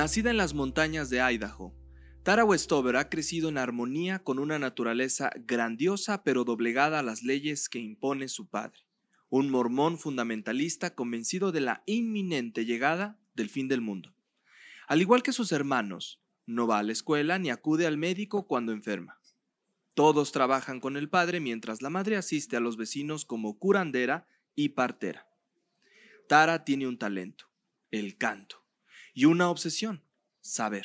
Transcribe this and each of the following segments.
Nacida en las montañas de Idaho, Tara Westover ha crecido en armonía con una naturaleza grandiosa pero doblegada a las leyes que impone su padre, un mormón fundamentalista convencido de la inminente llegada del fin del mundo. Al igual que sus hermanos, no va a la escuela ni acude al médico cuando enferma. Todos trabajan con el padre mientras la madre asiste a los vecinos como curandera y partera. Tara tiene un talento, el canto, y una obsesión, saber.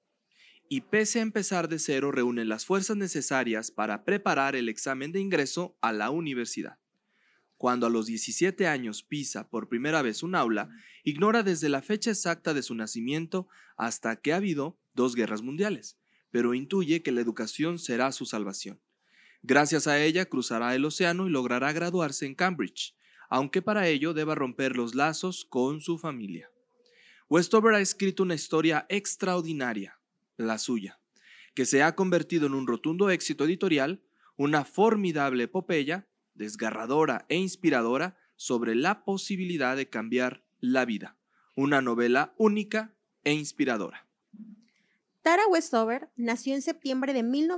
Y pese a empezar de cero, reúne las fuerzas necesarias para preparar el examen de ingreso a la universidad. Cuando a los 17 años pisa por primera vez un aula, ignora desde la fecha exacta de su nacimiento hasta que ha habido 2 guerras mundiales, pero intuye que la educación será su salvación. Gracias a ella cruzará el océano y logrará graduarse en Cambridge, aunque para ello deba romper los lazos con su familia. Westover ha escrito una historia extraordinaria, la suya, que se ha convertido en un rotundo éxito editorial, una formidable epopeya, desgarradora e inspiradora sobre la posibilidad de cambiar la vida. Una novela única e inspiradora. Tara Westover nació en septiembre de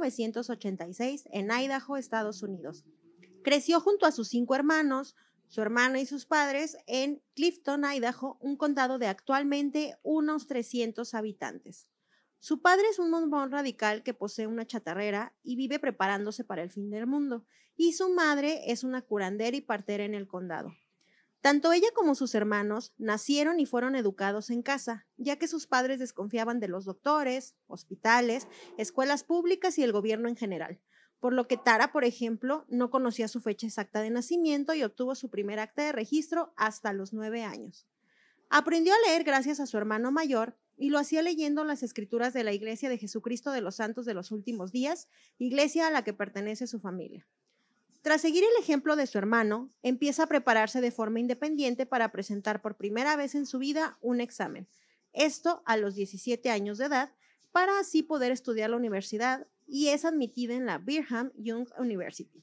1986 en Idaho, Estados Unidos. Creció junto a sus 5 hermanos, su hermana y sus padres en Clifton, Idaho, un condado de actualmente unos 300 habitantes. Su padre es un mormón radical que posee una chatarrera y vive preparándose para el fin del mundo, y su madre es una curandera y partera en el condado. Tanto ella como sus hermanos nacieron y fueron educados en casa, ya que sus padres desconfiaban de los doctores, hospitales, escuelas públicas y el gobierno en general, por lo que Tara, por ejemplo, no conocía su fecha exacta de nacimiento y obtuvo su primer acta de registro hasta los 9 años. Aprendió a leer gracias a su hermano mayor y lo hacía leyendo las escrituras de la Iglesia de Jesucristo de los Santos de los Últimos Días, iglesia a la que pertenece su familia. Tras seguir el ejemplo de su hermano, empieza a prepararse de forma independiente para presentar por primera vez en su vida un examen. Esto a los 17 años de edad, para así poder estudiar la universidad, y es admitida en la Brigham Young University.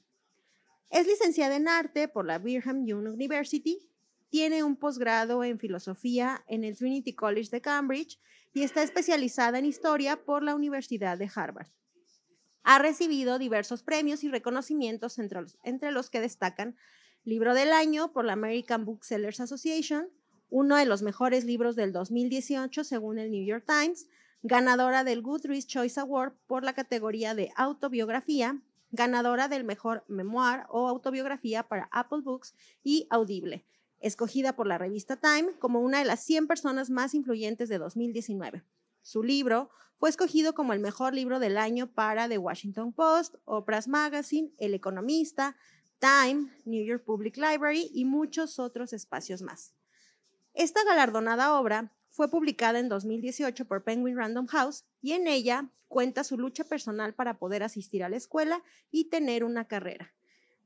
Es licenciada en arte por la Brigham Young University, tiene un posgrado en filosofía en el Trinity College de Cambridge y está especializada en historia por la Universidad de Harvard. Ha recibido diversos premios y reconocimientos entre los que destacan Libro del Año por la American Booksellers Association, uno de los mejores libros del 2018 según el New York Times, ganadora del Goodreads Choice Award por la categoría de autobiografía, ganadora del mejor memoir o autobiografía para Apple Books y Audible, escogida por la revista Time como una de las 100 personas más influyentes de 2019. Su libro fue escogido como el mejor libro del año para The Washington Post, Oprah's Magazine, El Economista, Time, New York Public Library y muchos otros espacios más. Esta galardonada obra fue publicada en 2018 por Penguin Random House y en ella cuenta su lucha personal para poder asistir a la escuela y tener una carrera.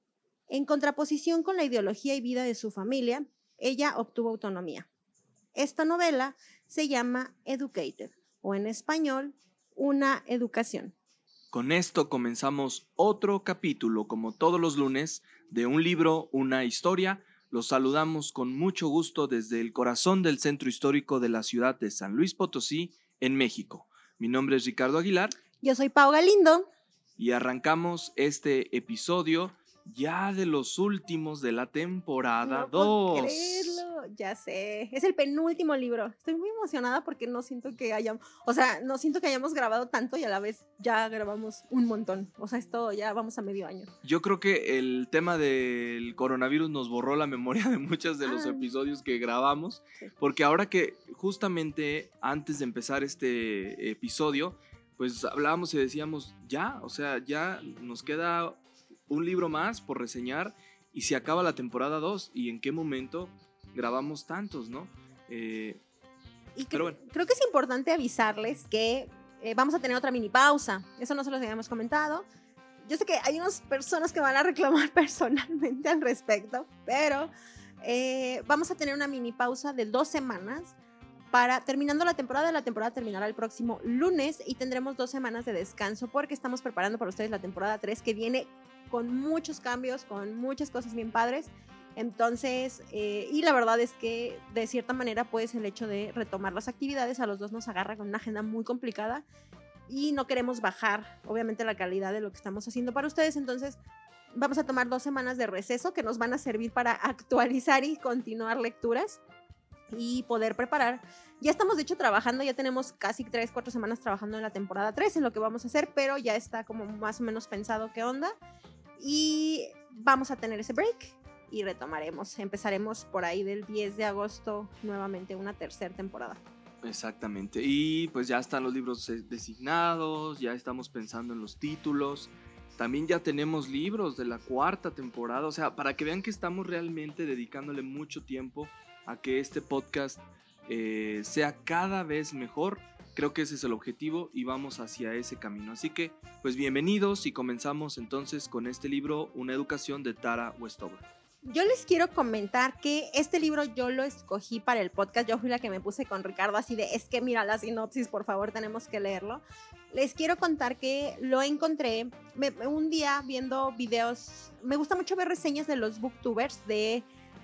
En contraposición con la ideología y vida de su familia, ella obtuvo autonomía. Esta novela se llama Educated, o en español, Una educación. Con esto comenzamos otro capítulo, como todos los lunes, de Un libro, una historia. Los saludamos con mucho gusto desde el corazón del centro histórico de la ciudad de San Luis Potosí, en México. Mi nombre es Ricardo Aguilar. Yo soy Pau Galindo. Y arrancamos este episodio ya de los últimos de la temporada 2. No puedo creerlo, ya sé. Es el penúltimo libro. Estoy muy emocionada porque no siento que hayamos grabado tanto y a la vez ya grabamos un montón. O sea, esto ya vamos a medio año. Yo creo que el tema del coronavirus nos borró la memoria de muchos de los episodios que grabamos, sí. Porque ahora que justamente antes de empezar este episodio, pues hablábamos y decíamos, ya nos queda un libro más por reseñar y se acaba la temporada 2 y en qué momento grabamos tantos, ¿no? Creo que es importante avisarles que vamos a tener otra mini pausa, eso no se los habíamos comentado. Yo sé que hay unas personas que van a reclamar personalmente al respecto, pero vamos a tener una mini pausa de 2 semanas para terminando la temporada terminará el próximo lunes y tendremos 2 semanas de descanso porque estamos preparando para ustedes la temporada 3 que viene con muchos cambios, con muchas cosas bien padres. Entonces, y la verdad es que de cierta manera pues el hecho de retomar las actividades a los dos nos agarra con una agenda muy complicada y no queremos bajar obviamente la calidad de lo que estamos haciendo para ustedes, entonces vamos a tomar 2 semanas de receso que nos van a servir para actualizar y continuar lecturas y poder preparar. Ya estamos de hecho trabajando, ya tenemos casi 3-4 semanas trabajando en la temporada 3 en lo que vamos a hacer, pero ya está como más o menos pensado qué onda y vamos a tener ese break y retomaremos, empezaremos por ahí del 10 de agosto nuevamente una tercera temporada. Exactamente, y pues ya están los libros designados, ya estamos pensando en los títulos, también ya tenemos libros de la 4ª temporada, o sea, para que vean que estamos realmente dedicándole mucho tiempo a que este podcast sea cada vez mejor. Creo que ese es el objetivo y vamos hacia ese camino. Así que, pues bienvenidos y comenzamos entonces con este libro, Una educación de Tara Westover. Yo les quiero comentar que este libro yo lo escogí para el podcast. Yo fui la que me puse con Ricardo así de, es que mira la sinopsis, por favor, tenemos que leerlo. Les quiero contar que lo encontré un día viendo videos. Me gusta mucho ver reseñas de los booktubers de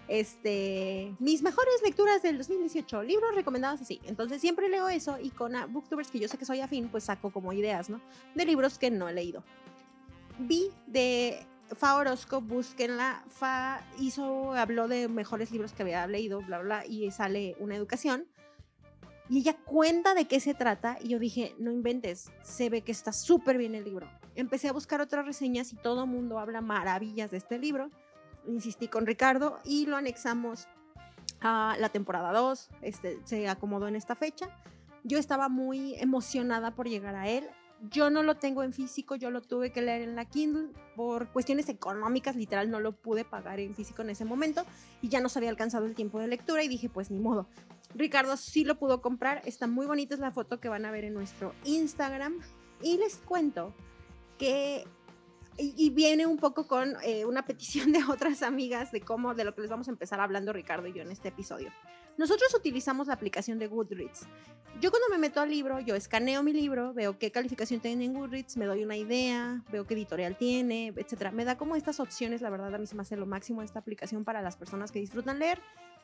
mis mejores lecturas del 2018, libros recomendados así. Entonces siempre leo eso y con booktubers que yo sé que soy afín, pues saco como ideas, ¿no? De libros que no he leído. Vi de Fa Orozco, búsquenla. Fa habló de mejores libros que había leído, bla, bla, y sale Una educación. Y ella cuenta de qué se trata y yo dije, no inventes, se ve que está súper bien el libro. Empecé a buscar otras reseñas y todo el mundo habla maravillas de este libro. Insistí con Ricardo y lo anexamos a la temporada 2, se acomodó en esta fecha. Yo estaba muy emocionada por llegar a él. Yo no lo tengo en físico, yo lo tuve que leer en la Kindle por cuestiones económicas, literal no lo pude pagar en físico en ese momento y ya nos había alcanzado el tiempo de lectura y dije pues ni modo. Ricardo sí lo pudo comprar, está muy bonita, es la foto que van a ver en nuestro Instagram y les cuento que y viene un poco con una petición de otras amigas de lo que les vamos a empezar hablando Ricardo y yo en este episodio. Nosotros utilizamos la aplicación de Goodreads. Yo cuando me meto al libro, yo escaneo mi libro, veo qué calificación tiene en Goodreads, me doy una idea, veo qué editorial tiene, etcétera. Me da como estas opciones, la verdad a mí se me hace lo máximo esta aplicación para las personas que disfrutan leer.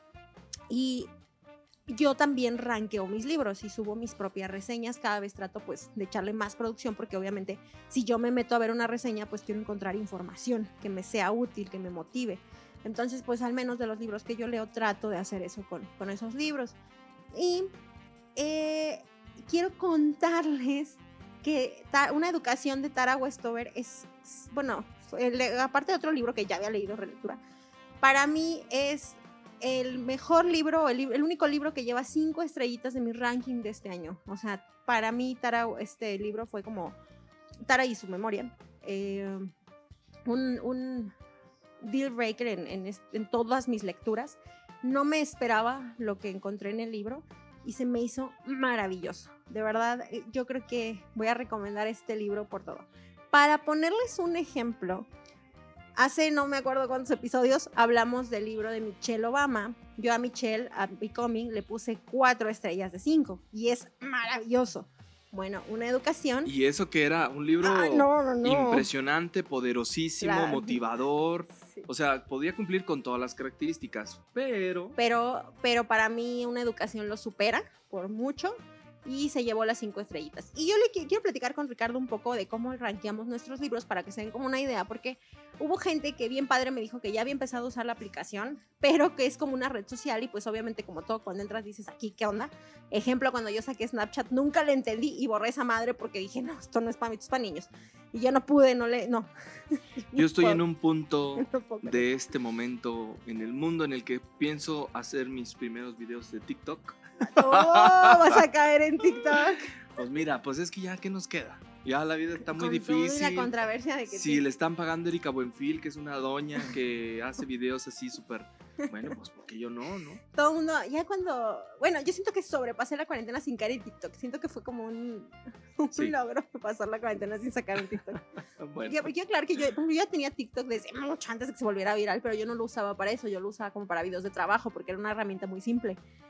Y yo también rankeo mis libros y subo mis propias reseñas. Cada vez trato pues de echarle más producción porque obviamente si yo me meto a ver una reseña pues quiero encontrar información que me sea útil, que me motive. Entonces pues al menos de los libros que yo leo trato de hacer eso con esos libros. Y quiero contarles que Una educación de Tara Westover es, bueno, aparte de otro libro que ya había leído, relectura, para mí es el mejor libro, el único libro que lleva 5 estrellitas de mi ranking de este año. O sea, para mí este libro fue como Tara y su memoria. Un deal breaker en todas mis lecturas. No me esperaba lo que encontré en el libro y se me hizo maravilloso. De verdad, yo creo que voy a recomendar este libro por todo. Para ponerles un ejemplo, hace no me acuerdo cuántos episodios hablamos del libro de Michelle Obama. Yo a Michelle, a Becoming, le puse 4 estrellas de 5 y es maravilloso. Bueno, Una educación. Y eso que era un libro impresionante, poderosísimo, claro, motivador. Sí. O sea, podía cumplir con todas las características, pero para mí Una educación lo supera por mucho. Y se llevó las 5 estrellitas. Y yo le quiero platicar con Ricardo un poco de cómo rankeamos nuestros libros para que se den como una idea, porque hubo gente que bien padre me dijo que ya había empezado a usar la aplicación, pero que es como una red social y pues obviamente como todo cuando entras dices aquí, ¿qué onda? Ejemplo, cuando yo saqué Snapchat nunca le entendí y borré esa madre porque dije, no, esto no es para mí, esto es para niños. Y yo no pude, no. Yo estoy en un punto de este momento en el mundo en el que pienso hacer mis primeros videos de TikTok. ¡Oh! Vas a caer en TikTok. Pues mira, pues es que ya, ¿qué nos queda? Ya la vida está muy difícil. La controversia de que si le están pagando a Erika Buenfil, que es una doña que hace videos así súper... Bueno, pues porque yo no. Todo el mundo, ya cuando... Bueno, yo siento que sobrepasé la cuarentena sin caer en TikTok. Siento que fue como un logro pasar la cuarentena sin sacar un TikTok. Bueno. Quiero aclarar que yo ya tenía TikTok desde mucho antes de que se volviera viral, pero yo no lo usaba para eso. Yo lo usaba como para videos de trabajo porque era una herramienta muy simple.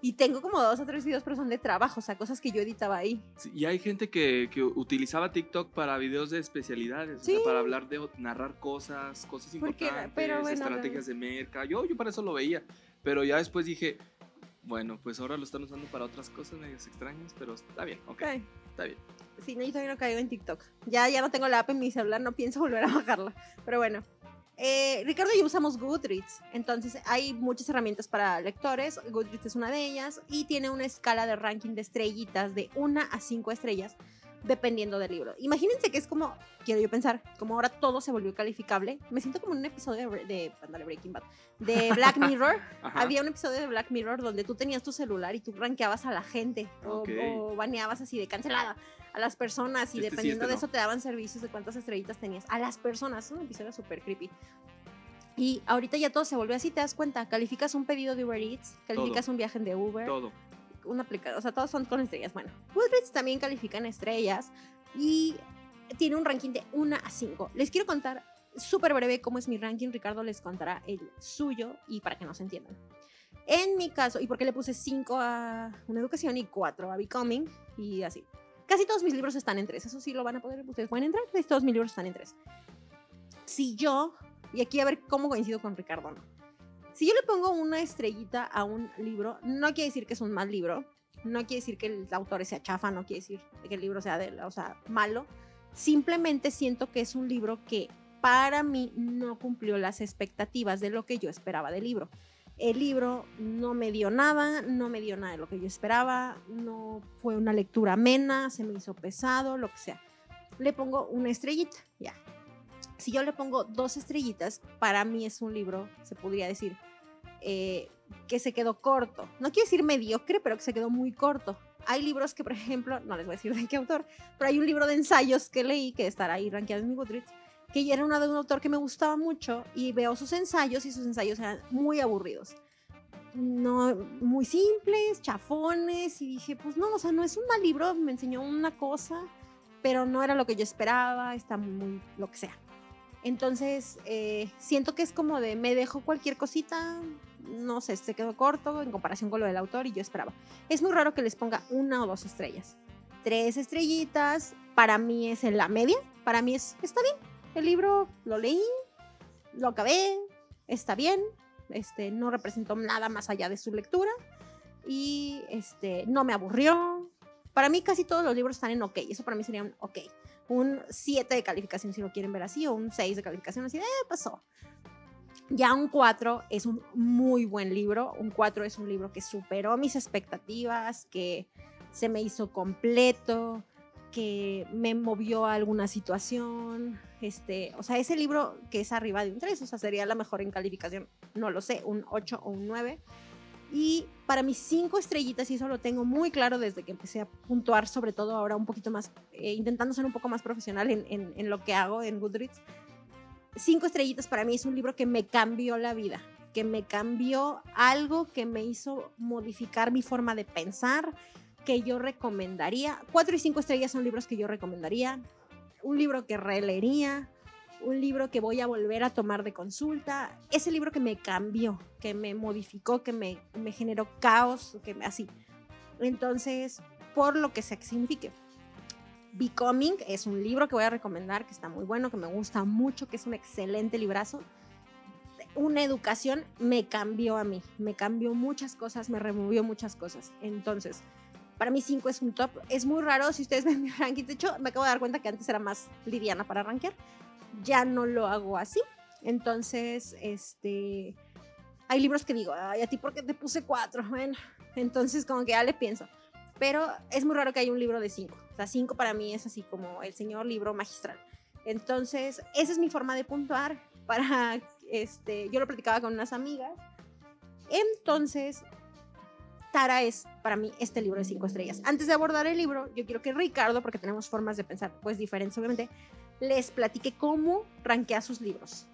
Y tengo como 2 o 3 videos, pero son de trabajo, o sea, cosas que yo editaba ahí. Sí, y hay gente que utilizaba TikTok para videos de especialidades, Sí. o sea, para hablar narrar cosas Porque, importantes, pero bueno, estrategias de merca. Yo para eso lo veía, pero ya después dije, bueno, pues ahora lo están usando para otras cosas medias extrañas, pero está bien, ok, está bien. Sí, no, yo todavía no caigo en TikTok. Ya no tengo la app en mi celular, no pienso volver a bajarla. Pero bueno. Ricardo y yo usamos Goodreads, entonces hay muchas herramientas para lectores. Goodreads es una de ellas y tiene una escala de ranking de estrellitas de 1 a 5 estrellas dependiendo del libro. Imagínense que es como, quiero yo pensar, como ahora todo se volvió calificable. Me siento como en un episodio de Breaking Bad, de Black Mirror. Había un episodio de Black Mirror donde tú tenías tu celular y tú rankeabas a la gente o baneabas así de cancelada a las personas y dependiendo de eso te daban servicios de cuántas estrellitas tenías a las personas. Es un episodio súper creepy. Y ahorita ya todo se volvió así, te das cuenta. Calificas un pedido de Uber Eats, calificas un viaje de Uber. Todo. Una aplicación, o sea, todos son con estrellas. Bueno, Goodreads también califican estrellas y tiene un ranking de 1 a 5. Les quiero contar súper breve cómo es mi ranking. Ricardo les contará el suyo y para que nos entiendan. En mi caso, y porque le puse 5 a Una Educación y 4 a Becoming y así. Casi todos mis libros están en 3. Eso sí lo van a poder, ustedes pueden entrar. Casi todos mis libros están en 3. Si yo, y aquí a ver cómo coincido con Ricardo, ¿no? Si yo le pongo una estrellita a un libro, no quiere decir que es un mal libro, no quiere decir que el autor sea chafa, no quiere decir que el libro sea malo. Simplemente siento que es un libro que para mí no cumplió las expectativas de lo que yo esperaba del libro. El libro no me dio nada de lo que yo esperaba, no fue una lectura amena, se me hizo pesado, lo que sea. Le pongo una estrellita, ya. Si yo le pongo 2 estrellitas, para mí es un libro, se podría decir, que se quedó corto. No quiero decir mediocre, pero que se quedó muy corto. Hay libros que, por ejemplo, no les voy a decir de qué autor, pero hay un libro de ensayos que leí, que estará ahí rankeado en mi Goodreads, que ya era de un autor que me gustaba mucho y veo sus ensayos y sus ensayos eran muy aburridos. No, muy simples, chafones, y dije, pues no, o sea, no es un mal libro, me enseñó una cosa, pero no era lo que yo esperaba, está muy, lo que sea. Entonces, siento que es como de, me dejó cualquier cosita, no sé, se quedó corto en comparación con lo del autor y yo esperaba. Es muy raro que les ponga 1 o 2 estrellas. 3 estrellitas, para mí es en la media, para mí está bien. El libro lo leí, lo acabé, está bien, no representó nada más allá de su lectura y no me aburrió. Para mí casi todos los libros están en ok, eso para mí sería un ok. Un 7 de calificación si lo quieren ver así, o un 6 de calificación así, pasó. Ya un 4 es un muy buen libro, un 4 es un libro que superó mis expectativas, que se me hizo completo, que me movió a alguna situación, o sea, ese libro que es arriba de un 3, o sea, sería la mejor en calificación, no lo sé, un 8 o un 9. Y para mis 5 estrellitas, y eso lo tengo muy claro desde que empecé a puntuar, sobre todo ahora un poquito más, intentando ser un poco más profesional en lo que hago en Goodreads. 5 estrellitas para mí es un libro que me cambió la vida, que me cambió algo, que me hizo modificar mi forma de pensar, que yo recomendaría. 4 y 5 estrellas son libros que yo recomendaría, un libro que releería, un libro que voy a volver a tomar de consulta, ese libro que me cambió, que me modificó, que me generó caos, así. Entonces, por lo que sea que signifique. Becoming es un libro que voy a recomendar, que está muy bueno, que me gusta mucho, que es un excelente librazo. Una Educación me cambió a mí, me cambió muchas cosas, me removió muchas cosas. Entonces, para mí 5 es un top. Es muy raro si ustedes ven mi ranking. De hecho, me acabo de dar cuenta que antes era más liviana para rankear. Ya no lo hago así. Entonces, hay libros que digo, ay, ¿a ti por qué te puse 4? Bueno, entonces como que ya le pienso. Pero es muy raro que haya un libro de 5. O sea, 5 para mí es así como el señor libro magistral. Entonces, esa es mi forma de puntuar. Yo lo platicaba con unas amigas. Entonces, Tara es para mí este libro de 5 estrellas. Antes de abordar el libro, yo quiero que Ricardo, porque tenemos formas de pensar pues diferentes obviamente, les platique cómo rankea sus libros.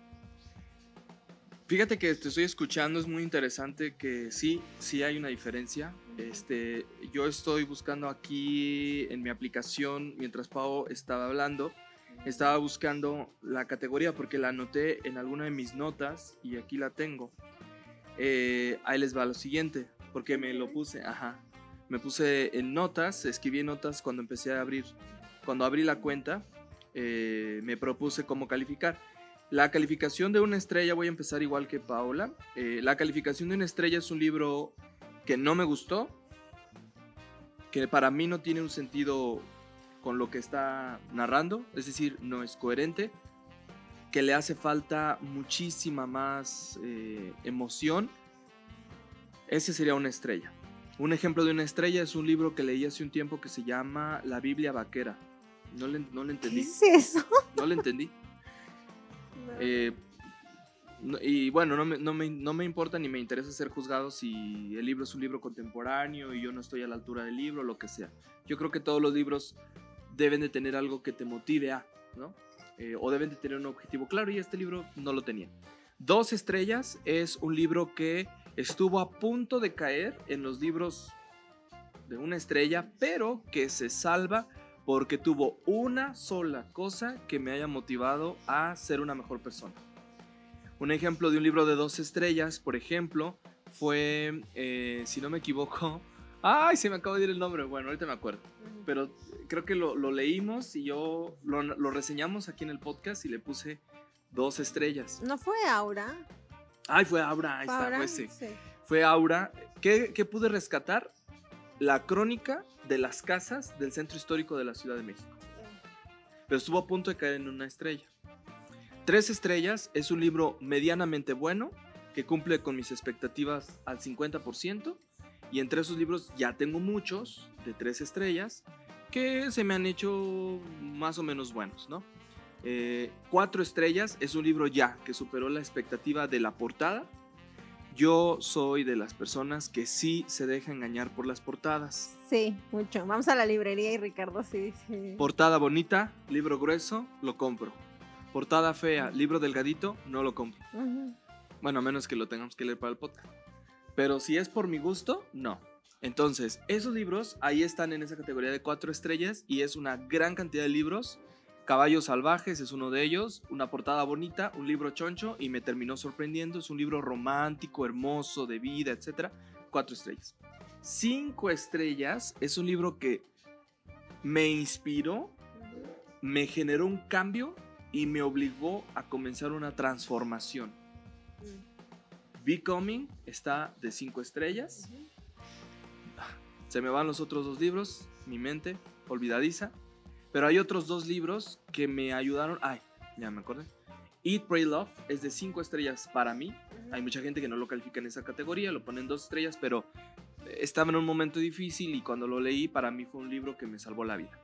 Fíjate que te estoy escuchando, es muy interesante que sí hay una diferencia. Yo estoy buscando aquí en mi aplicación, mientras Pau estaba hablando, estaba buscando la categoría porque la anoté en alguna de mis notas y aquí la tengo. Ahí les va lo siguiente. porque me lo puse, me puse en notas, escribí en notas cuando cuando abrí la cuenta, me propuse cómo calificar. La calificación de una estrella, voy a empezar igual que Paola. La calificación de una estrella es un libro que no me gustó, que para mí no tiene un sentido con lo que está narrando, es decir, no es coherente, que le hace falta muchísima más emoción. Ese sería una estrella. Un ejemplo de una estrella es un libro que leí hace un tiempo que se llama La Biblia Vaquera. No le entendí. ¿Qué es eso? No le entendí. Y bueno, no me importa ni me interesa ser juzgado si el libro es un libro contemporáneo y yo no estoy a la altura del libro, lo que sea. Yo creo que todos los libros deben de tener algo que te motive a, ¿no? O deben de tener un objetivo claro, y este libro no lo tenía. 2 estrellas es un libro que estuvo a punto de caer en los libros de una estrella, pero que se salva porque tuvo una sola cosa que me haya motivado a ser una mejor persona. Un ejemplo de un libro de 2 estrellas, por ejemplo, fue, si no me equivoco, ¡ay! Se me acaba de ir el nombre, bueno, ahorita me acuerdo, pero creo que lo leímos y yo lo reseñamos aquí en el podcast y le puse 2 estrellas. ¿No fue Aura? ¡Ay, fue Aura! Ahí está, Aura, pues sí. sí. Fue Aura. ¿Qué pude rescatar? La crónica de las casas del centro histórico de la Ciudad de México. Pero estuvo a punto de caer en una estrella. 3 estrellas es un libro medianamente bueno, que cumple con mis expectativas al 50%, y entre esos libros ya tengo muchos de 3 estrellas que se me han hecho más o menos buenos, ¿no? 4 estrellas es un libro ya que superó la expectativa de la portada. Yo soy de las personas que sí se deja engañar por las portadas. Sí, mucho. Vamos a la librería y Ricardo sí. Portada bonita, libro grueso, lo compro. Portada fea, libro delgadito, no lo compro. Bueno, a menos que lo tengamos que leer para el podcast. Pero si es por mi gusto, no. Entonces, esos libros ahí están en esa categoría de 4 estrellas y es una gran cantidad de libros. Caballos Salvajes es uno de ellos, una portada bonita, un libro choncho y me terminó sorprendiendo. Es un libro romántico, hermoso, de vida, etc. 4 estrellas. 5 estrellas es un libro que me inspiró, me generó un cambio y me obligó a comenzar una transformación. Becoming está de 5 estrellas. Se me van los otros 2 libros, mi mente olvidadiza. Pero hay otros 2 libros que me ayudaron. Ay, ya me acordé. Eat, Pray, Love es de 5 estrellas para mí. Hay mucha gente que no lo califica en esa categoría, lo ponen 2 estrellas, pero estaba en un momento difícil y cuando lo leí, para mí fue un libro que me salvó la vida.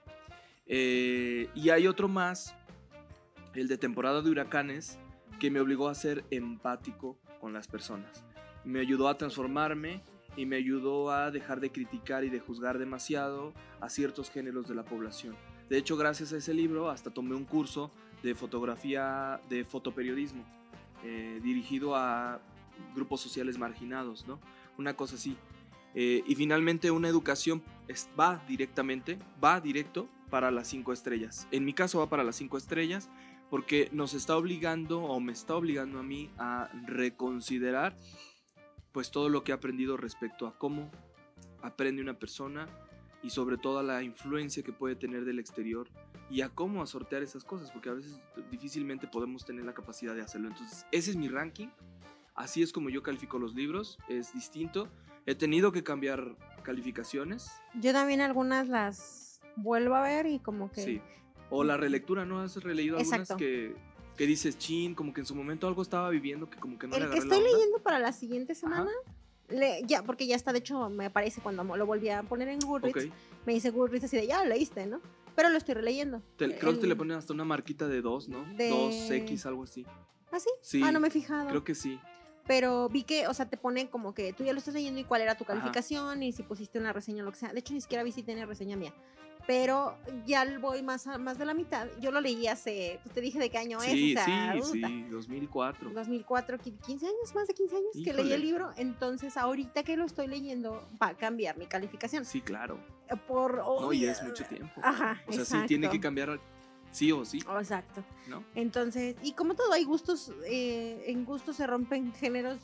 Y hay otro más, el de Temporada de Huracanes, que me obligó a ser empático con las personas. Me ayudó a transformarme y me ayudó a dejar de criticar y de juzgar demasiado a ciertos géneros de la población. De hecho, gracias a ese libro hasta tomé un curso de fotografía, de fotoperiodismo, dirigido a grupos sociales marginados, ¿no? Una cosa así. Y finalmente una educación va directo para las 5 estrellas. En mi caso va para las 5 estrellas porque nos está obligando o me está obligando a mí a reconsiderar pues todo lo que he aprendido respecto a cómo aprende una persona y sobre todo a la influencia que puede tener del exterior y a cómo a sortear esas cosas, porque a veces difícilmente podemos tener la capacidad de hacerlo. Entonces ese es mi ranking, así es como yo califico los libros, es distinto. He tenido que cambiar calificaciones. Yo también algunas las vuelvo a ver y como que... Sí, o la relectura, ¿no? ¿Has releído algunas que dices, chin, como que en su momento algo estaba viviendo que como que no le agarré la onda? El que estoy leyendo para la siguiente semana, ya, porque ya está, de hecho me aparece cuando lo volví a poner en Goodreads, me dice Goodreads así de, ya lo leíste, ¿no? Pero lo estoy releyendo. Creo que te le ponen hasta una marquita de 2, ¿no? 2X, algo así. ¿Ah, sí? Sí. Ah, no me he fijado. Creo que sí. Pero vi que, o sea, te pone como que tú ya lo estás leyendo y cuál era tu calificación y si pusiste una reseña o lo que sea. De hecho, ni siquiera vi si tenía reseña mía. Pero ya voy más de la mitad. Yo lo leí hace, pues te dije de qué año es. O sea, sí, 2004. 2004, 15 años, más de 15 años. Híjole. Que leí el libro. Entonces, ahorita que lo estoy leyendo, va a cambiar mi calificación. Sí, claro. No, y es mucho tiempo. Ajá, o sea, exacto. Sí tiene que cambiar sí o sí. Exacto. ¿No? Entonces, y como todo, hay gustos, en gustos se rompen géneros.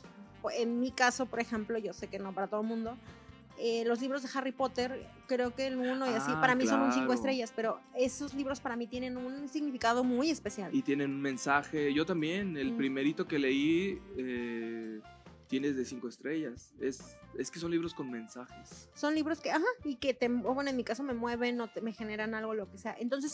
en mi caso, por ejemplo, yo sé que no para todo el mundo, los libros de Harry Potter, creo que el 1 y así, para mí son un 5 estrellas, pero esos libros para mí tienen un significado muy especial. Y tienen un mensaje. Yo también, el primerito que leí tiene de 5 estrellas. Es que son libros con mensajes. Son libros que, y que bueno, en mi caso me mueven o me generan algo, lo que sea. Entonces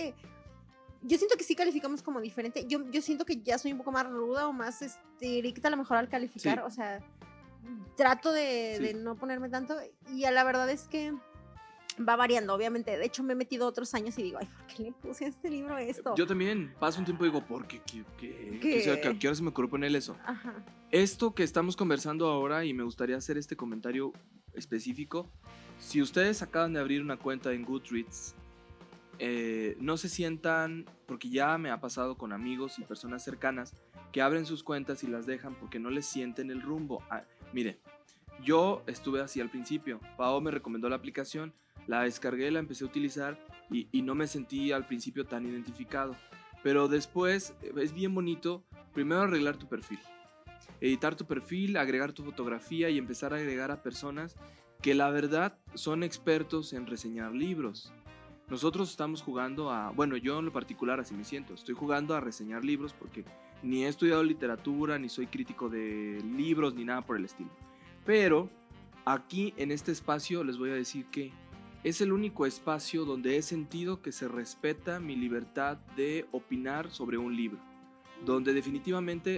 yo siento que sí calificamos como diferente. Yo siento que ya soy un poco más ruda o más estricta a lo mejor al calificar, Sí. o sea, trato de no ponerme tanto, y a la verdad es que va variando, obviamente. De hecho, me he metido otros años y digo, ay, ¿por qué le puse a este libro esto? Yo también paso un tiempo y digo, ¿por qué? ¿Qué hora se me ocurrió poner eso? Ajá. Esto que estamos conversando ahora, y me gustaría hacer este comentario específico, si ustedes acaban de abrir una cuenta en Goodreads, no se sientan, porque ya me ha pasado con amigos y personas cercanas que abren sus cuentas y las dejan porque no les sienten el rumbo. Miren, yo estuve así al principio. Pao me recomendó la aplicación, la descargué, la empecé a utilizar y no me sentí al principio tan identificado. Pero después es bien bonito, primero arreglar tu perfil, editar tu perfil, agregar tu fotografía y empezar a agregar a personas que la verdad son expertos en reseñar libros. Nosotros estamos jugando bueno, yo en lo particular así me siento, estoy jugando a reseñar libros porque ni he estudiado literatura, ni soy crítico de libros, ni nada por el estilo. Pero aquí en este espacio les voy a decir que es el único espacio donde he sentido que se respeta mi libertad de opinar sobre un libro, donde definitivamente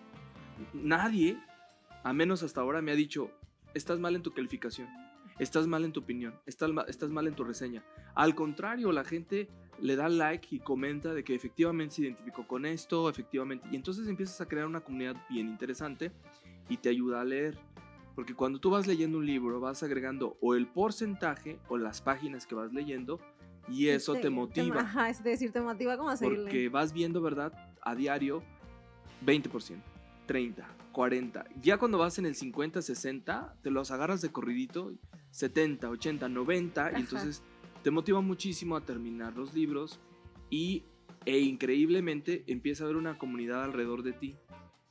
nadie, a menos hasta ahora, me ha dicho, estás mal en tu calificación, estás mal en tu opinión, estás mal en tu reseña. Al contrario, la gente le da like y comenta de que efectivamente se identificó con esto, efectivamente, y entonces empiezas a crear una comunidad bien interesante y te ayuda a leer. Porque cuando tú vas leyendo un libro, vas agregando o el porcentaje o las páginas que vas leyendo, y eso te motiva. Es decir, te motiva como a seguirle. Porque vas viendo, ¿verdad? A diario, 20%, 30%, 40%. Ya cuando vas en el 50%, 60%, te los agarras de corridito, 70%, 80%, 90%, y entonces te motiva muchísimo a terminar los libros e increíblemente empieza a haber una comunidad alrededor de ti.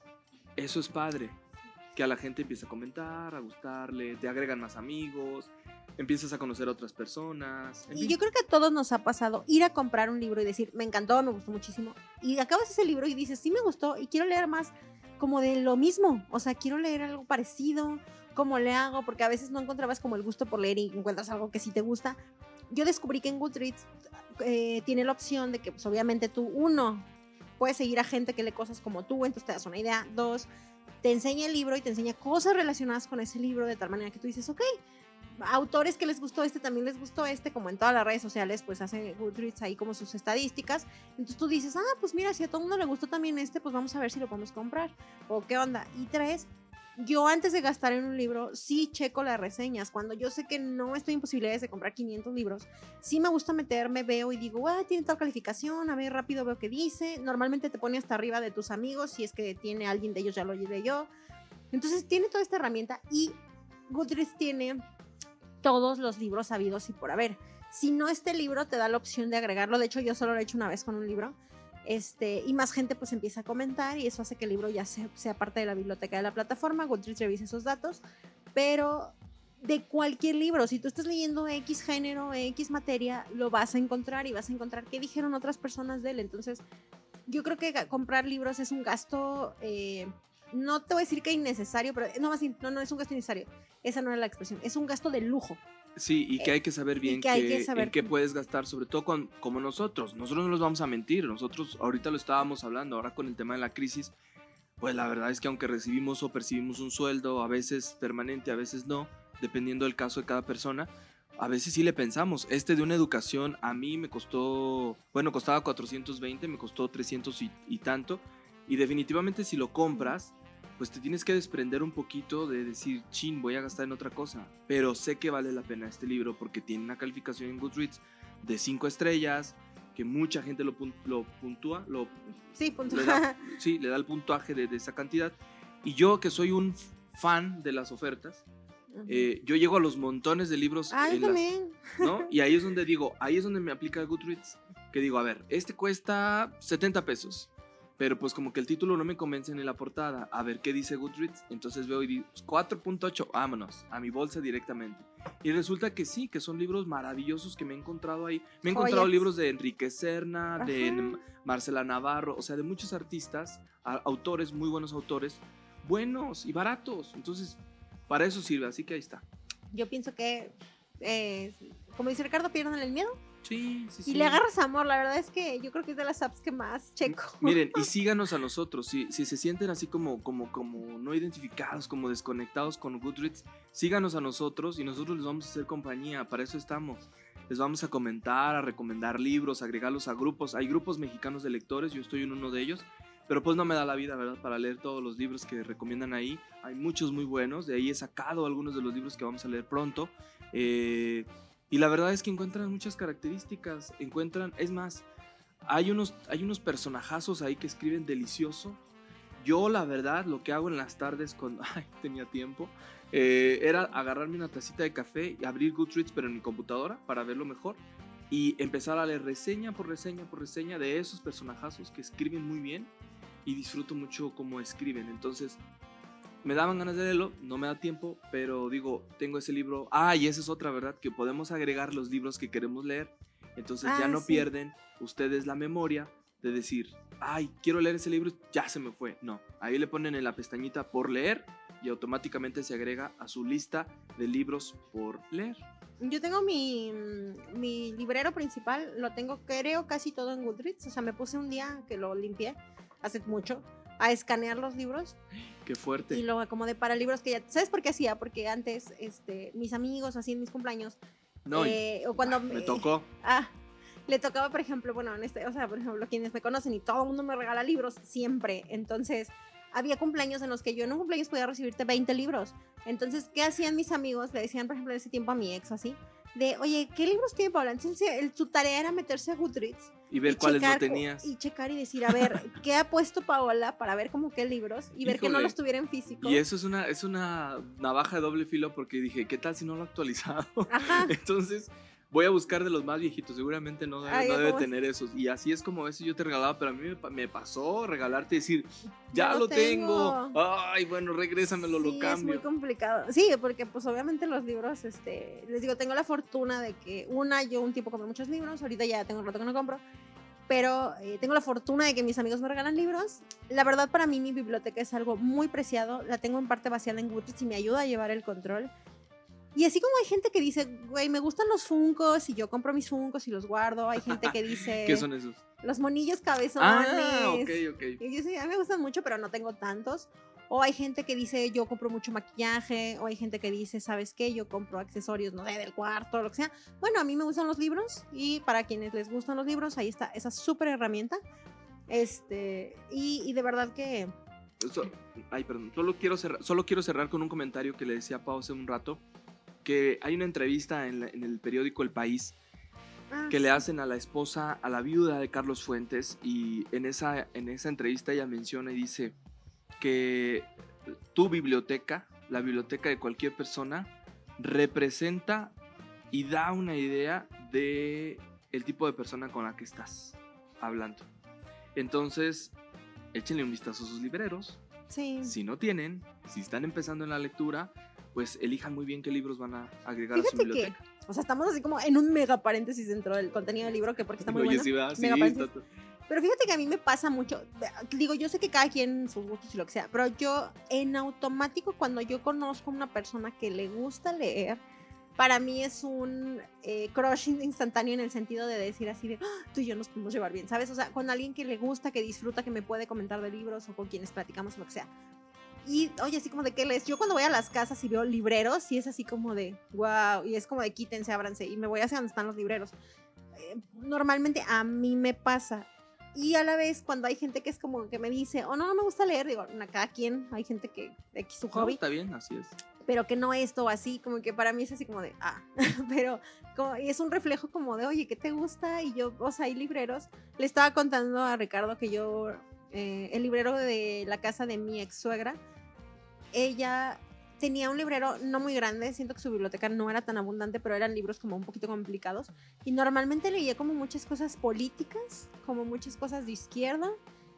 Eso es padre, que a la gente empieza a comentar, a gustarle, te agregan más amigos, empiezas a conocer a otras personas. Y yo creo que a todos nos ha pasado ir a comprar un libro y decir, me encantó, me gustó muchísimo, y acabas ese libro y dices, sí me gustó y quiero leer más como de lo mismo, o sea, quiero leer algo parecido, ¿cómo le hago? Porque a veces no encontrabas como el gusto por leer y encuentras algo que sí te gusta. Yo descubrí que en Goodreads tiene la opción de que, pues, obviamente tú, uno, puedes seguir a gente que lee cosas como tú, entonces te das una idea. Dos, te enseña el libro y te enseña cosas relacionadas con ese libro de tal manera que tú dices, ok, autores que les gustó también les gustó como en todas las redes sociales, pues hacen Goodreads ahí como sus estadísticas. Entonces tú dices, pues mira, si a todo el mundo le gustó también pues vamos a ver si lo podemos comprar, o qué onda. Y tres, yo antes de gastar en un libro, sí checo las reseñas. Cuando yo sé que no estoy en posibilidades de comprar 500 libros, sí me gusta meterme, veo y digo, tiene tal calificación, a ver, rápido veo qué dice. Normalmente te pone hasta arriba de tus amigos, si es que tiene alguien de ellos, ya lo leyó. Entonces tiene toda esta herramienta y Goodreads tiene todos los libros habidos y por haber. Si no, este libro te da la opción de agregarlo. De hecho, yo solo lo he hecho una vez con un libro. Y más gente pues empieza a comentar y eso hace que el libro ya sea parte de la biblioteca de la plataforma. Goodreads revisa esos datos, pero de cualquier libro, si tú estás leyendo X género, X materia, lo vas a encontrar y vas a encontrar qué dijeron otras personas de él. Entonces, yo creo que comprar libros es un gasto, no te voy a decir que innecesario, pero no es un gasto innecesario. Esa no era la expresión, es un gasto de lujo. Sí, y que hay que saber bien en qué puedes gastar, sobre todo como nosotros no nos vamos a mentir, nosotros ahorita lo estábamos hablando, ahora con el tema de la crisis, pues la verdad es que aunque recibimos o percibimos un sueldo, a veces permanente, a veces no, dependiendo del caso de cada persona, a veces sí le pensamos, de una educación a mí me costó, costaba 420, me costó 300 y tanto, y definitivamente si lo compras, pues te tienes que desprender un poquito de decir, chin, voy a gastar en otra cosa, pero sé que vale la pena este libro porque tiene una calificación en Goodreads de 5 estrellas, que mucha gente lo puntúa, le da el puntaje de esa cantidad, y yo que soy un fan de las ofertas, yo llego a los montones de libros también. ¿no? Y ahí es donde me aplica Goodreads, que digo, a ver, cuesta 70 pesos, pero pues como que el título no me convence ni la portada. A ver qué dice Goodreads. Entonces veo y digo, 4.8, vámonos, a mi bolsa directamente. Y resulta que sí, que son libros maravillosos que me he encontrado ahí. Me he encontrado Joyas. libros de Enrique Serna, de Ajá. Marcela Navarro, o sea, de muchos artistas, autores, muy buenos autores, buenos y baratos. Entonces, para eso sirve, así que ahí está. Yo pienso que, como dice Ricardo, pierdan el miedo Sí, sí, sí. y le agarras amor. La verdad es que yo creo que es de las apps que más checo. Miren, y síganos a nosotros, si se sienten así como no identificados, como desconectados con Goodreads, síganos a nosotros y nosotros les vamos a hacer compañía, para eso estamos. Les vamos a comentar, a recomendar libros, a agregarlos a grupos. Hay grupos mexicanos de lectores, yo estoy en uno de ellos, pero pues no me da la vida, ¿verdad?, para leer todos los libros que recomiendan ahí. Hay muchos muy buenos, de ahí he sacado algunos de los libros que vamos a leer pronto. Y la verdad es que encuentran muchas características, es más, hay unos personajazos ahí que escriben delicioso. Yo, la verdad, lo que hago en las tardes cuando tenía tiempo, era agarrarme una tacita de café y abrir Goodreads, pero en mi computadora, para verlo mejor, y empezar a leer reseña por reseña por reseña de esos personajazos que escriben muy bien, y disfruto mucho cómo escriben. Entonces, me daban ganas de leerlo, no me da tiempo, pero digo, tengo ese libro. Y esa es otra, ¿verdad? Que podemos agregar los libros que queremos leer. Entonces ya no Sí. pierden ustedes la memoria de decir, quiero leer ese libro, ya se me fue. No, ahí le ponen en la pestañita por leer y automáticamente se agrega a su lista de libros por leer. Yo tengo mi librero principal, lo tengo creo casi todo en Goodreads. O sea, me puse un día que lo limpié, hace mucho, a escanear los libros. Qué fuerte. Y lo acomodé para libros que ya... ¿Sabes por qué hacía? Porque antes, mis amigos, así en mis cumpleaños, No, o cuando... me tocó. Le tocaba, por ejemplo, bueno, o sea, por ejemplo, quienes me conocen y todo el mundo me regala libros, siempre. Entonces, había cumpleaños en los que yo en un cumpleaños podía recibirte 20 libros. Entonces, ¿qué hacían mis amigos? Le decían, por ejemplo, en ese tiempo a mi ex o así, de, oye, ¿qué libros tiene Paula? Entonces, su tarea era meterse a Goodreads y ver cuáles no tenías. Y checar y decir, a ver, ¿qué ha puesto Paola para ver como qué libros? Y ver que no los tuviera en físico. Y eso es una navaja de doble filo, porque dije, ¿qué tal si no lo he actualizado? Ajá. Entonces voy a buscar de los más viejitos, seguramente no debe tener esos. Y así es como ese yo te regalaba, pero a mí me pasó regalarte y decir, ya lo tengo. Bueno, regrésamelo, lo cambio. Es muy complicado. Sí, porque pues obviamente los libros, les digo, tengo la fortuna de que yo un tiempo compré muchos libros, ahorita ya tengo un rato que no compro, pero tengo la fortuna de que mis amigos me regalan libros. La verdad, para mí mi biblioteca es algo muy preciado, la tengo en parte vaciada en Goodreads y me ayuda a llevar el control. Y así como hay gente que dice, güey, me gustan los Funkos y yo compro mis Funkos y los guardo. Hay gente que dice... ¿Qué son esos? Los monillos cabezones. Ok. Y yo sí, a mí me gustan mucho, pero no tengo tantos. O hay gente que dice, yo compro mucho maquillaje. O hay gente que dice, ¿sabes qué? Yo compro accesorios, no sé, del cuarto, lo que sea. Bueno, a mí me gustan los libros. Y para quienes les gustan los libros, ahí está esa súper herramienta. Y de verdad que... Perdón. Solo quiero cerrar con un comentario que le decía a Pau hace un rato. Que hay una entrevista en el periódico El País que le hacen a la esposa, a la viuda de Carlos Fuentes, y en esa entrevista ella menciona y dice que tu biblioteca, la biblioteca de cualquier persona, representa y da una idea de el tipo de persona con la que estás hablando. Entonces, échenle un vistazo a sus libreros. Sí. Si no tienen, si están empezando en la lectura, pues elijan muy bien qué libros van a agregar a su biblioteca. O sea, estamos así como en un mega paréntesis dentro del contenido del libro, que porque está muy bueno. Pero fíjate que a mí me pasa mucho, digo, yo sé que cada quien sus gustos y lo que sea, pero yo en automático cuando yo conozco a una persona que le gusta leer, para mí es un crush instantáneo en el sentido de decir así de, tú y yo nos podemos llevar bien, ¿sabes? O sea, con alguien que le gusta, que disfruta, que me puede comentar de libros o con quienes platicamos o lo que sea. Y, oye, así como de qué lees. Yo cuando voy a las casas y veo libreros, y es así como de, wow, y es como de quítense, ábranse, y me voy hacia donde están los libreros. Normalmente a mí me pasa. Y a la vez, cuando hay gente que es como que me dice, no me gusta leer, digo, cada quien, hay gente que su hobby. Está bien, así es. Pero que no esto o así, como que para mí es así como de, pero y es un reflejo como de, oye, ¿qué te gusta? Y yo, o sea, hay libreros. Le estaba contando a Ricardo que yo, el librero de la casa de mi ex suegra, ella tenía un librero no muy grande, siento que su biblioteca no era tan abundante, pero eran libros como un poquito complicados, y normalmente leía como muchas cosas políticas, como muchas cosas de izquierda,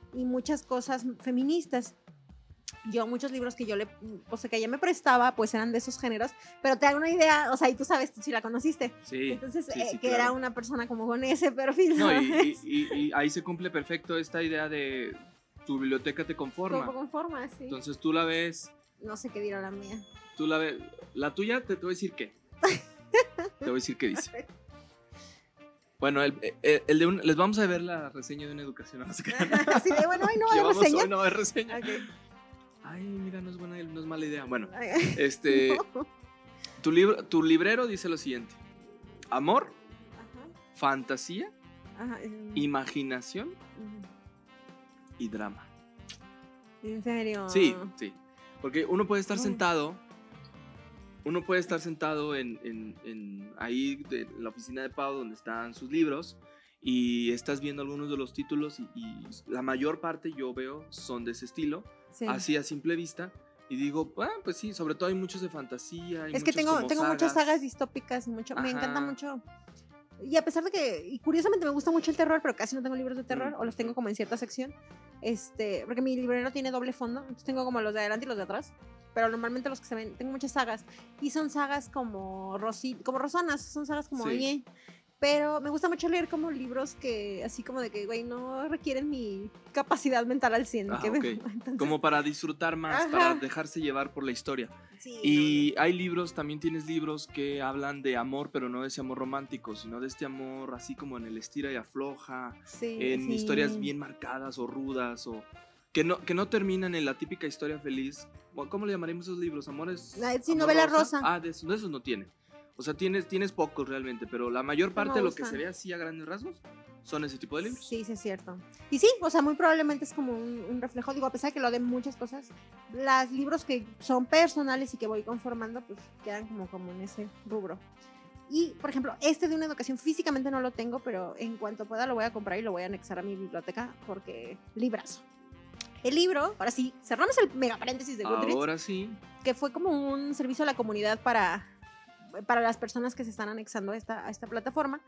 y muchas cosas feministas. Yo, muchos libros que o sea, que ella me prestaba, pues eran de esos géneros, pero te hago una idea, o sea, y tú sabes, tú sí la conociste. Sí. Entonces, sí, que claro. era una persona como con ese perfil. No, ¿sabes? y ahí se cumple perfecto esta idea de tu biblioteca te conforma. Como conforma, sí. Entonces tú la ves, No sé qué dirá la mía. tú la ves, la tuya te voy a decir qué. Te voy a decir qué dice. Bueno, les vamos a ver la reseña de una educación. Así de, bueno, hoy no hay reseña. Hoy no hay reseña. Okay. Ay, mira, no es mala idea. Bueno, No. tu librero dice lo siguiente: amor, Ajá. fantasía, Ajá. imaginación y drama. ¿En serio? Sí. Porque uno puede estar Ay. sentado. Uno puede estar sentado en ahí de la oficina de Pau donde están sus libros y estás viendo algunos de los títulos y la mayor parte yo veo son de ese estilo, Sí. así a simple vista, y digo, pues sí, sobre todo hay muchos de fantasía. Hay Es que tengo muchas sagas distópicas y me Ajá. encanta mucho. Y a pesar de que, y curiosamente me gusta mucho el terror, pero casi no tengo libros de terror, o los tengo como en cierta sección, porque mi librero tiene doble fondo, entonces tengo como los de adelante y los de atrás, pero normalmente los que se ven, tengo muchas sagas, y son sagas como rosonas, son sagas como Sí. pero me gusta mucho leer como libros que, así como de que, güey, no requieren mi capacidad mental al 100. Ah, que ok. entonces, Como para disfrutar más, Ajá. para dejarse llevar por la historia. sí, Y hay libros, también tienes libros que hablan de amor, pero no de ese amor romántico, sino de este amor así como en el estira y afloja, sí, en sí. historias bien marcadas o rudas, o que no terminan en la típica historia feliz. ¿Cómo le llamaríamos esos libros? ¿Amores? Sí, amor novela rosa. Ah, de esos no tiene. O sea, tienes pocos realmente, pero la mayor parte de lo que gustan. se ve así a grandes rasgos son ese tipo de libros. Sí, sí, es cierto. Y sí, o sea, muy probablemente es como un reflejo, digo, a pesar de que lo de muchas cosas, los libros que son personales y que voy conformando, pues quedan como en ese rubro. Y, por ejemplo, de una educación físicamente no lo tengo, pero en cuanto pueda lo voy a comprar y lo voy a anexar a mi biblioteca porque librazo. El libro, ahora sí, cerramos el mega paréntesis de Goodreads, Ahora sí. que fue como un servicio a la comunidad para las personas que se están anexando a esta plataforma,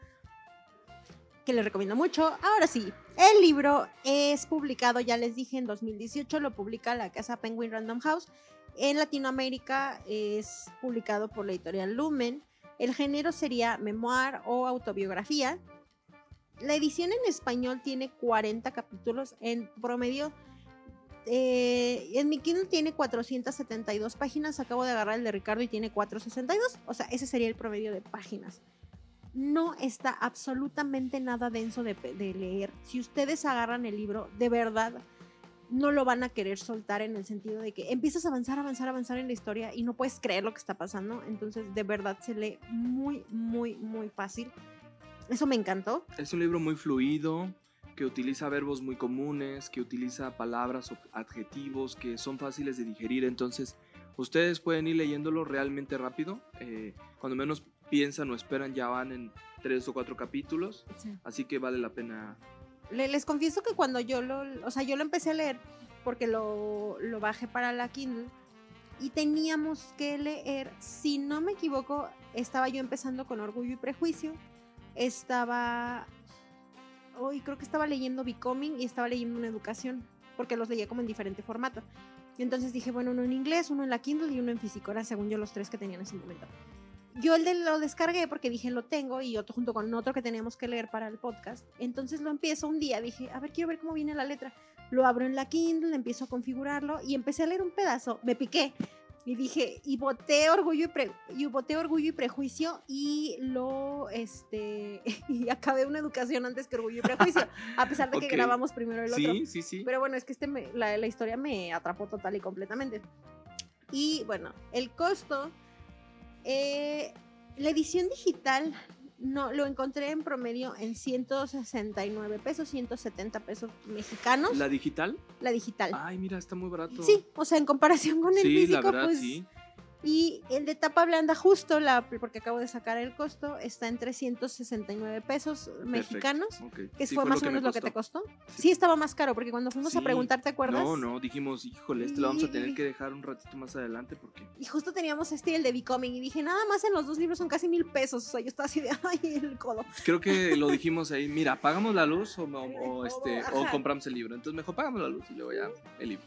que les recomiendo mucho. Ahora sí, el libro es publicado, ya les dije, en 2018, lo publica la casa Penguin Random House. En Latinoamérica es publicado por la editorial Lumen. El género sería memoir o autobiografía. La edición en español tiene 40 capítulos en promedio. En mi Kindle tiene 472 páginas. Acabo de agarrar el de Ricardo y tiene 462. O sea, ese sería el promedio de páginas. No está absolutamente nada denso de leer. Si ustedes agarran el libro, de verdad no lo van a querer soltar, en el sentido de que empiezas a avanzar en la historia y no puedes creer lo que está pasando. Entonces, de verdad se lee muy, muy, muy fácil. Eso me encantó. Es un libro muy fluido, que utiliza verbos muy comunes, que utiliza palabras o adjetivos que son fáciles de digerir. Entonces, ustedes pueden ir leyéndolo realmente rápido. Cuando menos piensan o esperan, ya van en 3 o 4 capítulos. Sí. Así que vale la pena. Les confieso que cuando yo lo empecé a leer, porque lo bajé para la Kindle, y teníamos que leer, si no me equivoco, estaba yo empezando con Orgullo y Prejuicio, creo que estaba leyendo Becoming y estaba leyendo Una Educación, porque los leía como en diferente formato. Y entonces dije, bueno, uno en inglés, uno en la Kindle y uno en físico, era según yo los 3 que tenía en ese momento. Yo lo descargué porque dije, lo tengo, y otro junto con otro que teníamos que leer para el podcast. Entonces lo empiezo un día, dije, a ver, quiero ver cómo viene la letra. Lo abro en la Kindle, empiezo a configurarlo y empecé a leer un pedazo, me piqué. Y dije, y boté Orgullo y Prejuicio y y acabé Una Educación antes que Orgullo y Prejuicio, a pesar de que grabamos primero el otro. Sí. Pero bueno, es que la historia me atrapó total y completamente. Y bueno, el costo, la edición digital no lo encontré en promedio en 169 pesos, 170 pesos mexicanos. ¿La digital? La digital. Ay, mira, está muy barato. Sí, o sea, en comparación con el físico, la verdad, pues sí. Y el de tapa blanda, justo porque acabo de sacar el costo, está en 369 pesos mexicanos, Okay. que Sí, fue más lo o menos me lo que te costó. costó. Sí, estaba más caro, porque cuando fuimos a Sí. preguntar, ¿te acuerdas? No, dijimos, híjole, lo vamos a tener que dejar un ratito más adelante porque... Y justo teníamos y el de Becoming, y dije, nada más en los dos libros son casi 1,000 pesos. O sea, yo estaba así de, ay, el codo. Creo que lo dijimos ahí, mira, ¿pagamos la luz o Ajá. compramos el libro? Entonces mejor pagamos la luz y luego ya el libro.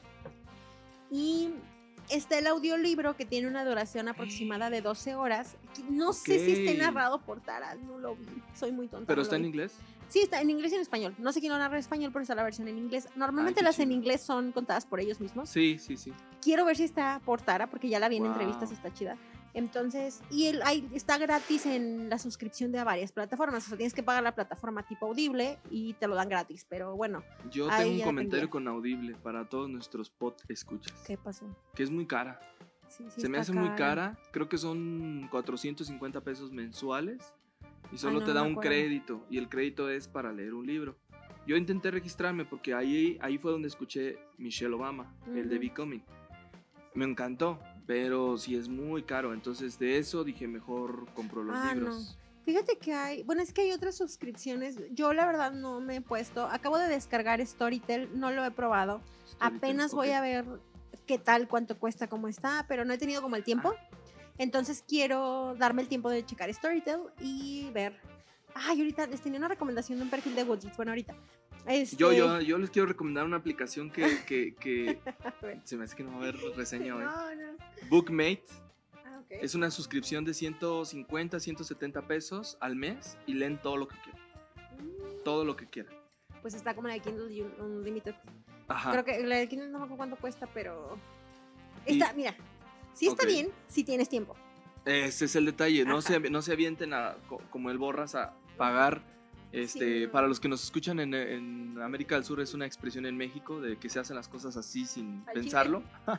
Y está el audiolibro, que tiene una duración aproximada de 12 horas. No sé si esté narrado por Tara, no lo vi. Soy muy tonta. ¿Pero está en inglés? Sí, está en inglés y en español. No sé quién lo narra en español, pero está la versión en inglés. Normalmente las en inglés son contadas por ellos mismos. Sí. Quiero ver si está por Tara, porque ya la vi en entrevistas, está chida. Entonces, y está gratis en la suscripción de varias plataformas. O sea, tienes que pagar la plataforma tipo Audible y te lo dan gratis. Pero bueno. Yo tengo un comentario con Audible para todos nuestros escuchas. ¿Qué pasó? Que es muy cara. Sí, se me hace muy cara. Creo que son 450 pesos mensuales. Y solo te da un crédito. Y el crédito es para leer un libro. Yo intenté registrarme porque ahí fue donde escuché Michelle Obama, el de Becoming. Me encantó. Pero sí es muy caro, entonces de eso dije mejor compro los libros. No. Fíjate que es que hay otras suscripciones. Yo la verdad no me he puesto. Acabo de descargar Storytel, no lo he probado. Apenas voy a ver qué tal, cuánto cuesta, cómo está, pero no he tenido como el tiempo. Entonces quiero darme el tiempo de checar Storytel y ver. Ay, ahorita les tenía una recomendación de un perfil de Goodreads. Bueno, ahorita. Yo les quiero recomendar una aplicación que se me hace que no va a haber reseña hoy. No. Bookmate. Okay. Es una suscripción de 150, 170 pesos al mes y leen todo lo que quieran. Todo lo que quieran. Pues está como la de Kindle Unlimited. Ajá. Creo que la de Kindle no me acuerdo cuánto cuesta, pero mira, sí está bien si tienes tiempo. Ese es el detalle. No se avienten como el Borras a pagar. Para los que nos escuchan en América del Sur, es una expresión en México de que se hacen las cosas así sin pensarlo.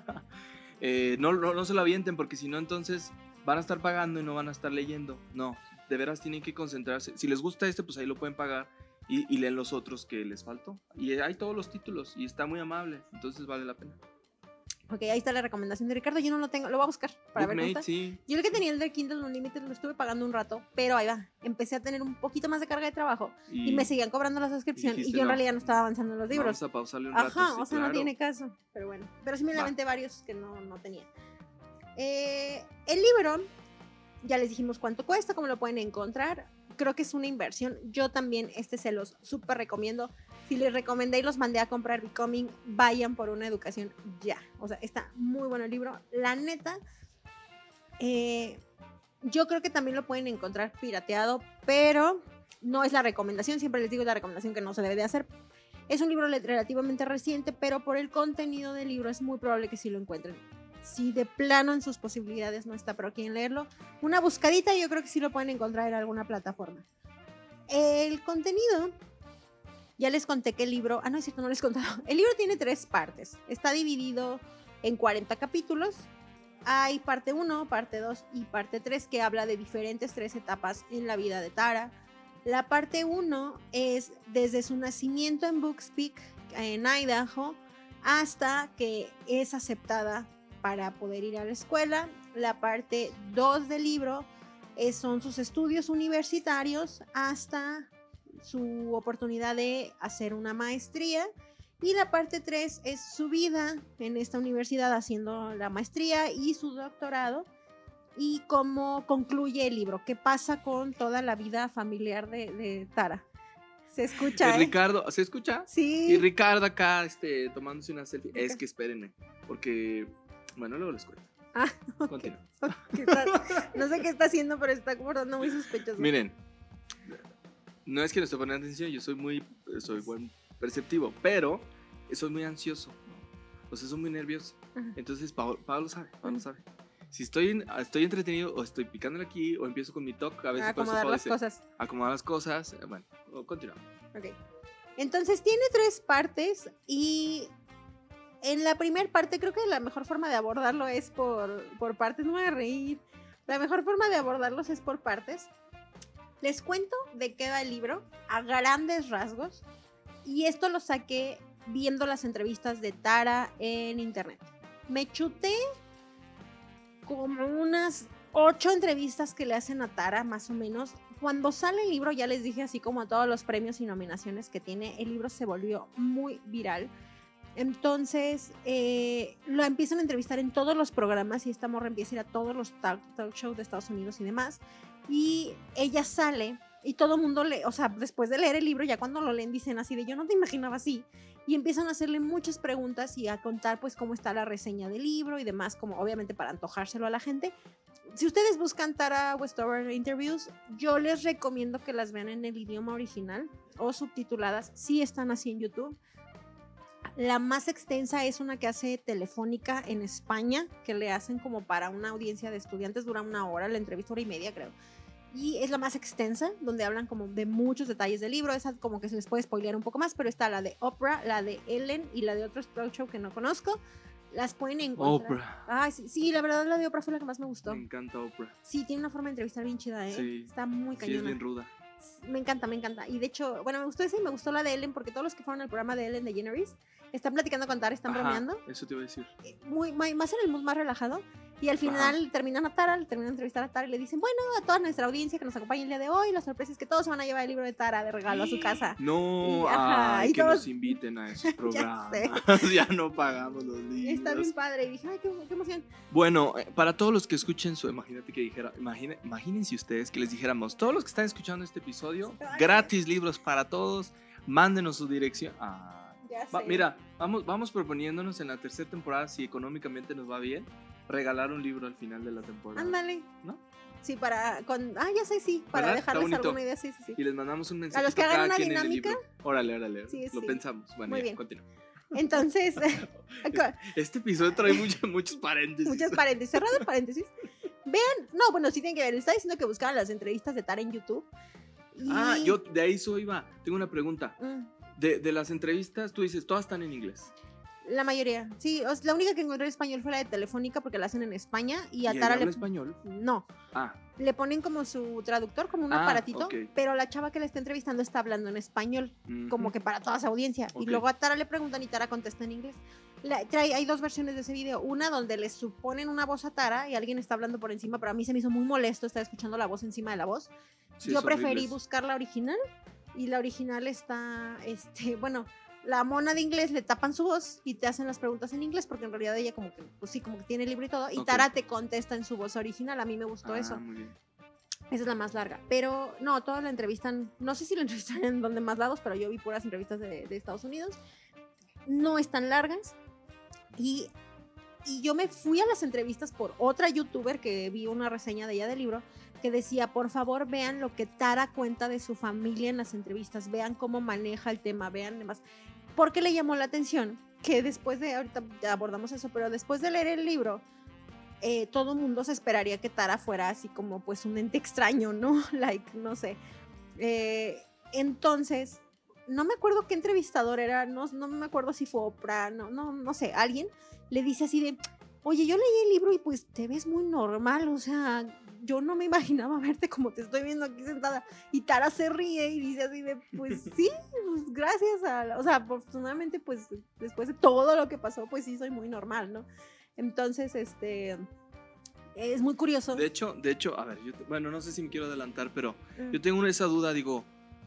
No se lo avienten, porque si no, entonces van a estar pagando y no van a estar leyendo. No, de veras tienen que concentrarse. Si les gusta pues ahí lo pueden pagar y leen los otros que les faltó. Y hay todos los títulos y está muy amable, entonces vale la pena. Ok, ahí está la recomendación de Ricardo. Yo no lo tengo, lo voy a buscar para ver cómo está. Sí. Yo el que tenía el de Kindle Unlimited lo estuve pagando un rato, pero ahí va. Empecé a tener un poquito más de carga de trabajo y me seguían cobrando la suscripción y yo en realidad no estaba avanzando en los libros. Vamos a pausarle un rato. Ajá, o sea, no tiene caso. Pero bueno, pero sí me lamenté varios que no tenía. El libro, ya les dijimos cuánto cuesta, cómo lo pueden encontrar. Creo que es una inversión. Yo también se los súper recomiendo. Si les recomendé y los mandé a comprar Becoming, vayan por una educación ya. O sea, está muy bueno el libro. La neta, yo creo que también lo pueden encontrar pirateado, pero no es la recomendación. Siempre les digo la recomendación que no se debe de hacer. Es un libro relativamente reciente, pero por el contenido del libro es muy probable que sí lo encuentren. Si de plano en sus posibilidades no está, pero quieren leerlo, una buscadita, yo creo que sí lo pueden encontrar en alguna plataforma. El contenido, ya les conté que el libro, no es cierto, no les he contado. El libro tiene 3 partes, está dividido en 40 capítulos. Hay parte 1, parte 2 y parte 3 que habla de diferentes 3 etapas en la vida de Tara. La parte 1 es desde su nacimiento en Bookspeak, en Idaho, hasta que es aceptada para poder ir a la escuela. La parte 2 del libro son sus estudios universitarios hasta su oportunidad de hacer una maestría. Y la parte 3 es su vida en esta universidad haciendo la maestría y su doctorado. Y cómo concluye el libro, qué pasa con toda la vida familiar de Tara. ¿Se escucha? Ricardo, ¿se escucha? Sí. Y Ricardo acá tomándose una selfie. Okay. Es que espérenme, porque... Bueno, luego les cuento. Okay. Continúa. No sé qué está haciendo, pero está comportando muy sospechoso. Miren, no es que no esté poniendo atención, yo soy buen perceptivo, pero soy muy ansioso, o sea, soy muy nervioso. Ajá. Entonces, Pablo sabe. Si estoy entretenido o estoy picándole aquí o empiezo con mi toque, a veces acomodar las cosas. Bueno, continuamos. Ok. Entonces tiene 3 partes y en la primera parte creo que la mejor forma de abordarlo es por partes. No me voy a reír. La mejor forma de abordarlos es por partes. Les cuento de qué va el libro a grandes rasgos y esto lo saqué viendo las entrevistas de Tara en internet. Me chuté como unas 8 entrevistas que le hacen a Tara, más o menos. Cuando sale el libro, ya les dije, así como a todos los premios y nominaciones que tiene, el libro se volvió muy viral. Entonces, lo empiezan a entrevistar en todos los programas y esta morra empieza a ir a todos los talk shows de Estados Unidos y demás. Y ella sale y todo el mundo o sea, después de leer el libro, ya cuando lo leen dicen así de yo no te imaginaba así. Y empiezan a hacerle muchas preguntas y a contar pues cómo está la reseña del libro y demás, como obviamente para antojárselo a la gente. Si ustedes buscan Tara Westover Interviews, yo les recomiendo que las vean en el idioma original o subtituladas, sí están así en YouTube. La más extensa es una que hace Telefónica en España, que le hacen como para una audiencia de estudiantes, dura 1 hora, la entrevista 1 hora y media creo. Y es la más extensa, donde hablan como de muchos detalles del libro, esa como que se les puede spoilear un poco más, pero está la de Oprah, la de Ellen y la de otros talk show que no conozco. Las pueden encontrar. Oprah. Ay, sí, la verdad la de Oprah fue la que más me gustó. Me encanta Oprah. Sí, tiene una forma de entrevistar bien chida, ¿eh? Sí. Está muy cañona. Sí, es bien ruda. Me encanta. Y de hecho, bueno, me gustó esa y me gustó la de Ellen, porque todos los que fueron al programa de Ellen DeGeneres están platicando con Tara, están bromeando. Eso te iba a decir. Más en el mood más relajado. Y al final terminan de entrevistar a Tara y le dicen, bueno, a toda nuestra audiencia que nos acompaña el día de hoy, la sorpresa es que todos se van a llevar el libro de Tara de regalo a su casa. No, y que todos... nos inviten a esos programas. Ya no pagamos los libros. Está bien padre. Y dije, ay, qué emoción. Bueno, para todos los que escuchen imagínate que dijera, imagínense ustedes que les dijéramos, todos los que están escuchando este episodio, gratis libros para todos, mándenos su dirección. Mira, vamos proponiéndonos en la tercera temporada, si económicamente nos va bien, regalar un libro al final de la temporada. Ándale. ¿No? Sí, para dejarles alguna idea, sí. Y les mandamos un mensaje a los que hagan una dinámica. Órale, sí. Lo pensamos. Bueno, muy ya, bien. continúa. Entonces, este episodio trae muchos paréntesis. Muchos paréntesis, cerrado el paréntesis. Vean, no, bueno, sí tienen que ver. Les estaba diciendo que buscaban las entrevistas de Tara en YouTube. Yo de ahí iba. Tengo una pregunta. De las entrevistas, tú dices, todas están en inglés. La mayoría, sí. La única que encontré en español fue la de Telefónica porque la hacen en España y a ¿Y Tara habla español? No. Le ponen como su traductor, como un aparatito, okay. Pero la chava que le está entrevistando está hablando en español, como que para toda su audiencia. Okay. Y luego a Tara le preguntan y Tara contesta en inglés. Hay 2 versiones de ese video. Una donde le suponen una voz a Tara y alguien está hablando por encima, pero a mí se me hizo muy molesto estar escuchando la voz encima de la voz. Sí, yo preferí buscar la original y la original está, la mona de inglés le tapan su voz y te hacen las preguntas en inglés porque en realidad ella como que tiene el libro y todo y Tara te contesta en su voz original. A mí me gustó eso. Muy bien. Esa es la más larga, pero no, todas la entrevistan, no sé si la entrevistan en donde más lados, pero yo vi puras entrevistas de Estados Unidos. No están largas y yo me fui a las entrevistas por otra youtuber que vi una reseña de ella del libro que decía, por favor vean lo que Tara cuenta de su familia en las entrevistas, vean cómo maneja el tema, vean demás. Porque le llamó la atención que después de, ahorita ya abordamos eso, pero después de leer el libro, todo mundo se esperaría que Tara fuera así como pues un ente extraño, ¿no? No sé. Entonces, no me acuerdo qué entrevistador era, no me acuerdo si fue Oprah, no sé, alguien le dice así de, oye, yo leí el libro y pues te ves muy normal, o sea, yo no me imaginaba verte como te estoy viendo aquí sentada. Y Tara se ríe y dice así de, pues sí, pues gracias o sea, afortunadamente pues después de todo lo que pasó, pues sí soy muy normal, ¿no? Entonces, es muy curioso. De hecho, a ver, no sé si me quiero adelantar, pero yo tengo esa duda, digo,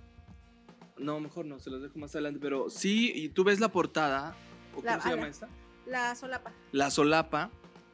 no, mejor no, se los dejo más adelante, pero sí, y tú ves la portada, ¿o cómo se llama esta? La solapa. La solapa,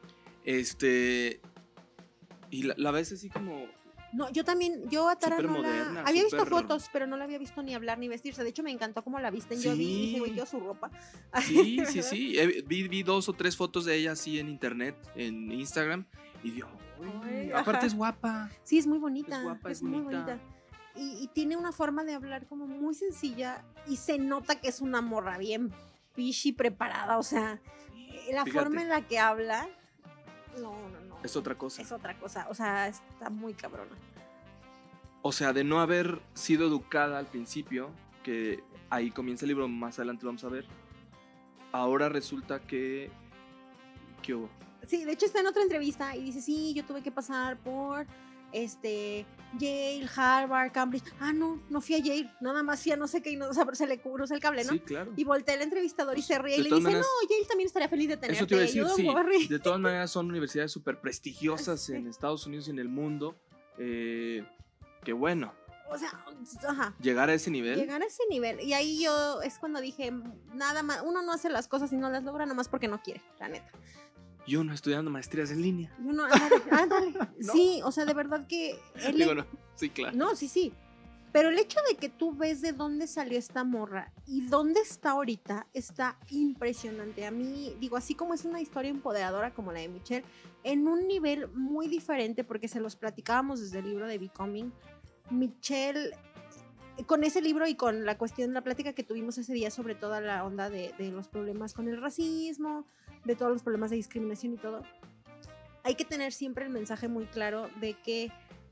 y la ves así como... No, yo a Tara no moderna, había visto fotos, pero no la había visto ni hablar ni vestirse. De hecho, me encantó cómo la visten. Yo vi y dije, güey, yo su ropa. Sí. Vi 2 o 3 fotos de ella así en internet, en Instagram, y digo, aparte es guapa. Sí, es muy bonita. Es guapa, es muy bonita. bonita. Y tiene una forma de hablar como muy sencilla y se nota que es una morra bien pichi preparada. O sea, la forma en la que habla, no. Es otra cosa. O sea, está muy cabrona. O sea, de no haber sido educada al principio, que ahí comienza el libro, más adelante lo vamos a ver, ahora resulta que... ¿Qué hubo? Sí, de hecho está en otra entrevista y dice, sí, yo tuve que pasar por Yale, Harvard, Cambridge. Ah, no fui a Yale, nada más fui a no sé qué, y no, o sea, pero se le cruzó el cable, ¿no? Sí, claro. Y voltea el entrevistador y se ríe y le todas dice, maneras, no, Yale también estaría feliz de tenerte. eso te iba a decir, Don't sí. worry. De todas maneras son universidades súper prestigiosas Sí. en Estados Unidos y en el mundo. Que bueno, O sea, ajá. llegar a ese nivel. Llegar a ese nivel. Y ahí yo es cuando dije, nada más, uno no hace las cosas y no las logra nomás porque no quiere, la neta. Y uno estudiando maestrías en línea. Y uno, ándale. ¿No? Sí, o sea, de verdad que... Digo, no, sí, claro. No, sí. Pero el hecho de que tú ves de dónde salió esta morra y dónde está ahorita está impresionante. A mí, digo, así como es una historia empoderadora como la de Michelle, en un nivel muy diferente, porque se los platicábamos desde el libro de Becoming, Michelle, con ese libro y con la cuestión, la plática que tuvimos ese día sobre toda la onda de los problemas con el racismo, de todos los problemas de discriminación y todo, hay que tener siempre el mensaje muy claro de que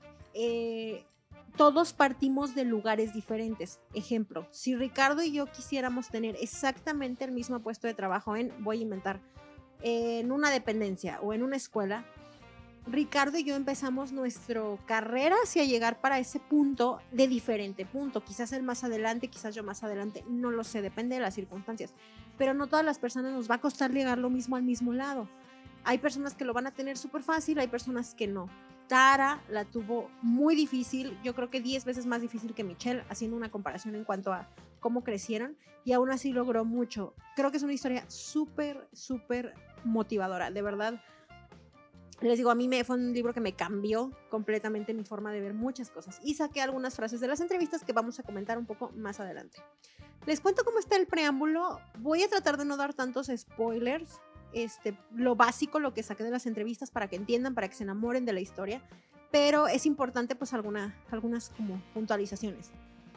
todos partimos de lugares diferentes. Ejemplo, si Ricardo y yo quisiéramos tener exactamente el mismo puesto de trabajo voy a inventar, en una dependencia o en una escuela, Ricardo y yo empezamos nuestra carrera hacia llegar para ese punto de diferente punto. Quizás él más adelante, quizás yo más adelante, no lo sé, depende de las circunstancias. Pero no todas las personas nos va a costar llegar lo mismo al mismo lado. Hay personas que lo van a tener súper fácil, hay personas que no. Tara la tuvo muy difícil, yo creo que 10 veces más difícil que Michelle, haciendo una comparación en cuanto a cómo crecieron, y aún así logró mucho. Creo que es una historia súper, súper motivadora, de verdad. Les digo, a mí fue un libro que me cambió completamente mi forma de ver muchas cosas, y saqué algunas frases de las entrevistas que vamos a comentar un poco más adelante. Les cuento cómo está el preámbulo. Voy a tratar de no dar tantos spoilers, lo básico, lo que saqué de las entrevistas para que entiendan, para que se enamoren de la historia, pero es importante pues algunas como puntualizaciones.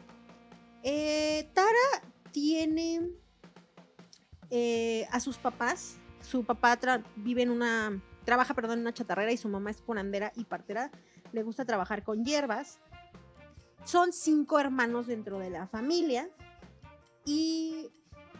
Tara tiene a sus papás. Su papá trabaja en una chatarrera y su mamá es curandera y partera. Le gusta trabajar con hierbas. Son 5 hermanos dentro de la familia y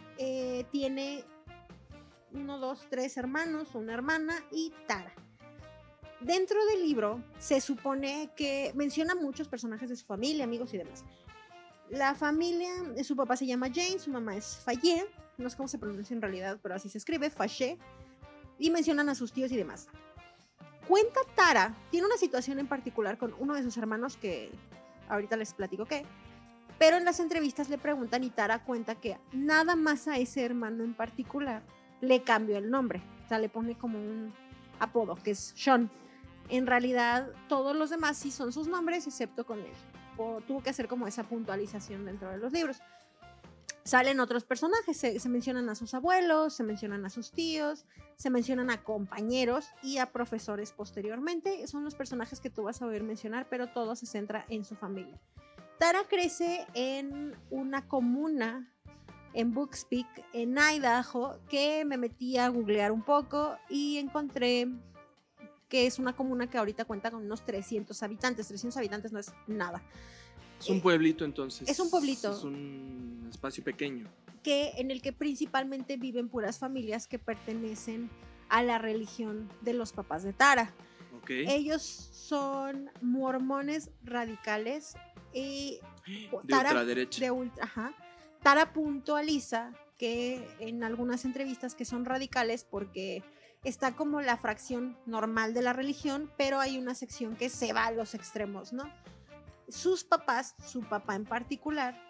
tiene 1, 2, 3 hermanos, una hermana y Tara. Dentro del libro se supone que menciona muchos personajes de su familia, amigos y demás. La familia, su papá se llama Jane, su mamá es Faye, no sé cómo se pronuncia en realidad, pero así se escribe, Faye, y mencionan a sus tíos y demás. Cuenta Tara, tiene una situación en particular con uno de sus hermanos que ahorita les platico qué, pero en las entrevistas le preguntan y Tara cuenta que nada más a ese hermano en particular le cambió el nombre, o sea, le pone como un apodo, que es Sean. En realidad, todos los demás sí son sus nombres, excepto con él. Tuvo que hacer como esa puntualización dentro de los libros. Salen otros personajes, se mencionan a sus abuelos, se mencionan a sus tíos, se mencionan a compañeros y a profesores posteriormente. Son los personajes que tú vas a oír mencionar, pero todo se centra en su familia. Tara crece en una comuna en Bookspeak, en Idaho, que me metí a googlear un poco y encontré que es una comuna que ahorita cuenta con unos 300 habitantes. 300 habitantes no es nada. Es un pueblito, entonces. Es un pueblito. Es un espacio pequeño. En el que principalmente viven puras familias que pertenecen a la religión de los papás de Tara. Okay. Ellos son mormones radicales y de ultraderecha. Tara puntualiza que en algunas entrevistas que son radicales porque está como la fracción normal de la religión, pero hay una sección que se va a los extremos, ¿no? Sus papás, su papá en particular,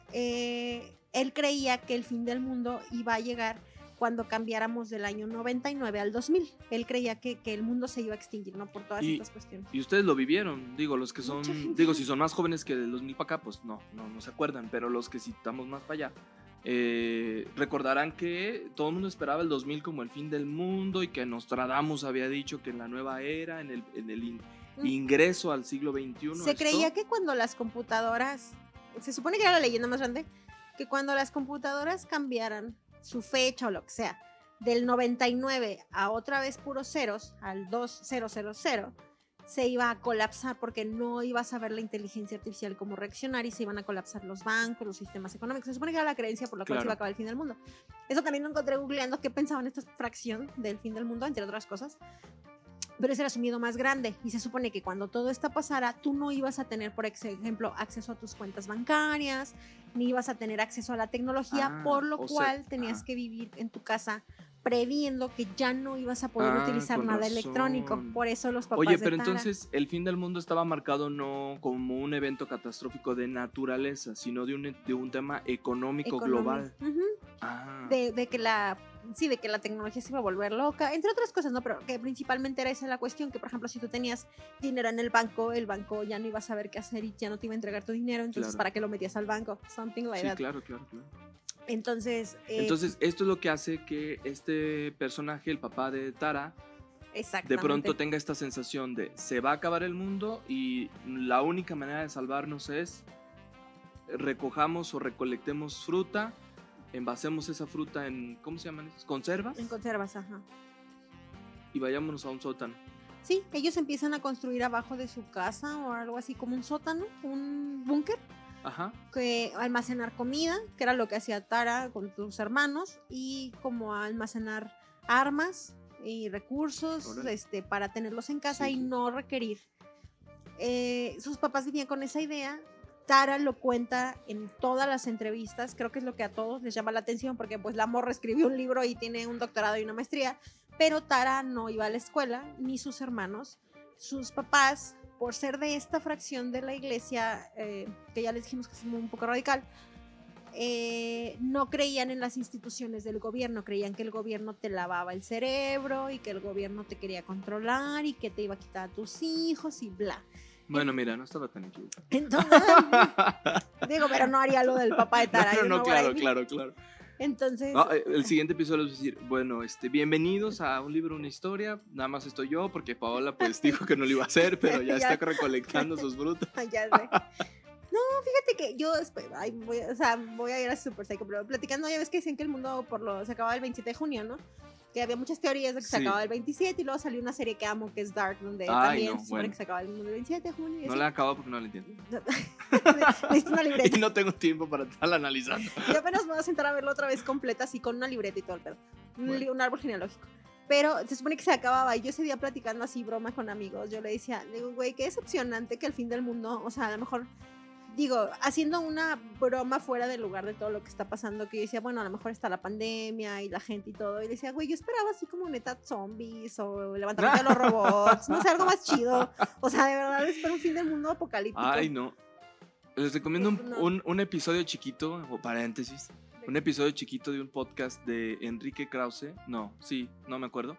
él creía que el fin del mundo iba a llegar cuando cambiáramos del año 99 al 2000. Él creía que el mundo se iba a extinguir, ¿no? Por todas estas cuestiones. Y ustedes lo vivieron, digo, los que son, digo, si son más jóvenes que del 2000 para acá, pues no se acuerdan, pero los que sí estamos más para allá, recordarán que todo el mundo esperaba el 2000 como el fin del mundo y que Nostradamus había dicho que en la nueva era, en el ingreso al siglo XXI. Se creía que cuando las computadoras, se supone que era la leyenda más grande, que cuando las computadoras cambiaran su fecha o lo que sea, del 99 a otra vez puros ceros, al 2000, se iba a colapsar porque no iba a saber la inteligencia artificial cómo reaccionar y se iban a colapsar los bancos, los sistemas económicos. Se supone que era la creencia por la cual se iba a acabar el fin del mundo. Eso también lo encontré googleando qué pensaban esta fracción del fin del mundo, entre otras cosas. Pero ese era su miedo más grande. Y se supone que cuando todo esto pasara, tú no ibas a tener, por ejemplo, acceso a tus cuentas bancarias, ni ibas a tener acceso a la tecnología, por lo cual tenías que vivir en tu casa previendo que ya no ibas a poder utilizar nada electrónico. Por eso los papás Oye, de pero Tara, entonces el fin del mundo estaba marcado no como un evento catastrófico de naturaleza, sino de un tema económico global. De que la tecnología se iba a volver loca, entre otras cosas, ¿no? Pero que principalmente era esa la cuestión, que por ejemplo si tú tenías dinero en el banco ya no iba a saber qué hacer y ya no te iba a entregar tu dinero, entonces ¿para qué lo metías al banco? Something like that. Claro. Entonces, esto es lo que hace que este personaje, el papá de Tara, de pronto tenga esta sensación de se va a acabar el mundo y la única manera de salvarnos es recojamos o recolectemos fruta, envasemos esa fruta en, ¿cómo se llaman esas? ¿Conservas? En conservas, ajá. Y vayámonos a un sótano. Sí, ellos empiezan a construir abajo de su casa o algo así como un sótano, un búnker. Ajá. Que almacenar comida, que era lo que hacía Tara con tus hermanos, y como almacenar armas y recursos para tenerlos en casa y no requerir. Sus papás vivían con esa idea. Tara lo cuenta en todas las entrevistas, creo que es lo que a todos les llama la atención, porque pues la morra escribió un libro y tiene un doctorado y una maestría, pero Tara no iba a la escuela, ni sus hermanos. Sus papás, por ser de esta fracción de la iglesia, que ya les dijimos que es un poco radical, no creían en las instituciones del gobierno, creían que el gobierno te lavaba el cerebro y que el gobierno te quería controlar y que te iba a quitar a tus hijos y bla. Bueno, mira, no estaba tan equivocado. Entonces, digo, pero no haría lo del papá de Tara. Claro. Entonces, el siguiente episodio es decir, bueno, bienvenidos a un libro, una historia. Nada más estoy yo porque Paola pues dijo que no lo iba a hacer, pero ya está recolectando sus frutas. Ya sé. No, fíjate que yo voy a ir a Super Psycho, pero platicando, ya ves que decían que el mundo se acababa el 27 de junio, ¿no? Que había muchas teorías de que se acababa el 27 y luego salió una serie que amo que es Dark, donde también se supone que se acaba el mundo el 27 de junio. No la he acabado porque no la entiendo. Necesito una libreta. Y no tengo tiempo para estarla analizando. Yo apenas me voy a sentar a verlo otra vez completa, así con una libreta y todo el pedo. Un árbol genealógico. Pero se supone que se acababa y yo ese día platicando así broma con amigos, yo le decía, güey, qué decepcionante que el fin del mundo, o sea, a lo mejor, digo, haciendo una broma fuera del lugar de todo lo que está pasando, que yo decía, bueno, a lo mejor está la pandemia y la gente y todo, y decía, güey, yo esperaba así como neta zombies o levantamiento de los robots, no sé, algo más chido, o sea, de verdad espero un fin del mundo apocalíptico. Ay, no. Les recomiendo un episodio chiquito, o paréntesis, un episodio chiquito de un podcast de Enrique Krause, no me acuerdo.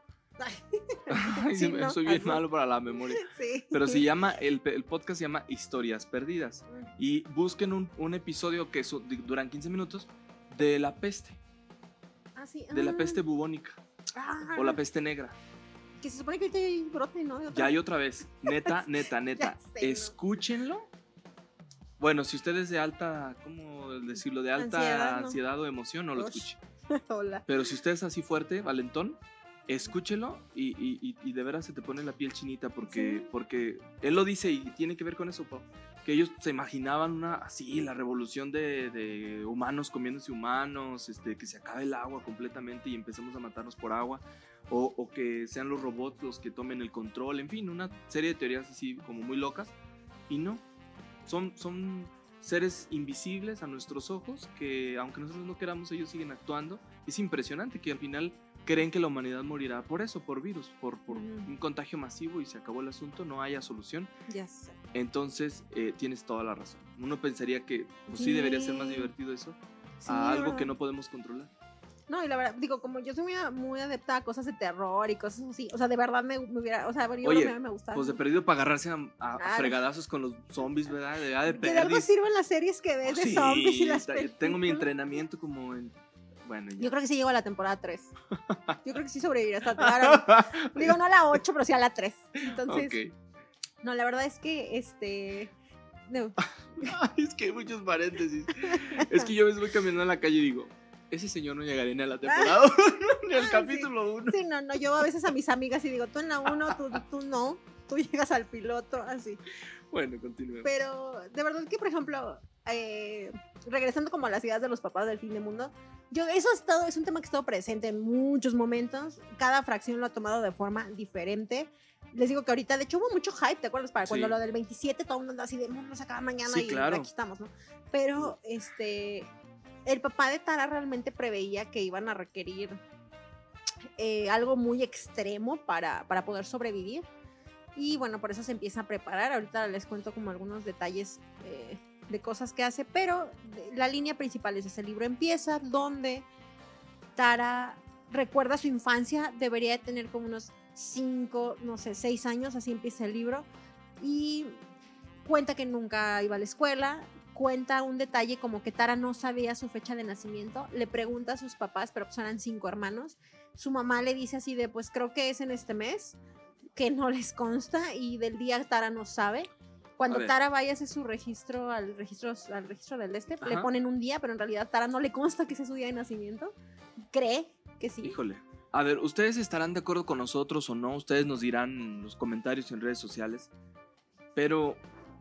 Soy bien malo para la memoria. Sí. Pero se llama, el podcast se llama Historias Perdidas. Y busquen un episodio que duran 15 minutos de la peste. De la peste bubónica. O la peste negra. Que se supone que ahorita hay brote, ¿no? Ya hay otra vez. Neta. Escúchenlo. Bueno, si usted es de alta, ¿cómo decirlo? De alta ansiedad o emoción, no lo escuche. Hola. Pero si usted es así fuerte, valentón, escúchelo y de veras se te pone la piel chinita porque él lo dice y tiene que ver con eso, Pau, que ellos se imaginaban la revolución de humanos comiéndose humanos, que se acabe el agua completamente y empecemos a matarnos por agua, o que sean los robots los que tomen el control, en fin, una serie de teorías así como muy locas, y no, son seres invisibles a nuestros ojos que aunque nosotros no queramos, ellos siguen actuando. Es impresionante que al final creen que la humanidad morirá por eso, por virus, por un contagio masivo y se acabó el asunto, no haya solución. Ya sé. Entonces tienes toda la razón. Uno pensaría que sí debería ser más divertido eso, a algo que no podemos controlar. No, y la verdad, digo, como yo soy muy adepta a cosas de terror y cosas así, o sea, de verdad me hubiera, o sea, yo Oye, me gustaba. Pues de perdido para agarrarse a fregadazos con los zombies, ¿verdad? Que de algo sirven las series que ves de zombies y las películas. Tengo mi entrenamiento como en... Bueno, ya. Yo creo que sí llego a la temporada 3. Yo creo que sí sobreviviré hasta claro. Digo, no a la 8, pero sí a la 3. Entonces, no, la verdad es que no. Ay, es que hay muchos paréntesis. Es que yo me voy caminando en la calle y digo, ese señor no llegaría ni a la temporada 1, ni al capítulo 1. Sí, no, yo a veces a mis amigas y digo, tú en la 1, tú no, tú llegas al piloto, así. Bueno, continuemos. Pero de verdad que, por ejemplo, regresando como a las ideas de los papás del fin del mundo, eso es un tema que ha estado presente en muchos momentos. Cada fracción lo ha tomado de forma diferente. Les digo que ahorita, de hecho, hubo mucho hype, ¿te acuerdas? Para cuando lo del 27, todo el mundo anda así de mundo se acaba mañana y claro. aquí estamos, ¿no? Pero el papá de Tara realmente preveía que iban a requerir algo muy extremo para poder sobrevivir. Y bueno, por eso se empieza a preparar. Ahorita les cuento como algunos detalles de cosas que hace, pero la línea principal es ese libro empieza donde Tara recuerda su infancia, debería de tener como unos 5, no sé, 6 años, así empieza el libro, y cuenta que nunca iba a la escuela, cuenta un detalle como que Tara no sabía su fecha de nacimiento, le pregunta a sus papás, pero pues eran 5 hermanos, su mamá le dice así de, pues creo que es en este mes, que no les consta, y del día Tara no sabe. Cuando Tara vaya a hacer su registro al registro del le ponen un día, pero en realidad Tara no le consta que sea su día de nacimiento. Cree que sí. Híjole. A ver, ¿ustedes estarán de acuerdo con nosotros o no? Ustedes nos dirán en los comentarios en redes sociales. Pero,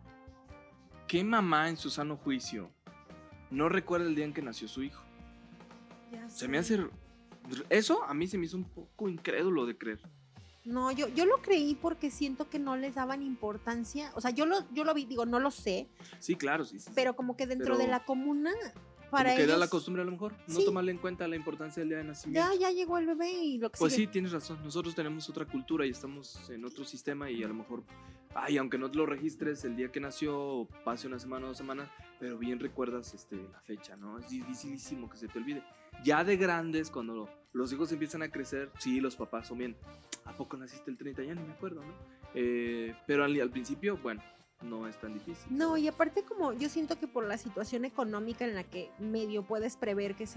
¿qué mamá en su sano juicio no recuerda el día en que nació su hijo? Se me hace... Eso a mí se me hizo un poco incrédulo de creer. No, yo lo creí porque siento que no les daban importancia. O sea, yo lo vi, digo, no lo sé. Sí, claro, sí. Pero como que dentro de la comuna, para como que ellos... era la costumbre a lo mejor, no tomarle en cuenta la importancia del día de nacimiento. Ya llegó el bebé y lo que Pues sigue. Sí, tienes razón. Nosotros tenemos otra cultura y estamos en otro sistema y a lo mejor, aunque no te lo registres el día que nació, pase una semana o 2 semanas, pero bien recuerdas la fecha, ¿no? Es dificilísimo que se te olvide. Ya de grandes, cuando los hijos empiezan a crecer, sí, los papás son bien. ¿A poco naciste el 30? Ya ni me acuerdo, ¿no? Pero al principio, bueno, no es tan difícil. No, y aparte como yo siento que por la situación económica en la que medio puedes prever que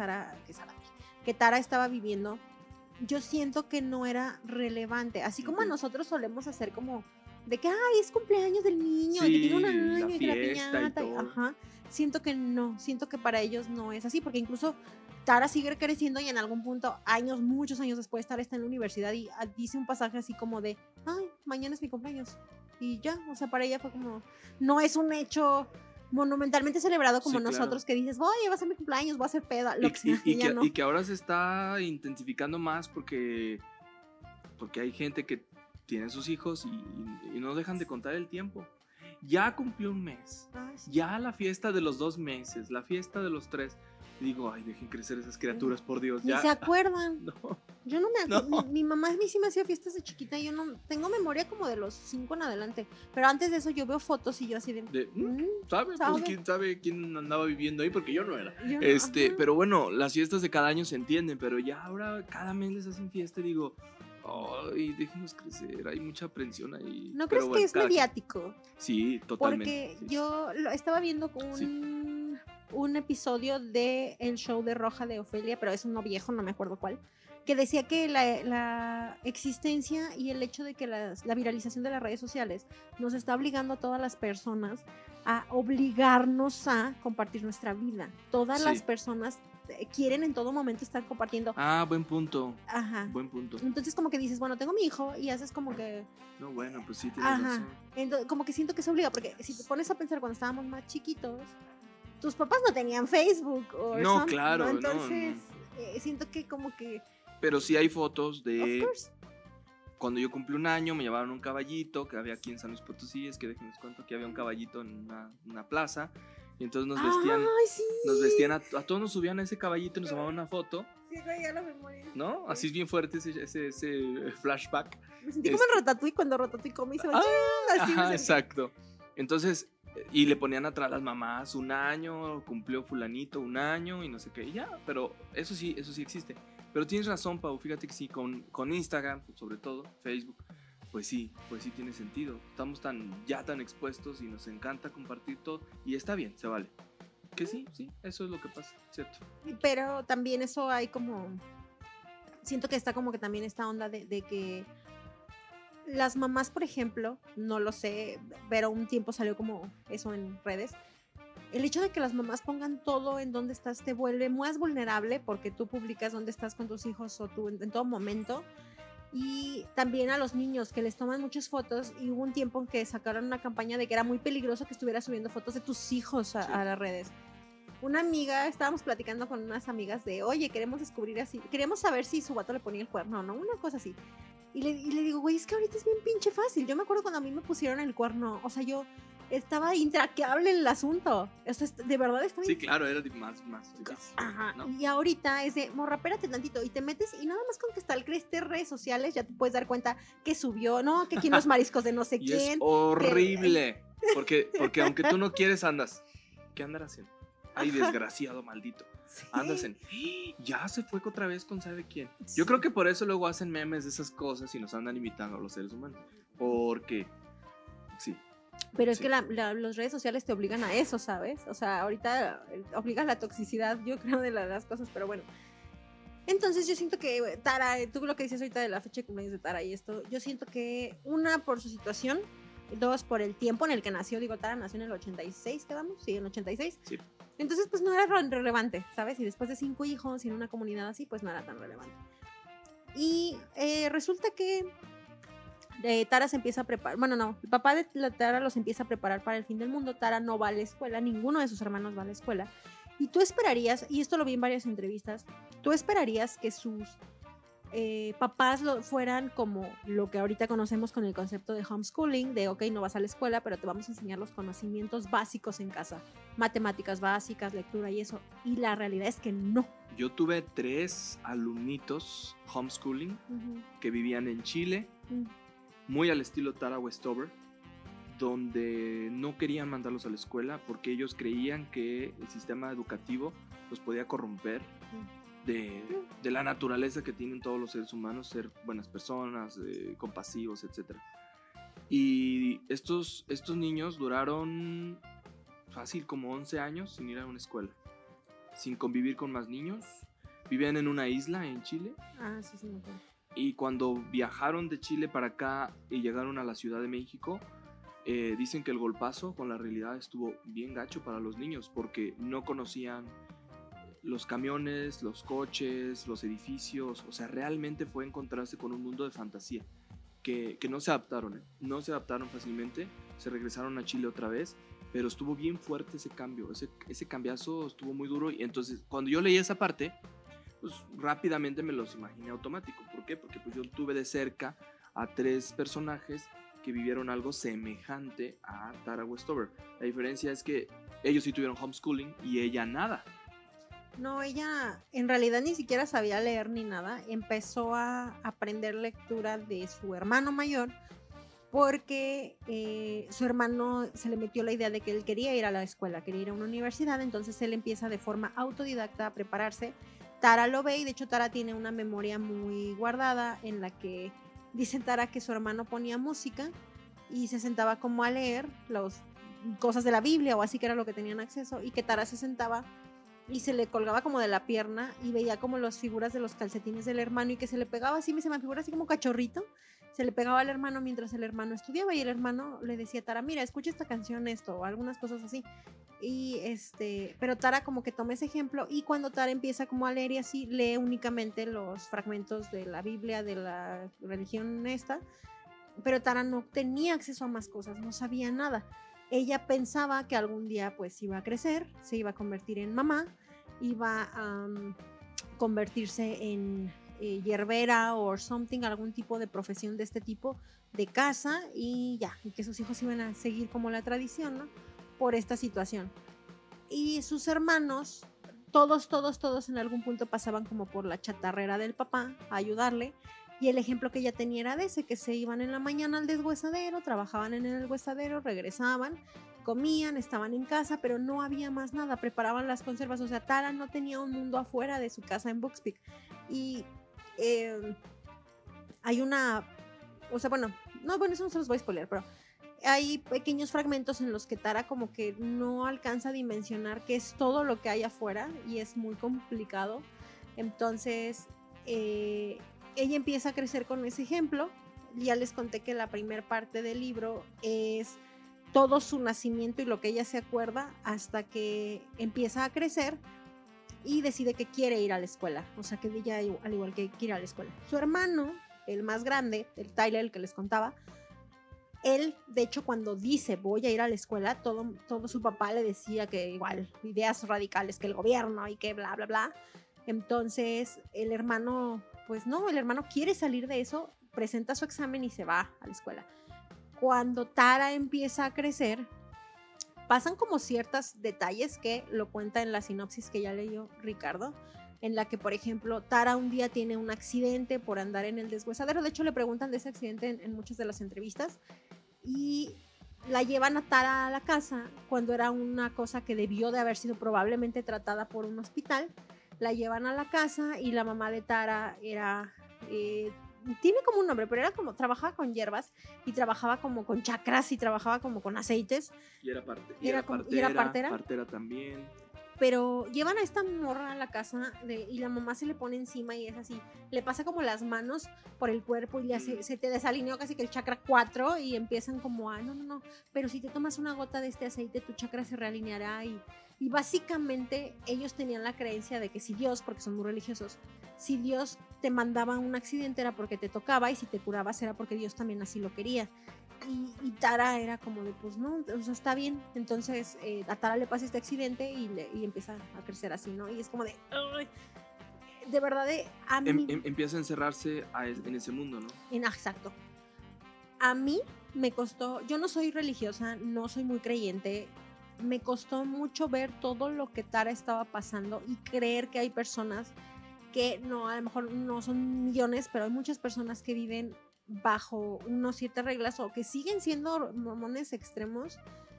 Tara estaba viviendo, yo siento que no era relevante. Así como a nosotros solemos hacer como de que, es cumpleaños del niño, sí, que tiene un año y que la piñata. Ajá. Siento que para ellos no es así, porque incluso Tara sigue creciendo y en algún punto, muchos años después, Tara está en la universidad y dice un pasaje así como de, mañana es mi cumpleaños. Y ya, o sea, para ella fue como, no es un hecho monumentalmente celebrado como nosotros, que dices, oye, va a ser mi cumpleaños, voy a hacer peda, y que ahora se está intensificando más porque hay gente que tiene sus hijos y no dejan de contar el tiempo. Ya cumplió un mes, ya la fiesta de los 2 meses, la fiesta de los 3. Digo, dejen crecer esas criaturas, por Dios. Ni se acuerdan. No. Yo no me acuerdo. Mi mamá sí me hacía fiestas de chiquita y yo no tengo memoria como de los 5 en adelante. Pero antes de eso yo veo fotos y yo así de ¿sabes? Pues quién sabe quién andaba viviendo ahí, porque yo no era. Yo no, pero bueno, las fiestas de cada año se entienden, pero ya ahora cada mes les hacen fiesta y digo, déjenos crecer, hay mucha aprensión ahí. ¿No crees que es mediático? Sí, totalmente. Porque yo estaba viendo un episodio de El Show de Roja de Ofelia, pero es uno viejo, no me acuerdo cuál, que decía que la existencia y el hecho de que la viralización de las redes sociales nos está obligando a todas las personas a obligarnos a compartir nuestra vida. Todas las personas quieren en todo momento estar compartiendo. Buen punto. Ajá. Buen punto. Entonces como que dices, bueno, tengo mi hijo y haces como que... No, bueno, pues sí, tienes razón. Entonces, como que siento que se obliga, porque si te pones a pensar cuando estábamos más chiquitos, tus papás no tenían Facebook no, claro, ¿no? Entonces siento que como que... Pero sí hay fotos de cuando yo cumplí 1 año, me llevaron un caballito que había aquí en San Luis Potosí. Es que déjenles cuento que había un caballito en una plaza y entonces nos vestían a todos, nos subían a ese caballito y nos tomaban una foto. Sí, ya la memoria. ¿No? Así es bien fuerte ese flashback. Me sentí como en Ratatouille cuando Ratatouille come y se va así. Exacto. Entonces, y le ponían atrás las mamás 1 año, cumplió fulanito 1 año y no sé qué, y ya, pero eso sí existe. Pero tienes razón, Pau, fíjate que sí, con Instagram, sobre todo, Facebook, pues sí tiene sentido. Estamos tan expuestos y nos encanta compartir todo, y está bien, se vale. Que sí, eso es lo que pasa, ¿cierto? Pero también eso hay como... Siento que está como que también esta onda de que las mamás, por ejemplo, no lo sé, pero un tiempo salió como eso en redes. El hecho de que las mamás pongan todo en dónde estás te vuelve más vulnerable porque tú publicas dónde estás con tus hijos o tú en todo momento. Y también a los niños que les toman muchas fotos, y hubo un tiempo en que sacaron una campaña de que era muy peligroso que estuvieras subiendo fotos de tus hijos a las redes. Una amiga, estábamos platicando con unas amigas de, oye, queremos descubrir así, queremos saber si su vato le ponía el cuerno o no, una cosa así. Y le digo, güey, es que ahorita es bien pinche fácil. Yo me acuerdo cuando a mí me pusieron el cuerno, o sea, yo estaba intraqueable el asunto. Esto de verdad estaba... Sí, claro, era más difícil. Ajá, ¿no? Y ahorita es de, morra, espérate tantito, y te metes, y nada más con que stalkeaste redes sociales, ya te puedes dar cuenta que subió, ¿no? Que aquí los mariscos de no sé y quién. Es horrible, porque aunque tú no quieres, andas. ¿Qué andas haciendo? Ay, desgraciado, maldito. Sí. Andas en, ya se fue otra vez con sabe quién. Sí. Yo creo que por eso luego hacen memes de esas cosas y nos andan imitando a los seres humanos. Porque, sí. Pero es que las redes sociales te obligan a eso, ¿sabes? O sea, ahorita obligas la toxicidad, yo creo, de las cosas, pero bueno. Entonces yo siento que Tara, tú lo que dices ahorita de la fecha de cumpleaños de Tara y esto, yo siento que una, por su situación, dos, por el tiempo en el que nació. Digo, Tara nació en el 86, ¿quedamos? Sí, en el 86. Sí. Entonces, pues no era relevante, ¿sabes? Y después de 5 hijos y en una comunidad así, pues no era tan relevante. Y resulta que Tara se empieza a preparar, bueno, no, el papá de Tara los empieza a preparar para el fin del mundo. Tara no va a la escuela, ninguno de sus hermanos va a la escuela. Y tú esperarías, y esto lo vi en varias entrevistas, tú esperarías que sus papás fueran como lo que ahorita conocemos con el concepto de homeschooling, de ok, no vas a la escuela, pero te vamos a enseñar los conocimientos básicos en casa, matemáticas básicas, lectura y eso, y la realidad es que no. Yo tuve 3 alumnitos homeschooling que vivían en Chile, muy al estilo Tara Westover, donde no querían mandarlos a la escuela porque ellos creían que el sistema educativo los podía corromper de la naturaleza que tienen todos los seres humanos, ser buenas personas, compasivos, etc. Y estos niños duraron fácil como 11 años sin ir a una escuela, sin convivir con más niños. Vivían en una isla en Chile. Ah, sí, sí, me acuerdo. Y cuando viajaron de Chile para acá y llegaron a la Ciudad de México, dicen que el golpazo con la realidad estuvo bien gacho para los niños porque no conocían los camiones, los coches, los edificios. O sea, realmente fue encontrarse con un mundo de fantasía que no se adaptaron, no se adaptaron fácilmente, se regresaron a Chile otra vez, pero estuvo bien fuerte ese cambio, ese cambiazo estuvo muy duro. Y entonces cuando yo leí esa parte, pues rápidamente me los imaginé automático. ¿Por qué? Porque pues yo tuve de cerca a 3 personajes que vivieron algo semejante a Tara Westover. La diferencia es que ellos sí tuvieron homeschooling y ella nada. No, ella en realidad ni siquiera sabía leer ni nada. Empezó a aprender lectura de su hermano mayor porque su hermano se le metió la idea de que él quería ir a la escuela, quería ir a una universidad. Entonces él empieza de forma autodidacta a prepararse. Tara lo ve y de hecho Tara tiene una memoria muy guardada en la que dice Tara que su hermano ponía música y se sentaba como a leer las cosas de la Biblia o así, que era lo que tenían acceso, y que Tara se sentaba y se le colgaba como de la pierna y veía como las figuras de los calcetines del hermano y que se le pegaba así, se me figura así como cachorrito, se le pegaba al hermano mientras el hermano estudiaba y el hermano le decía a Tara, mira, escucha esta canción, esto, o algunas cosas así. Y pero Tara como que toma ese ejemplo y cuando Tara empieza como a leer y así, lee únicamente los fragmentos de la Biblia, de la religión esta, pero Tara no tenía acceso a más cosas, no sabía nada. Ella pensaba que algún día pues iba a crecer, se iba a convertir en mamá, iba a convertirse en hierbera o something, algún tipo de profesión de este tipo de casa y ya, y que sus hijos iban a seguir como la tradición, ¿no? Por esta situación. Y sus hermanos, todos en algún punto pasaban como por la chatarrera del papá a ayudarle. Y el ejemplo que ella tenía era de ese, que se iban en la mañana al deshuesadero, trabajaban en el deshuesadero, regresaban, comían, estaban en casa, pero no había más nada, preparaban las conservas. O sea, Tara no tenía un mundo afuera de su casa en Buxpeak. Y hay una, o sea, bueno, eso no se los voy a spoiler, pero hay pequeños fragmentos en los que Tara como que no alcanza a dimensionar qué es todo lo que hay afuera y es muy complicado. Entonces, ella empieza a crecer con ese ejemplo. Ya les conté que la primera parte del libro es todo su nacimiento y lo que ella se acuerda hasta que empieza a crecer y decide que quiere ir a la escuela. O sea, que ella, al igual que quiere ir a la escuela. Su hermano el más grande, el Tyler, el que les contaba, él, de hecho, cuando dice voy a ir a la escuela, todo su papá le decía que igual, ideas radicales, que el gobierno y que bla, bla, bla. Entonces, el hermano, pues no, el hermano quiere salir de eso, presenta su examen y se va a la escuela. Cuando Tara empieza a crecer, pasan como ciertos detalles que lo cuenta en la sinopsis que ya leyó Ricardo, en la que, por ejemplo, Tara un día tiene un accidente por andar en el deshuesadero. De hecho, le preguntan de ese accidente en muchas de las entrevistas y la llevan a Tara a la casa cuando era una cosa que debió de haber sido probablemente tratada por un hospital. La llevan a la casa y la mamá de Tara era... tiene como un nombre, pero era como, trabajaba con hierbas y trabajaba como con chakras y trabajaba como con aceites. Y era partera también. Pero llevan a esta morra a la casa y la mamá se le pone encima y es así, le pasa como las manos por el cuerpo y se te desalineó casi que el chakra 4 y empiezan como a, no, pero si te tomas una gota de este aceite tu chakra se realineará y básicamente ellos tenían la creencia de que si Dios, porque son muy religiosos, si Dios te mandaba un accidente era porque te tocaba y si te curabas era porque Dios también así lo quería. Y Tara era como de, pues no, o sea, está bien. Entonces a Tara le pasa este accidente y empieza a crecer así, ¿no? Y es como de, ¡ay! De verdad, a mí... Empieza a encerrarse en ese mundo, ¿no? Exacto. A mí me costó, yo no soy religiosa, no soy muy creyente, me costó mucho ver todo lo que Tara estaba pasando y creer que hay personas que no, a lo mejor no son millones, pero hay muchas personas que viven bajo unas ciertas reglas o que siguen siendo mormones extremos.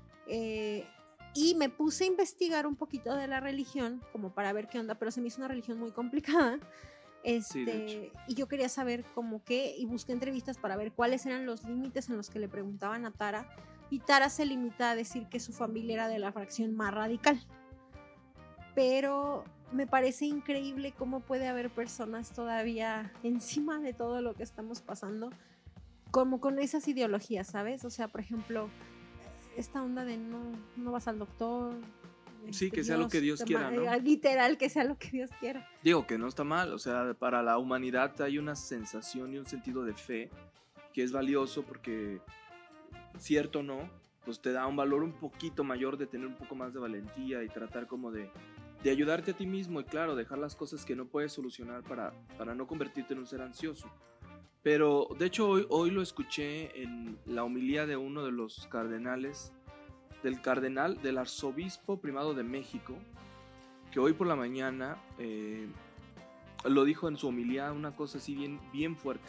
Y me puse a investigar un poquito de la religión como para ver qué onda, pero se me hizo una religión muy complicada. Sí, y yo quería saber cómo qué, y busqué entrevistas para ver cuáles eran los límites en los que le preguntaban a Tara, y Tara se limita a decir que su familia era de la fracción más radical. Pero me parece increíble cómo puede haber personas todavía encima de todo lo que estamos pasando, como con esas ideologías, ¿sabes? O sea, por ejemplo, esta onda de no vas al doctor. Sí, que sea lo que Dios quiera, ¿no? Literal, que sea lo que Dios quiera. Digo que no está mal, o sea, para la humanidad hay una sensación y un sentido de fe que es valioso porque, cierto o no, pues te da un valor un poquito mayor de tener un poco más de valentía y tratar como de ayudarte a ti mismo y claro, dejar las cosas que no puedes solucionar para no convertirte en un ser ansioso. Pero de hecho hoy lo escuché en la homilía de uno de los cardenales, del arzobispo primado de México, que hoy por la mañana lo dijo en su homilía una cosa así bien fuerte,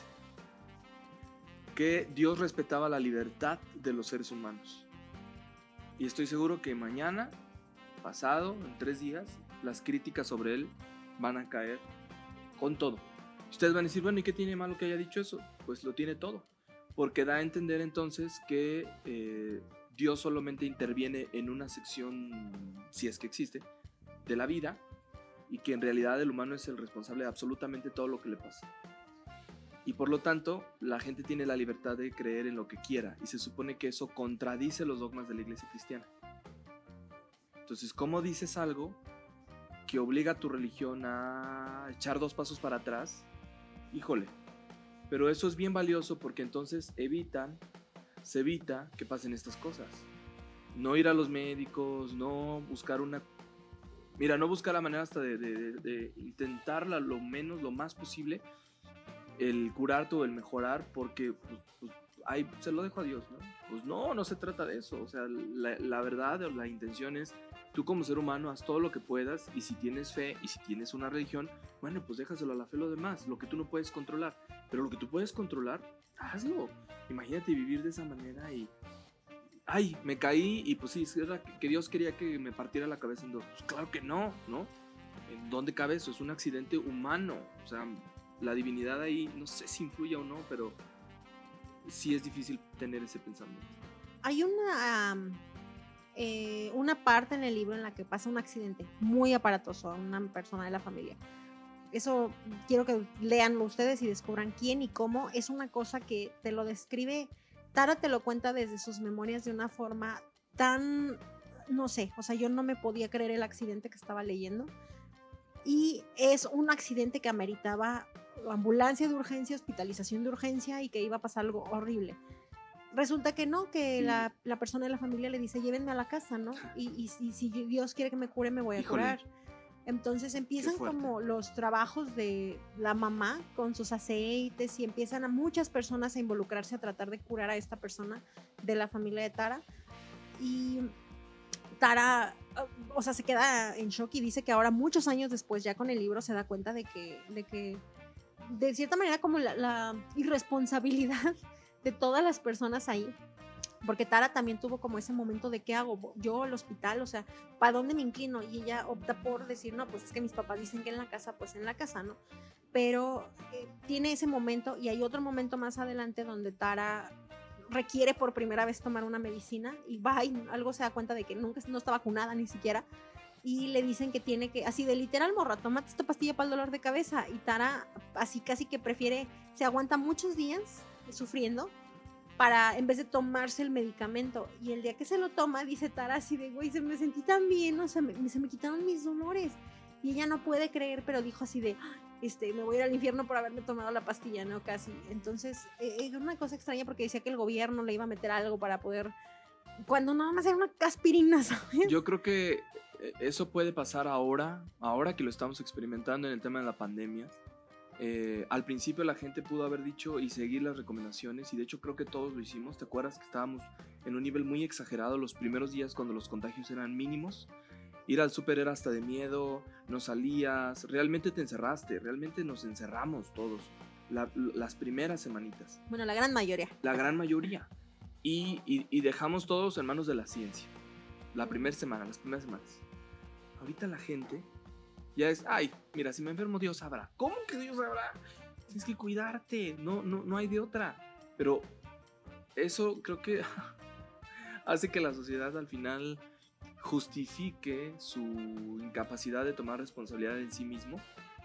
que Dios respetaba la libertad de los seres humanos. Y estoy seguro que mañana, pasado, en 3 días, las críticas sobre él van a caer con todo. Ustedes van a decir, bueno, ¿y qué tiene malo que haya dicho eso? Pues lo tiene todo, porque da a entender entonces que Dios solamente interviene en una sección, si es que existe, de la vida, y que en realidad el humano es el responsable de absolutamente todo lo que le pasa. Y por lo tanto, la gente tiene la libertad de creer en lo que quiera, y se supone que eso contradice los dogmas de la iglesia cristiana. Entonces, ¿cómo dices algo que obliga a tu religión a echar 2 pasos para atrás? Híjole, pero eso es bien valioso porque entonces se evita que pasen estas cosas. No ir a los médicos, no buscar no buscar la manera hasta de intentarla lo más posible, el curarte o el mejorar, porque pues, se lo dejo a Dios, ¿no? Pues no se trata de eso, o sea, la verdad o la intención es, tú como ser humano haz todo lo que puedas, y si tienes fe y si tienes una religión, bueno, pues déjaselo a la fe lo demás, lo que tú no puedes controlar, pero lo que tú puedes controlar, hazlo. Imagínate vivir de esa manera y, me caí y pues sí, era que Dios quería que me partiera la cabeza en 2, pues claro que no, ¿en dónde cabe eso? Es un accidente humano, o sea, la divinidad ahí, no sé si influye o no, pero sí es difícil tener ese pensamiento. Hay una parte en el libro en la que pasa un accidente muy aparatoso a una persona de la familia. Eso quiero que leanlo ustedes y descubran quién y cómo. Es una cosa que te lo describe, Tara te lo cuenta desde sus memorias de una forma tan, no sé, o sea, yo no me podía creer el accidente que estaba leyendo. Y es un accidente que ameritaba ambulancia de urgencia, hospitalización de urgencia y que iba a pasar algo horrible. Resulta que no, que la persona de la familia le dice, llévenme a la casa, ¿no? Y si Dios quiere que me cure, me voy a curar. Entonces empiezan como los trabajos de la mamá con sus aceites y empiezan a muchas personas a involucrarse a tratar de curar a esta persona de la familia de Tara. Y Tara, o sea, se queda en shock y dice que ahora, muchos años después, ya con el libro, se da cuenta de que de cierta manera, como la irresponsabilidad de todas las personas ahí, porque Tara también tuvo como ese momento de ¿qué hago? Yo al hospital, o sea, ¿para dónde me inclino? Y ella opta por decir, no, pues es que mis papás dicen que en la casa, pues en la casa, ¿no? Pero tiene ese momento, y hay otro momento más adelante donde Tara requiere por primera vez tomar una medicina y va y algo se da cuenta de que nunca no está vacunada ni siquiera, y le dicen que tiene que, así de literal, morra, tómate esta pastilla para el dolor de cabeza, y Tara así casi que prefiere, se aguanta muchos días sufriendo para, en vez de tomarse el medicamento, y el día que se lo toma, dice Tara así de, güey, se me sentí tan bien, o sea, se me quitaron mis dolores, y ella no puede creer, pero dijo así de, me voy a ir al infierno por haberme tomado la pastilla, ¿no? Casi. Entonces, es una cosa extraña porque decía que el gobierno le iba a meter algo para poder, cuando nada más era una aspirina, ¿sabes? Yo creo que eso puede pasar ahora que lo estamos experimentando en el tema de la pandemia. Al principio la gente pudo haber dicho y seguir las recomendaciones, y de hecho creo que todos lo hicimos. ¿Te acuerdas que estábamos en un nivel muy exagerado los primeros días cuando los contagios eran mínimos? Ir al súper era hasta de miedo, no salías, realmente te encerraste, realmente nos encerramos todos las primeras semanitas. Bueno, la gran mayoría. La gran mayoría. Y dejamos todos en manos de la ciencia. Las primeras semanas. Ahorita la gente ya es, ay, mira, si me enfermo Dios sabrá. ¿Cómo que Dios sabrá? Tienes que cuidarte, no hay de otra. Pero eso creo que hace que la sociedad al final justifique su incapacidad de tomar responsabilidad en sí mismo,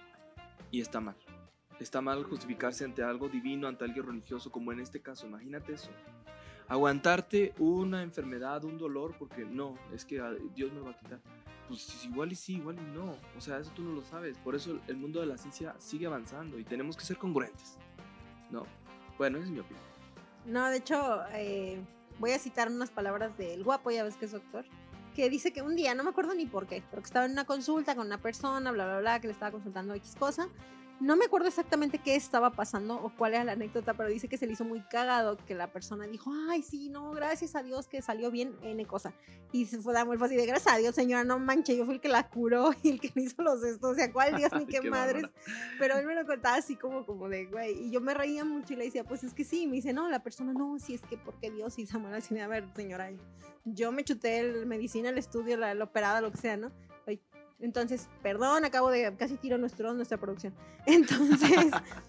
y está mal. Está mal justificarse ante algo divino, ante algo religioso, como en este caso. Imagínate eso. Aguantarte una enfermedad, un dolor, porque no, es que Dios me va a quitar. Pues igual y sí, igual y no. O sea, eso tú no lo sabes. Por eso el mundo de la ciencia sigue avanzando y tenemos que ser congruentes, ¿no? Bueno, esa es mi opinión. No, de hecho, voy a citar unas palabras del Guapo, ya ves que es doctor, que dice que un día, no me acuerdo ni por qué, pero que estaba en una consulta con una persona, bla, bla, bla, que le estaba consultando X cosa. No me acuerdo exactamente qué estaba pasando o cuál era la anécdota, pero dice que se le hizo muy cagado que la persona dijo, ay, sí, no, gracias a Dios que salió bien N cosa. Y se fue muy fácil de, gracias a Dios, señora, no manche, yo fui el que la curó y el que le hizo los estos, o sea, cuál Dios ni qué madres. Pero él me lo contaba así como de, güey, y yo me reía mucho y le decía, pues es que sí, me dice, no, la persona, no, sí, es que porque Dios, y Samuel así, a ver, señora, yo me chuté la medicina, el estudio, la operada, lo que sea, ¿no? Entonces, perdón, acabo de casi tiro nuestra producción. Entonces,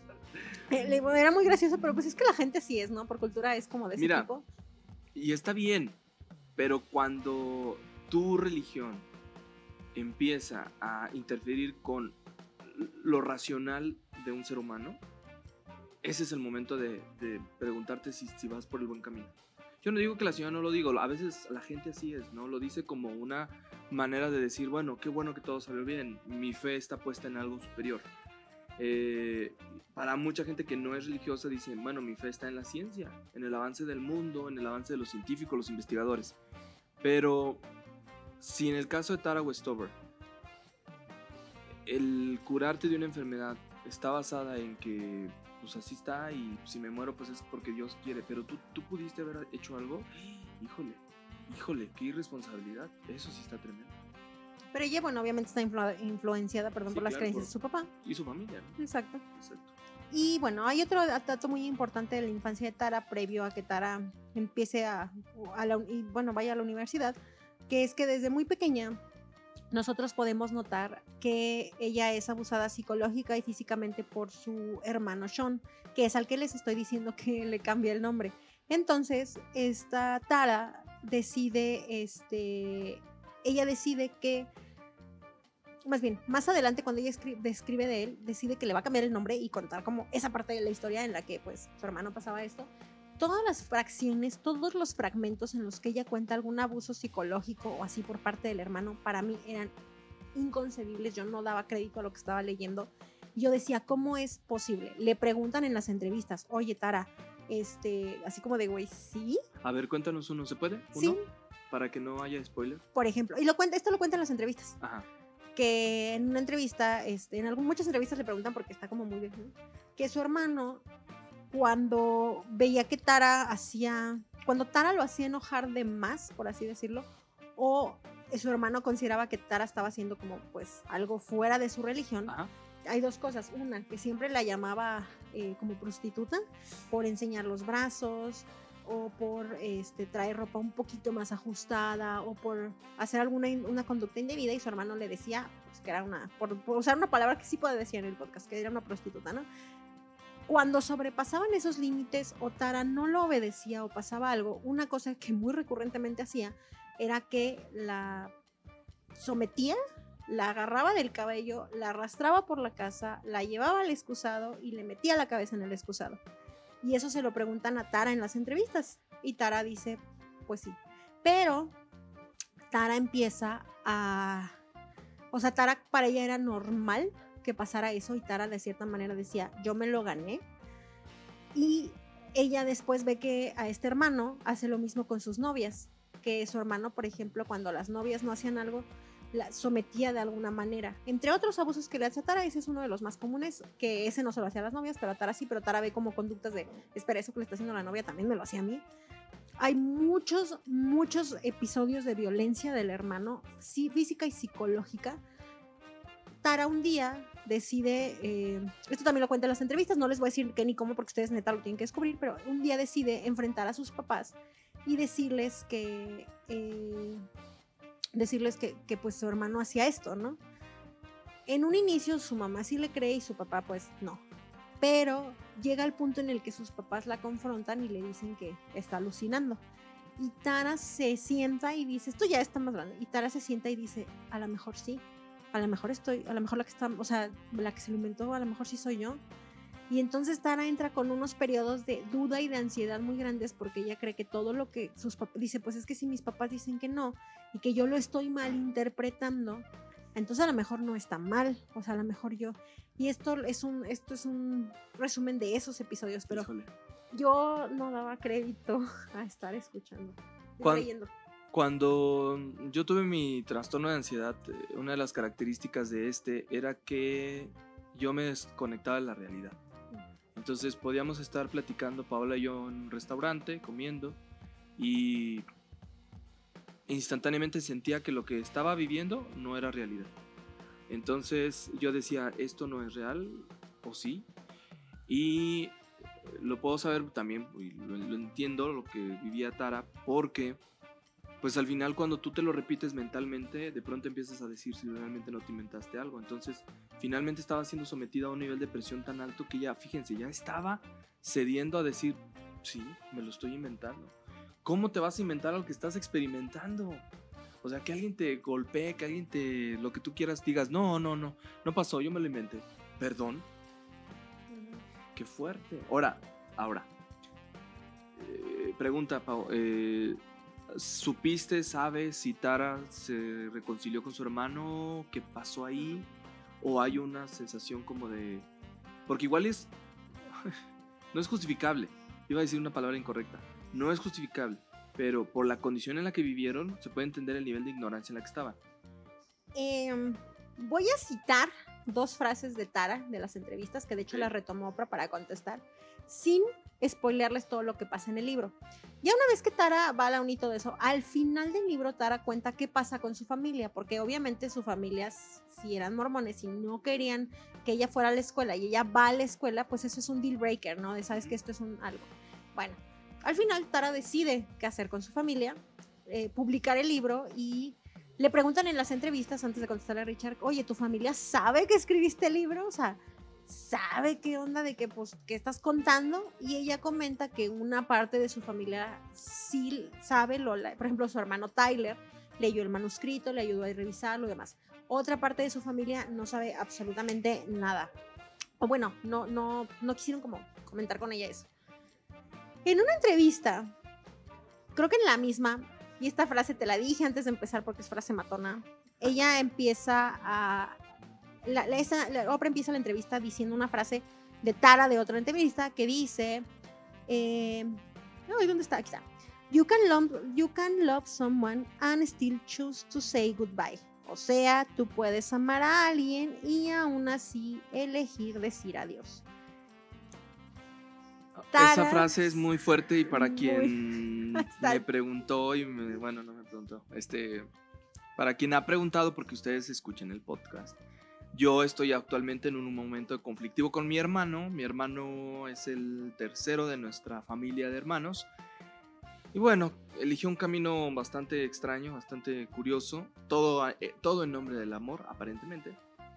era muy gracioso, pero pues es que la gente sí es, ¿no? Por cultura es como de ese tipo. Y está bien, pero cuando tu religión empieza a interferir con lo racional de un ser humano, ese es el momento de preguntarte si vas por el buen camino. Yo no digo que la señora no lo diga, a veces la gente así es, ¿no? Lo dice como una manera de decir, bueno, qué bueno que todo salió bien, mi fe está puesta en algo superior. Para mucha gente que no es religiosa dicen, bueno, mi fe está en la ciencia, en el avance del mundo, en el avance de los científicos, los investigadores. Pero si en el caso de Tara Westover el curarte de una enfermedad está basada en que pues así está, y si me muero pues es porque Dios quiere, pero tú pudiste haber hecho algo, híjole, qué irresponsabilidad, eso sí está tremendo. Pero ella, bueno, obviamente está influenciada, por las creencias de su papá. Y su familia, ¿no? Exacto. Y bueno, hay otro dato muy importante de la infancia de Tara, previo a que Tara empiece vaya a la universidad, que es que desde muy pequeña nosotros podemos notar que ella es abusada psicológica y físicamente por su hermano Sean, que es al que les estoy diciendo que le cambia el nombre. Entonces, esta Tara decide, ella decide que, más bien, más adelante cuando ella describe de él, decide que le va a cambiar el nombre y contar como esa parte de la historia en la que pues su hermano pasaba esto. Todas las fracciones, todos los fragmentos en los que ella cuenta algún abuso psicológico o así por parte del hermano, para mí eran inconcebibles. Yo no daba crédito a lo que estaba leyendo. Y yo decía, ¿cómo es posible? Le preguntan en las entrevistas, oye, Tara, así como de, güey, ¿sí? A ver, cuéntanos uno, ¿se puede? ¿Uno? Sí. Para que no haya spoiler. Por ejemplo, y esto lo cuenta en las entrevistas. Ajá. Que en una entrevista, muchas entrevistas le preguntan porque está como muy viejo, que su hermano, cuando veía que cuando Tara lo hacía enojar de más, por así decirlo, o su hermano consideraba que Tara estaba haciendo como pues algo fuera de su religión. Ajá. Hay dos cosas. Una, que siempre la llamaba como prostituta por enseñar los brazos o por traer ropa un poquito más ajustada o por hacer una conducta indebida, y su hermano le decía pues, que era por usar una palabra que sí puede decir en el podcast, que era una prostituta, ¿no? Cuando sobrepasaban esos límites o Tara no lo obedecía o pasaba algo, una cosa que muy recurrentemente hacía era que la sometía, la agarraba del cabello, la arrastraba por la casa, la llevaba al excusado y le metía la cabeza en el excusado. Y eso se lo preguntan a Tara en las entrevistas. Y Tara dice, pues sí. Pero Tara empieza a... O sea, Tara para ella era normal que pasara eso y Tara de cierta manera decía, yo me lo gané. Y ella después ve que a este hermano hace lo mismo con sus novias. Que su hermano, por ejemplo, cuando las novias no hacían algo, la sometía de alguna manera. Entre otros abusos que le hace a Tara, ese es uno de los más comunes, que ese no se lo hacía a las novias, pero a Tara sí, pero Tara ve como conductas de, espera, eso que le está haciendo la novia también me lo hacía a mí. Hay muchos episodios de violencia del hermano, sí, física y psicológica. Tara un día decide, esto también lo cuenta en las entrevistas, no les voy a decir qué ni cómo porque ustedes neta lo tienen que descubrir, pero un día decide enfrentar a sus papás y decirles que pues su hermano hacía esto, ¿no? En un inicio su mamá sí le cree y su papá pues no. Pero llega el punto en el que sus papás la confrontan y le dicen que está alucinando. Y Tara se sienta y dice, esto ya está más grande. Y Tara se sienta y dice, a lo mejor sí. A lo mejor la que está, o sea, la que se lo inventó, a lo mejor sí soy yo. Y entonces Tara entra con unos periodos de duda y de ansiedad muy grandes porque ella cree que todo lo que sus papás dice, pues es que si mis papás dicen que no y que yo lo estoy mal interpretando, entonces a lo mejor no está mal, o sea, a lo mejor yo. Y esto es un resumen de esos episodios, pero híjole, yo no daba crédito a estar escuchando, leyendo. Cuando yo tuve mi trastorno de ansiedad, una de las características de era que yo me desconectaba de la realidad. Entonces podíamos estar platicando, Paola y yo, en un restaurante, comiendo, y instantáneamente sentía que lo que estaba viviendo no era realidad. Entonces yo decía, ¿esto no es real? ¿O sí? Y lo puedo saber también, y lo entiendo, lo que vivía Tara, porque pues al final cuando tú te lo repites mentalmente, de pronto empiezas a decir si realmente no te inventaste algo. Entonces finalmente estaba siendo sometida a un nivel de presión tan alto que ya, fíjense, ya estaba cediendo a decir, sí, me lo estoy inventando. ¿Cómo te vas a inventar algo que estás experimentando? O sea, que alguien te golpee, que alguien lo que tú quieras digas, no pasó, yo me lo inventé. ¿Perdón? Qué fuerte. Ahora, pregunta, Pau, ¿supiste, sabes si Tara se reconcilió con su hermano? ¿Qué pasó ahí? ¿O hay una sensación como de...? Porque igual no es justificable. Iba a decir una palabra incorrecta. No es justificable, pero por la condición en la que vivieron se puede entender el nivel de ignorancia en la que estaban. Voy a citar 2 frases de Tara de las entrevistas, que de hecho las retomó Oprah para contestar, sin spoilearles todo lo que pasa en el libro. Ya una vez que Tara va a la uni y todo eso, al final del libro Tara cuenta qué pasa con su familia, porque obviamente su familia, si eran mormones y no querían que ella fuera a la escuela y ella va a la escuela, pues eso es un deal breaker, ¿no? De sabes que esto es algo. Bueno, al final Tara decide qué hacer con su familia, publicar el libro, y le preguntan en las entrevistas antes de contestarle a Richard, oye, ¿tu familia sabe que escribiste el libro? O sea, ¿sabe qué onda de que, pues, qué estás contando? Y ella comenta que una parte de su familia sí sabe, por ejemplo, su hermano Tyler leyó el manuscrito, le ayudó a revisarlo y demás. Otra parte de su familia no sabe absolutamente nada. O bueno, no quisieron como comentar con ella eso. En una entrevista, creo que en la misma, y esta frase te la dije antes de empezar porque es frase matona, ella empieza a Oprah empieza la entrevista diciendo una frase de Tara de otra entrevista que dice, ¿dónde está? Aquí está. You can love someone and still choose to say goodbye. O sea, tú puedes amar a alguien y aún así elegir decir adiós. Esa frase es muy fuerte y para quien me preguntó bueno, no me preguntó, para quien ha preguntado, porque ustedes escuchen el podcast, yo estoy actualmente en un momento conflictivo con mi hermano. Mi hermano es el tercero de nuestra familia de hermanos. Y bueno, eligió un camino bastante extraño, bastante curioso, todo en nombre del amor, aparentemente.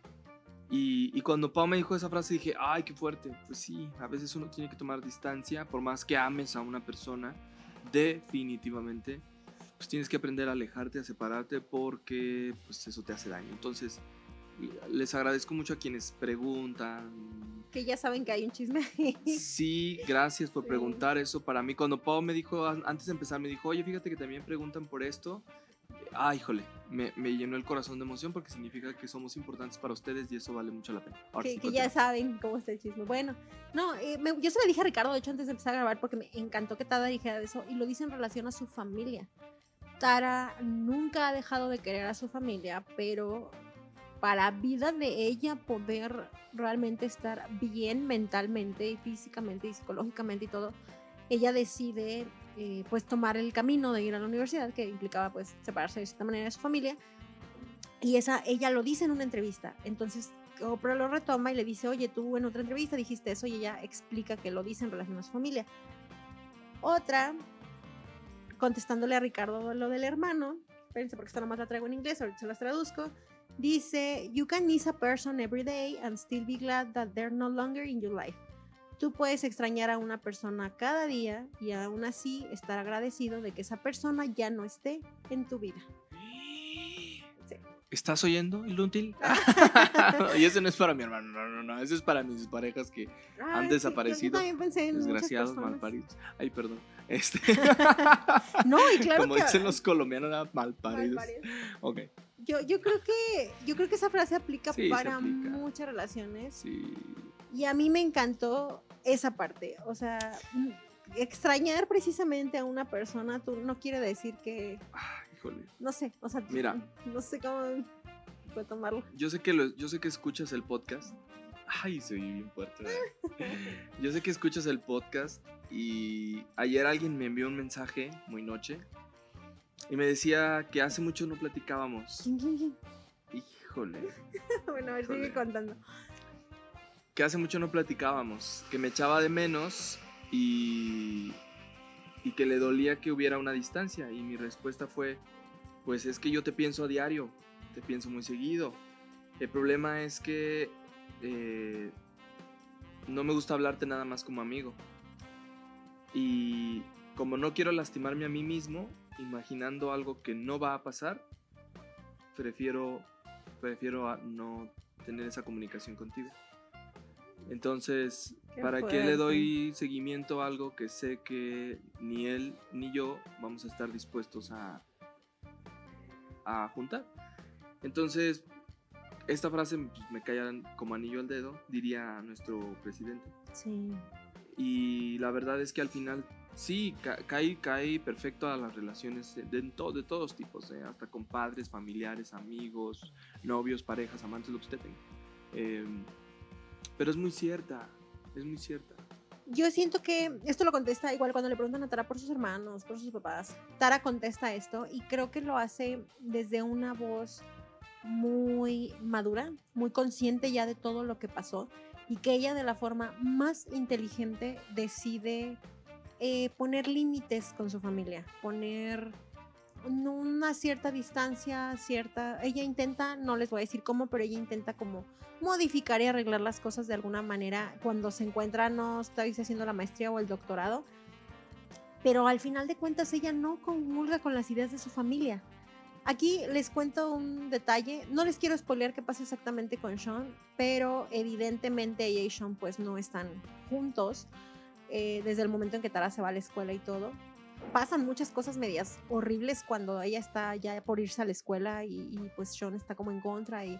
Y cuando Pau me dijo esa frase dije, ¡ay, qué fuerte! Pues sí, a veces uno tiene que tomar distancia, por más que ames a una persona, definitivamente, pues tienes que aprender a alejarte, a separarte, porque pues eso te hace daño. Entonces, les agradezco mucho a quienes preguntan. Que ya saben que hay un chisme. Sí, gracias por preguntar eso. Para mí, cuando Pau me dijo, antes de empezar, me dijo, oye, fíjate que también preguntan por esto. Híjole, me llenó el corazón de emoción porque significa que somos importantes para ustedes y eso vale mucho la pena. Que ya saben cómo está el chisme. Bueno, no, yo se lo dije a Ricardo, de hecho, antes de empezar a grabar, porque me encantó que Tara dijera de eso, y lo dice en relación a su familia. Tara nunca ha dejado de querer a su familia, pero para vida de ella poder realmente estar bien mentalmente y físicamente y psicológicamente y todo, ella decide pues tomar el camino de ir a la universidad, que implicaba pues separarse de cierta manera de su familia, y ella lo dice en una entrevista. Entonces Oprah lo retoma y le dice, oye, tú en otra entrevista dijiste eso, y ella explica que lo dice en relación a su familia. Otra, contestándole a Ricardo lo del hermano, espérense porque esta nomás la traigo en inglés, ahorita se las traduzco. Dice, you can miss a person every day and still be glad that they're no longer in your life. Tú puedes extrañar a una persona cada día y aún así estar agradecido de que esa persona ya no esté en tu vida. Sí. ¿Estás oyendo, inútil? Y eso no es para mi hermano, no, eso es para mis parejas que han desaparecido. Yo también pensé en desgraciados, malparidos. Ay, perdón. No, y claro como dicen los colombianos, malparidos. Ok. Yo creo que esa frase aplica para muchas relaciones. Sí. Y a mí me encantó esa parte. O sea, extrañar precisamente a una persona no quiere decir que... híjole. No sé, o sea, mira, no sé cómo puedo tomarlo. Yo sé que escuchas el podcast. Ay, soy bien fuerte. Yo sé que escuchas el podcast y ayer alguien me envió un mensaje muy noche y me decía que hace mucho no platicábamos. ¿Quién? Híjole. Bueno, a ver, sigue contando. Que hace mucho no platicábamos, que me echaba de menos y que le dolía que hubiera una distancia. Y mi respuesta fue, pues es que yo te pienso a diario, te pienso muy seguido. El problema es que no me gusta hablarte nada más como amigo. Y como no quiero lastimarme a mí mismo, imaginando algo que no va a pasar, prefiero a no tener esa comunicación contigo. Entonces, ¿para qué le doy seguimiento a algo que sé que ni él ni yo vamos a estar dispuestos a juntar? Entonces, esta frase pues, me cae como anillo al dedo, diría nuestro presidente. Sí. Y la verdad es que al final sí, cae perfecto a las relaciones de todos tipos, hasta con padres, familiares, amigos, novios, parejas, amantes, lo que usted tenga. Pero es muy cierta. Yo siento que esto lo contesta igual cuando le preguntan a Tara por sus hermanos, por sus papás. Tara contesta esto y creo que lo hace desde una voz muy madura, muy consciente ya de todo lo que pasó, y que ella de la forma más inteligente decide poner límites con su familia, poner una cierta distancia, ella intenta, no les voy a decir cómo, pero ella intenta como modificar y arreglar las cosas de alguna manera cuando se encuentra, no está haciendo la maestría o el doctorado, pero al final de cuentas ella no comulga con las ideas de su familia. Aquí les cuento un detalle, no les quiero spoilear qué pasa exactamente con Sean, pero evidentemente ella y Sean pues no están juntos desde el momento en que Tara se va a la escuela y todo. Pasan muchas cosas medias horribles cuando ella está ya por irse a la escuela y pues Sean está como en contra y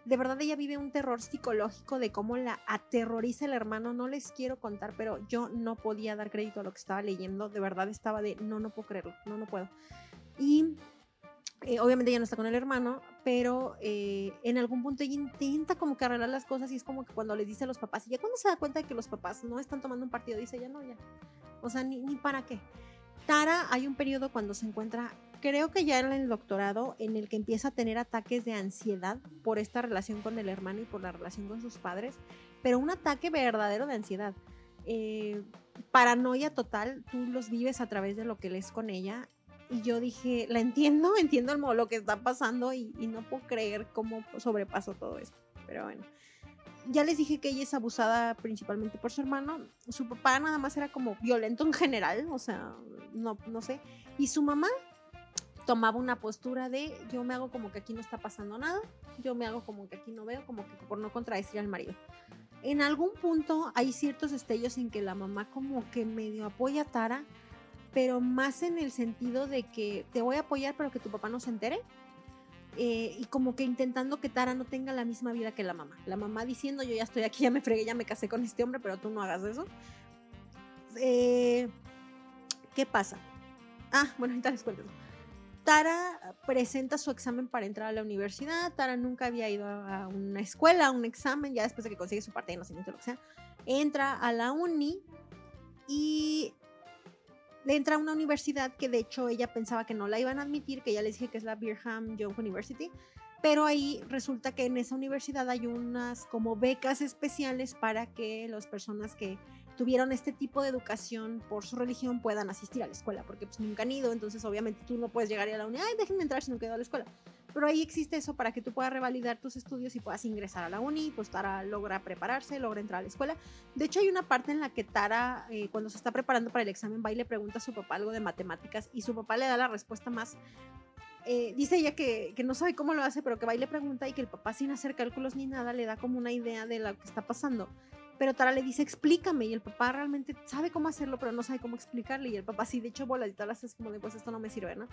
de verdad ella vive un terror psicológico de cómo la aterroriza el hermano. No les quiero contar, pero yo no podía dar crédito a lo que estaba leyendo. De verdad estaba de, no puedo creerlo, no puedo. Y obviamente ya no está con el hermano, pero en algún punto ella intenta como que arreglar las cosas y es como que cuando les dice a los papás, y ya cuando se da cuenta de que los papás no están tomando un partido, dice ya no, ya. O sea, ni para qué. Tara, hay un periodo cuando se encuentra, creo que ya en el doctorado, en el que empieza a tener ataques de ansiedad por esta relación con el hermano y por la relación con sus padres, pero un ataque verdadero de ansiedad. Paranoia total, tú los vives a través de lo que lees con ella. Y yo dije, la entiendo lo que está pasando y no puedo creer cómo sobrepasó todo esto. Pero bueno, ya les dije que ella es abusada principalmente por su hermano. Su papá nada más era como violento en general, o sea, no sé. Y su mamá tomaba una postura de yo me hago como que aquí no está pasando nada, yo me hago como que aquí no veo, como que por no contradecir al marido. En algún punto hay ciertos destellos en que la mamá como que medio apoya a Tara, pero más en el sentido de que te voy a apoyar pero que tu papá no se entere. Y como que intentando que Tara no tenga la misma vida que la mamá. La mamá diciendo, yo ya estoy aquí, ya me fregué, ya me casé con este hombre, pero tú no hagas eso. ¿Qué pasa? Bueno, ahorita les cuento. Tara presenta su examen para entrar a la universidad. Tara nunca había ido a una escuela, a un examen, ya después de que consigue su parte de nacimiento, lo que sea. Entra a la uni y le entra a una universidad que de hecho ella pensaba que no la iban a admitir, que ya les dije que es la Brigham Young University, pero ahí resulta que en esa universidad hay unas como becas especiales para que las personas que tuvieron este tipo de educación por su religión puedan asistir a la escuela, porque pues nunca han ido, entonces obviamente tú no puedes llegar a la uni, ay, déjenme entrar si no quedo a la escuela. Pero ahí existe eso para que tú puedas revalidar tus estudios y puedas ingresar a la uni, pues Tara logra prepararse, logra entrar a la escuela. De hecho, hay una parte en la que Tara, cuando se está preparando para el examen, va y le pregunta a su papá algo de matemáticas y su papá le da la respuesta más... dice ella que no sabe cómo lo hace, pero que va y le pregunta y que el papá, sin hacer cálculos ni nada, le da como una idea de lo que está pasando. Pero Tara le dice, explícame, y el papá realmente sabe cómo hacerlo, pero no sabe cómo explicarle, y el papá sí, de hecho, voladita las es como de, pues esto no me sirve, ¿no?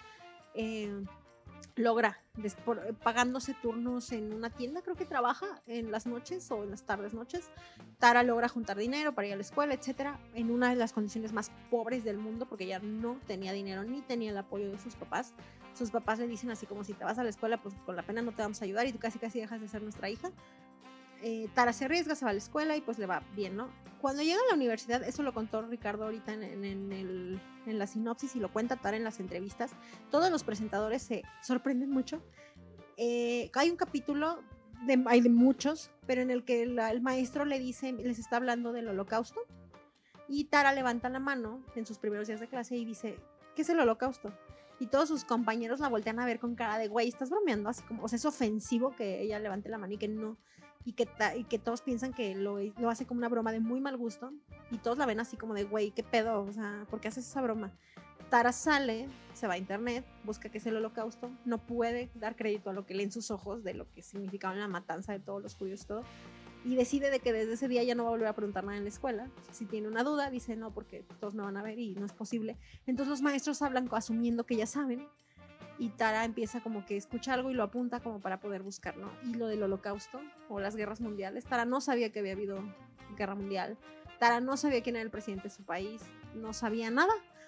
Logra, pagándose turnos en una tienda, creo que trabaja en las noches o en las tardes noches. Tara logra juntar dinero para ir a la escuela, etcétera, en una de las condiciones más pobres del mundo, porque ella no tenía dinero ni tenía el apoyo de sus papás. Sus papás le dicen así como, si te vas a la escuela, pues con la pena no te vamos a ayudar y tú casi dejas de ser nuestra hija. Tara se arriesga, se va a la escuela y pues le va bien, ¿no? Cuando llega a la universidad, eso lo contó Ricardo ahorita en la sinopsis y lo cuenta Tara en las entrevistas, todos los presentadores se sorprenden mucho. Hay un capítulo, hay de muchos, pero en el que el maestro le dice, les está hablando del holocausto y Tara levanta la mano en sus primeros días de clase y dice, ¿qué es el holocausto? Y todos sus compañeros la voltean a ver con cara de, güey, estás bromeando, así como, o sea, es ofensivo que ella levante la mano y que no... Y que todos piensan que lo hace como una broma de muy mal gusto y todos la ven así como de, güey, ¿qué pedo? O sea, ¿por qué haces esa broma? Tara sale, se va a internet, busca qué es el holocausto, no puede dar crédito a lo que lee en sus ojos de lo que significaba la matanza de todos los judíos y todo, y decide de que desde ese día ya no va a volver a preguntar nada en la escuela. Si tiene una duda, dice no, porque todos me van a ver y no es posible. Entonces los maestros hablan asumiendo que ya saben, y Tara empieza como que escucha algo y lo apunta como para poder buscarlo. Y lo del holocausto o las guerras mundiales, Tara no sabía que había habido guerra mundial, Tara no sabía quién era el presidente de su país, no sabía nada,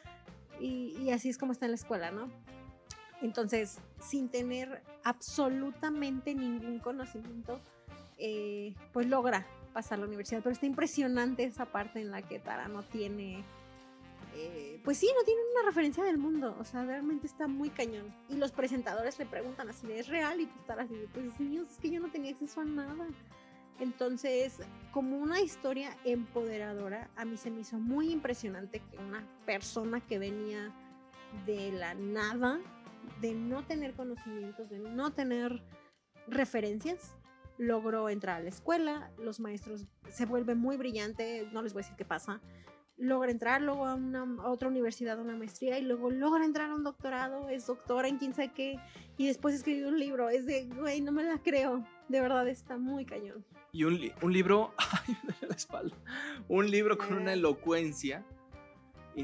y así es como está en la escuela, ¿no? Entonces, sin tener absolutamente ningún conocimiento, pues logra pasar la universidad. Pero está impresionante esa parte en la que Tara no tiene... pues sí, no tienen una referencia del mundo, o sea, realmente está muy cañón. Y los presentadores le preguntan así de, ¿es real? Y pues estar así de, pues sí, es que yo no tenía acceso a nada. Entonces, como una historia empoderadora, a mí se me hizo muy impresionante que una persona que venía de la nada, de no tener conocimientos, de no tener referencias, logró entrar a la escuela. Los maestros se vuelve muy brillante, no les voy a decir qué pasa, logra entrar luego a otra universidad, a una maestría, y luego logra entrar a un doctorado, es doctora en quién sabe qué, y después escribe un libro. Es de, güey, no me la creo, de verdad está muy cañón. Y un libro, ay, me duele la espalda, un libro con una elocuencia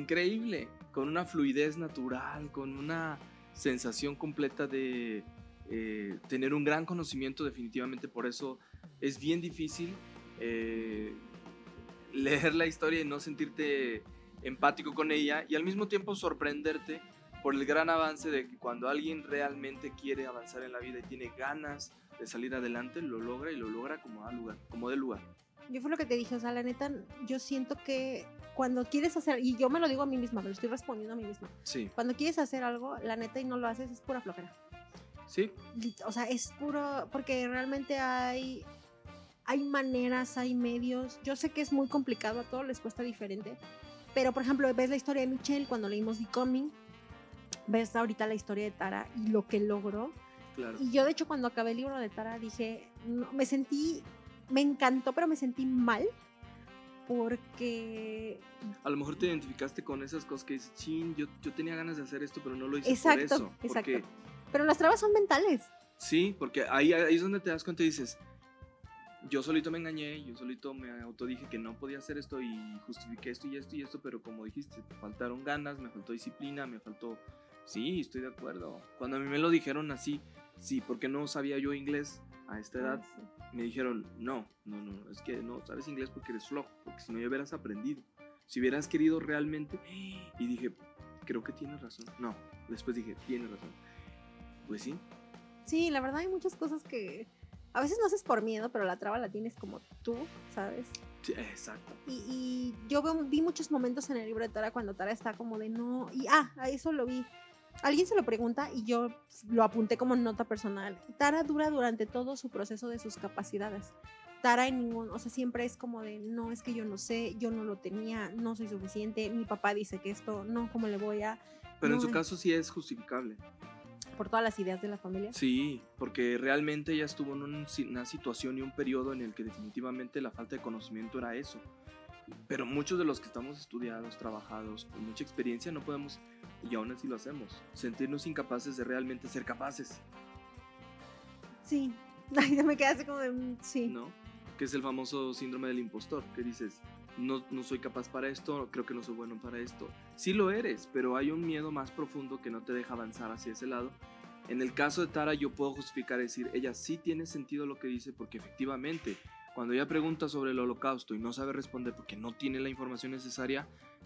increíble, con una fluidez natural, con una sensación completa de tener un gran conocimiento definitivamente. Por eso es bien difícil leer la historia y no sentirte empático con ella, y al mismo tiempo sorprenderte por el gran avance de que cuando alguien realmente quiere avanzar en la vida y tiene ganas de salir adelante, lo logra, y lo logra como de lugar. Yo fue lo que te dije, o sea, la neta, yo siento que cuando quieres hacer, y yo me lo digo a mí misma, me lo estoy respondiendo a mí misma, Sí. cuando quieres hacer algo, la neta, y no lo haces, es pura flojera. Sí. O sea, es puro, porque realmente hay maneras, hay medios. Yo sé que es muy complicado, a todos les cuesta diferente, pero por ejemplo, ves la historia de Michelle cuando leímos Becoming, ves ahorita la historia de Tara y lo que logró. Claro. Y yo de hecho cuando acabé el libro de Tara dije, no, me encantó, pero me sentí mal porque... A lo mejor te identificaste con esas cosas que dices, chin, yo tenía ganas de hacer esto, pero no lo hice exacto, por eso. Exacto, porque... pero las trabas son mentales. Sí, porque ahí es donde te das cuenta y dices, yo solito me engañé, yo solito me autodije que no podía hacer esto y justifiqué esto y esto y esto, pero como dijiste, me faltaron ganas, me faltó disciplina, me faltó... Sí, estoy de acuerdo. Cuando a mí me lo dijeron así, sí, porque no sabía yo inglés a esta edad, Sí. me dijeron, no, es que no sabes inglés porque eres flojo, porque si no ya hubieras aprendido. Si hubieras querido realmente... Y dije, creo que tienes razón. No, después dije, tienes razón. Pues sí. Sí, la verdad hay muchas cosas que a veces no haces por miedo, pero la traba la tienes como tú, ¿sabes? Sí, exacto. Y yo vi muchos momentos en el libro de Tara cuando Tara está como de no, y a eso lo vi. Alguien se lo pregunta y yo lo apunté como nota personal. Tara dura durante todo su proceso de sus capacidades. Tara en ningún, o sea, siempre es como de, no, es que yo no sé, yo no lo tenía, no soy suficiente, mi papá dice que esto, no, ¿cómo le voy a...? Pero no, en su caso sí es justificable. Por todas las ideas de la familia. Sí, porque realmente ella estuvo en una situación y un periodo en el que definitivamente la falta de conocimiento era eso. Pero muchos de los que estamos estudiados, trabajados, con mucha experiencia, no podemos, y aún así lo hacemos, sentirnos incapaces de realmente ser capaces. Sí, ya me quedé así como de, sí. ¿No? Que es el famoso síndrome del impostor, que dices, no soy capaz para esto, creo que no soy bueno para esto. Sí lo eres, pero hay un miedo más profundo que no te deja avanzar hacia ese lado. En el caso de Tara yo puedo justificar, decir, ella sí tiene sentido lo que dice, porque efectivamente, cuando ella pregunta sobre el holocausto y no sabe responder porque no tiene la información necesaria,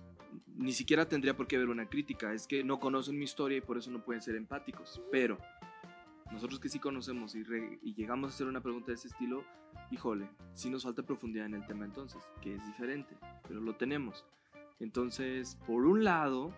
ni siquiera tendría por qué haber una crítica, es que no conocen mi historia y por eso no pueden ser empáticos. Pero nosotros que sí conocemos y llegamos a hacer una pregunta de ese estilo, híjole, sí nos falta profundidad en el tema entonces, que es diferente, pero lo tenemos. Entonces, por un lado,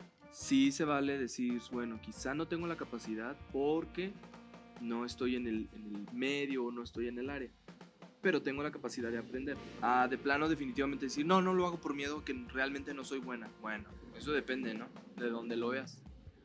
sí se vale decir, bueno, quizá no tengo la capacidad porque no estoy en el medio o no estoy en el área, pero tengo la capacidad de aprender. De plano definitivamente decir, no lo hago por miedo, que realmente no soy buena. Bueno, eso depende, ¿no? De donde lo veas.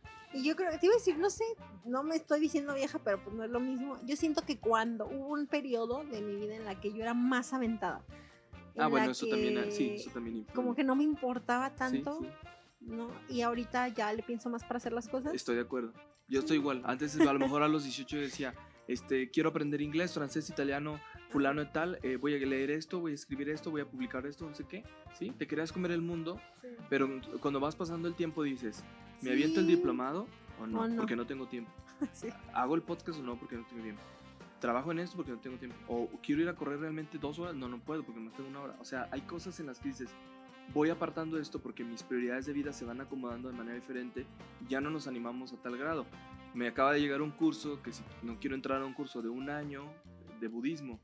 Y yo creo, te iba a decir, no sé, no me estoy diciendo vieja, pero pues no es lo mismo. Yo siento que cuando hubo un periodo de mi vida en la que yo era más aventada. Bueno, eso también, sí, eso también influye. Como que no me importaba tanto, sí. ¿no? Y ahorita ya le pienso más para hacer las cosas. Estoy de acuerdo. Yo estoy igual. Antes, a lo mejor a los 18 decía, quiero aprender inglés, francés, italiano, fulano y tal, voy a leer esto, voy a escribir esto, voy a publicar esto, no sé qué, ¿sí? Te querías comer el mundo, sí. Pero cuando vas pasando el tiempo dices, ¿me aviento el diplomado o no? Porque no tengo tiempo. Sí. ¿Hago el podcast o no? Porque no tengo tiempo. ¿Trabajo en esto? Porque no tengo tiempo. ¿O quiero ir a correr realmente 2 horas? No puedo porque no tengo 1 hora. O sea, hay cosas en las que dices, voy apartando esto porque mis prioridades de vida se van acomodando de manera diferente y ya no nos animamos a tal grado. Me acaba de llegar un curso que si no quiero entrar a un curso de 1 año de budismo,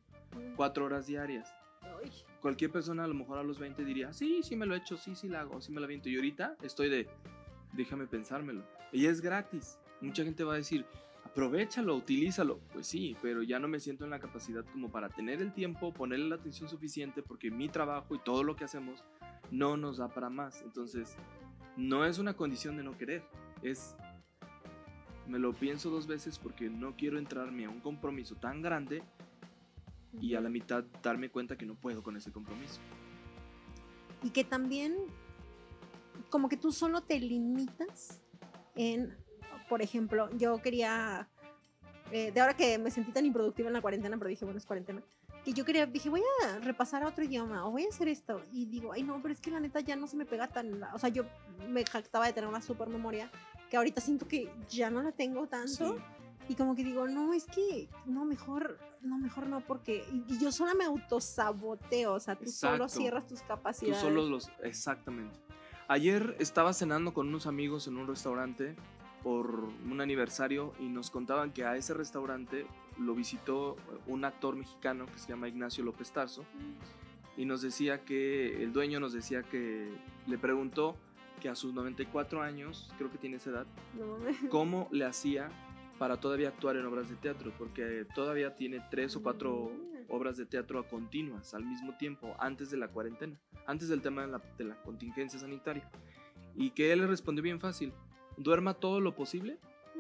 4 horas diarias. Uy. Cualquier persona a lo mejor a los 20 diría, sí me lo he hecho, sí la hago, sí me la aviento. Y ahorita estoy de, déjame pensármelo. Y es gratis. Mucha gente va a decir, aprovéchalo, utilízalo. Pues sí, pero ya no me siento en la capacidad como para tener el tiempo, ponerle la atención suficiente porque mi trabajo y todo lo que hacemos no nos da para más. Entonces, no es una condición de no querer, es, me lo pienso 2 veces porque no quiero entrarme a un compromiso tan grande y a la mitad darme cuenta que no puedo con ese compromiso. Y que también como que tú solo te limitas en, por ejemplo, yo quería, de ahora que me sentí tan improductiva en la cuarentena, pero dije, bueno, es cuarentena, que yo dije, voy a repasar a otro idioma o voy a hacer esto, y digo, ay no, pero es que la neta ya no se me pega tan, o sea, yo me jactaba de tener una super memoria que ahorita siento que ya no la tengo tanto. Sí. Y como que digo, no, es que no, mejor no, porque y yo sola me autosaboteo, o sea, tú solo cierras tus capacidades. Tú solo exactamente. Ayer estaba cenando con unos amigos en un restaurante por un aniversario y nos contaban que a ese restaurante lo visitó un actor mexicano que se llama Ignacio López Tarso y nos decía que el dueño nos decía que le preguntó que a sus 94 años, creo que tiene esa edad, cómo le hacía para todavía actuar en obras de teatro, porque todavía tiene 3 o 4 obras de teatro continuas al mismo tiempo, antes de la cuarentena, antes del tema de la contingencia sanitaria. Y que él le respondió bien fácil: duerma todo lo posible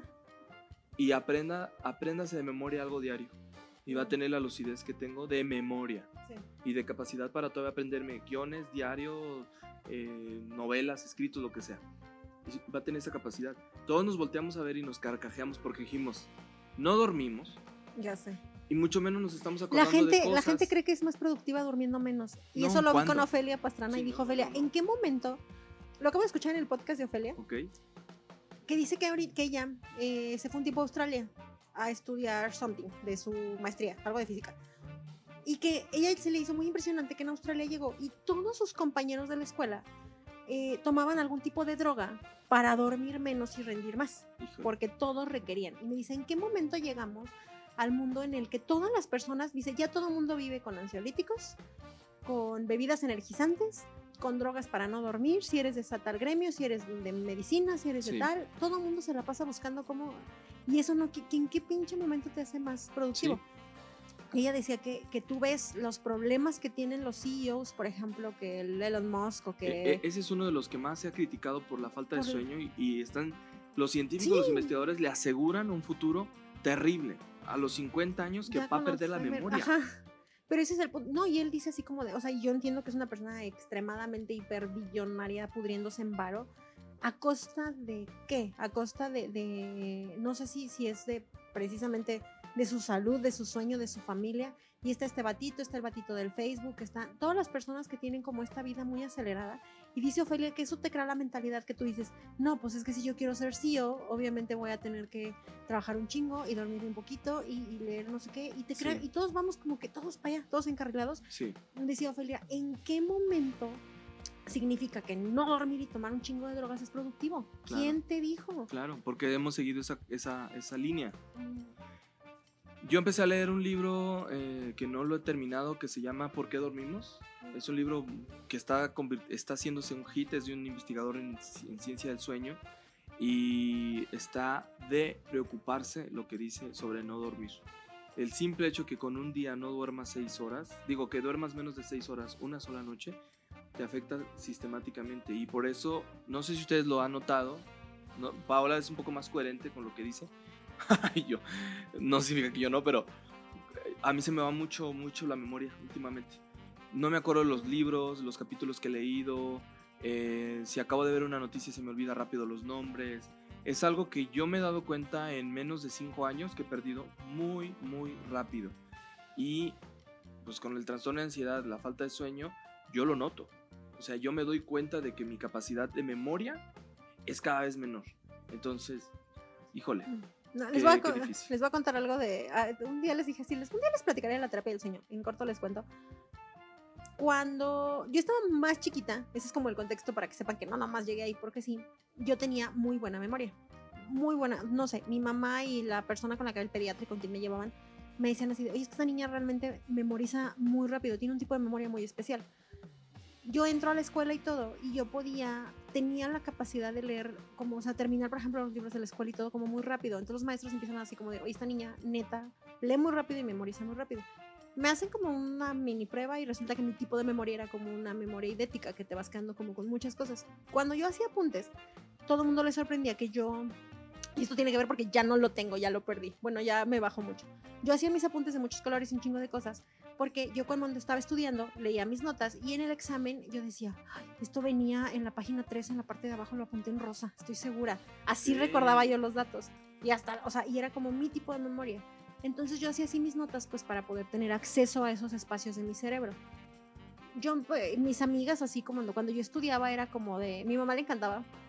y apréndase de memoria algo diario. Y va a tener la lucidez que tengo de memoria. Sí. Y de capacidad para todavía aprenderme guiones, diarios, novelas, escritos, lo que sea. Va a tener esa capacidad. Todos nos volteamos a ver y nos carcajeamos porque dijimos, no dormimos. Ya sé. Y mucho menos nos estamos acordando de cosas. La gente cree que es más productiva durmiendo menos. Y no, eso lo vi con Ofelia Pastrana, sí, y dijo, Ofelia, ¿en qué momento? Lo acabo de escuchar en el podcast de Ofelia. Ok. Que dice que ella se fue un tiempo a Australia a estudiar something de su maestría, algo de física. Y que ella se le hizo muy impresionante que en Australia llegó y todos sus compañeros de la escuela tomaban algún tipo de droga para dormir menos y rendir más. Híjole. Porque todos requerían. Y me dice, ¿en qué momento llegamos al mundo en el que todas las personas, dice, ya todo el mundo vive con ansiolíticos, con bebidas energizantes, con drogas para no dormir, si eres de tal gremio, si eres de medicina, si eres de tal, todo el mundo se la pasa buscando cómo, y eso no, ¿en qué pinche momento te hace más productivo? Sí. Ella decía que tú ves los problemas que tienen los CEOs, por ejemplo, que el Elon Musk o que... Ese es uno de los que más se ha criticado por la falta de sueño y están, los científicos, sí, los investigadores le aseguran un futuro terrible a los 50 años que va a perder la memoria. Ajá. Pero ese es el punto, no, y él dice así como de, o sea, yo entiendo que es una persona extremadamente hiperbillonaria pudriéndose en varo, ¿a costa de qué? A costa de no sé si es de precisamente de su salud, de su sueño, de su familia, y está el batito del Facebook, están todas las personas que tienen como esta vida muy acelerada, y dice Ofelia que eso te crea la mentalidad que tú dices, no, pues es que si yo quiero ser CEO, obviamente voy a tener que trabajar un chingo y dormir un poquito y leer no sé qué, y te crea, sí, y todos vamos como que todos para allá, todos encarrilados. Sí. Decía Ofelia, ¿en qué momento significa que no dormir y tomar un chingo de drogas es productivo? Claro. ¿Quién te dijo? Claro, porque hemos seguido esa línea. Yo empecé a leer un libro que no lo he terminado, que se llama ¿Por qué dormimos? Es un libro que está haciéndose un hit, es de un investigador en ciencia del sueño y está de preocuparse lo que dice sobre no dormir. El simple hecho que con un día no duermas 6 horas, digo que duermas menos de 6 horas una sola noche, te afecta sistemáticamente y por eso, no sé si ustedes lo han notado, ¿no? Paola es un poco más coherente con lo que dice. Yo, no significa que yo no, pero a mí se me va mucho la memoria últimamente. No me acuerdo de los libros, los capítulos que he leído, si acabo de ver una noticia se me olvida rápido los nombres. Es algo que yo me he dado cuenta en menos de 5 años que he perdido muy rápido. Y pues con el trastorno de ansiedad, la falta de sueño, yo lo noto. O sea, yo me doy cuenta de que mi capacidad de memoria es cada vez menor. Entonces, híjole. No, les voy a contar algo de... un día les dije así, un día les platicaré de la terapia del sueño. En corto les cuento. Cuando yo estaba más chiquita, ese es como el contexto para que sepan que no nomás llegué ahí porque sí, yo tenía muy buena memoria. Muy buena, no sé, mi mamá y la persona con la que era el pediatra y con quien me llevaban, me decían así, oye, es que esta niña realmente memoriza muy rápido, tiene un tipo de memoria muy especial. Yo entro a la escuela y todo, y yo tenía la capacidad de leer, como, o sea, terminar, por ejemplo, los libros de la escuela y todo como muy rápido. Entonces los maestros empiezan así como de, oye, esta niña neta lee muy rápido y memoriza muy rápido. Me hacen como una mini prueba y resulta que mi tipo de memoria era como una memoria idética, que te vas quedando como con muchas cosas. Cuando yo hacía apuntes, todo el mundo le sorprendía que yo... Y esto tiene que ver porque ya no lo tengo, ya lo perdí. Bueno, ya me bajó mucho. Yo hacía mis apuntes de muchos colores y un chingo de cosas, porque yo cuando estaba estudiando leía mis notas y en el examen yo decía, ay, esto venía en la página 3, en la parte de abajo lo apunté en rosa, estoy segura. Así recordaba yo los datos. Y hasta, o sea, y era como mi tipo de memoria. Entonces yo hacía así mis notas pues para poder tener acceso a esos espacios de mi cerebro. Yo, mis amigas así como cuando yo estudiaba era como de, mi mamá le encantaba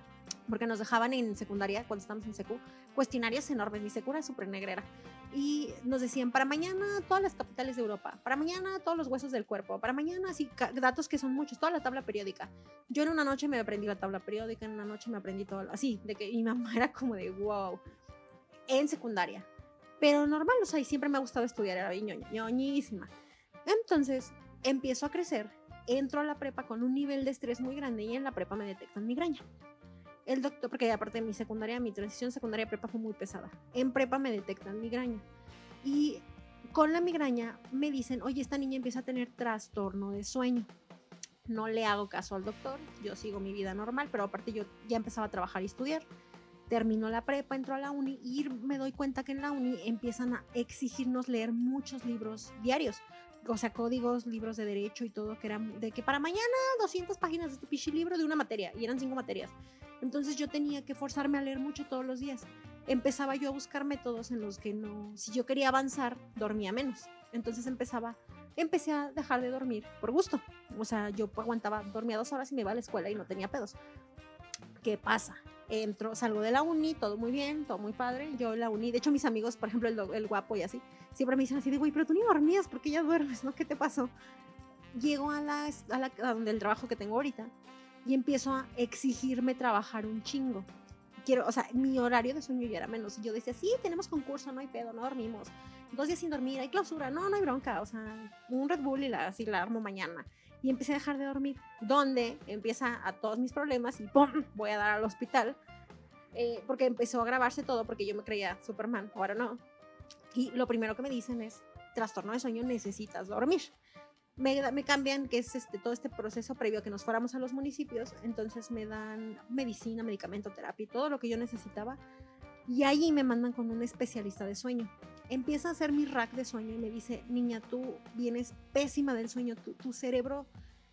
porque nos dejaban en secundaria, cuando estábamos en secu, cuestionarios enormes. Mi secu era súper negrera. Y nos decían, para mañana todas las capitales de Europa, para mañana todos los huesos del cuerpo, para mañana, así, datos que son muchos, toda la tabla periódica. Yo en una noche me aprendí la tabla periódica, en una noche me aprendí todo, así, de que mi mamá era como de wow, en secundaria. Pero normal, o sea, y siempre me ha gustado estudiar, era ñoñísima. Entonces, empiezo a crecer, entro a la prepa con un nivel de estrés muy grande y en la prepa me detectan migraña. El doctor, porque aparte de mi secundaria, mi transición secundaria a prepa fue muy pesada. En prepa me detectan migraña. Y con la migraña me dicen, oye, esta niña empieza a tener trastorno de sueño. No le hago caso al doctor, yo sigo mi vida normal, pero aparte yo ya empezaba a trabajar y estudiar. Terminó la prepa, entró a la uni y me doy cuenta que en la uni empiezan a exigirnos leer muchos libros diarios. O sea, códigos, libros de derecho y todo, que eran de que para mañana 200 páginas de este pichi libro de una materia, y eran 5 materias. Entonces yo tenía que forzarme a leer mucho todos los días. Empezaba yo a buscar métodos en los que no, si yo quería avanzar, dormía menos. Entonces empecé a dejar de dormir por gusto. O sea, yo aguantaba, dormía 2 horas y me iba a la escuela y no tenía pedos. ¿Qué pasa? Salgo de la uni, todo muy bien, todo muy padre. Yo en la uni, de hecho mis amigos, por ejemplo el guapo y así, siempre me dicen así de, güey, pero tú ni dormías, ¿por qué ya duermes? ¿No? ¿Qué te pasó? Llego a donde el trabajo que tengo ahorita y empiezo a exigirme trabajar un chingo. O sea, mi horario de sueño ya era menos. Y yo decía, sí, tenemos concurso, no hay pedo, no dormimos. 2 días sin dormir, hay clausura, no hay bronca. O sea, un Red Bull y así la armo mañana. Y empecé a dejar de dormir. Donde empieza a todos mis problemas y ¡pum! Voy a dar al hospital. Porque empezó a grabarse todo porque yo me creía Superman, ahora no. Y lo primero que me dicen es, trastorno de sueño, necesitas dormir. Me cambian, que es todo este proceso previo a que nos fuéramos a los municipios, entonces me dan medicina, medicamento, terapia y todo lo que yo necesitaba, y ahí me mandan con un especialista de sueño. Empieza a hacer mi rack de sueño y me dice, niña, tú vienes pésima del sueño, tu cerebro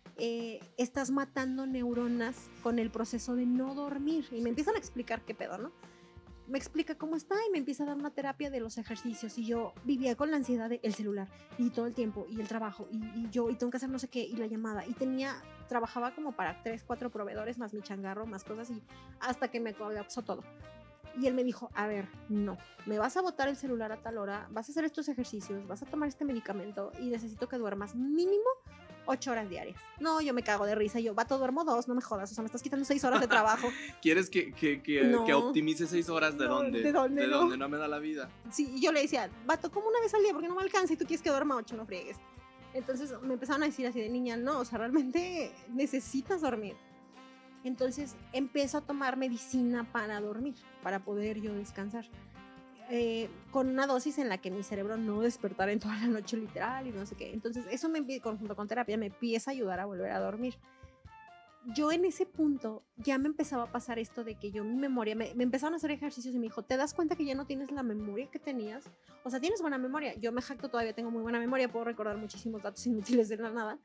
estás matando neuronas con el proceso de no dormir, y me empiezan a explicar qué pedo, ¿no? Me explica cómo está y me empieza a dar una terapia de los ejercicios, y yo vivía con la ansiedad del celular y todo el tiempo y el trabajo y tengo que hacer no sé qué y la llamada y trabajaba como para 3, 4 proveedores más mi changarro, más cosas, y hasta que me colapsó todo. Y él me dijo, a ver, no, me vas a botar el celular a tal hora, vas a hacer estos ejercicios, vas a tomar este medicamento y necesito que duermas mínimo 8 horas diarias. No, yo me cago de risa. Yo, vato, duermo 2, no me jodas. O sea, me estás quitando 6 horas de trabajo. ¿Quieres que optimice 6 horas de dónde? ¿De dónde? De dónde no me da la vida. Sí, y yo le decía, vato, como una vez al día, porque no me alcanza y tú quieres que duerma 8, no friegues. Entonces me empezaron a decir así de, niña, no, o sea, realmente necesitas dormir. Entonces empiezo a tomar medicina para dormir, para poder yo descansar. Con una dosis en la que mi cerebro no despertara en toda la noche literal y no sé qué. Entonces eso junto con terapia me empieza a ayudar a volver a dormir. Yo en ese punto ya me empezaba a pasar esto de que yo mi memoria, me empezaron a hacer ejercicios y me dijo, ¿te das cuenta que ya no tienes la memoria que tenías? O sea, tienes buena memoria. Yo me jacto, todavía tengo muy buena memoria, puedo recordar muchísimos datos inútiles de la nada,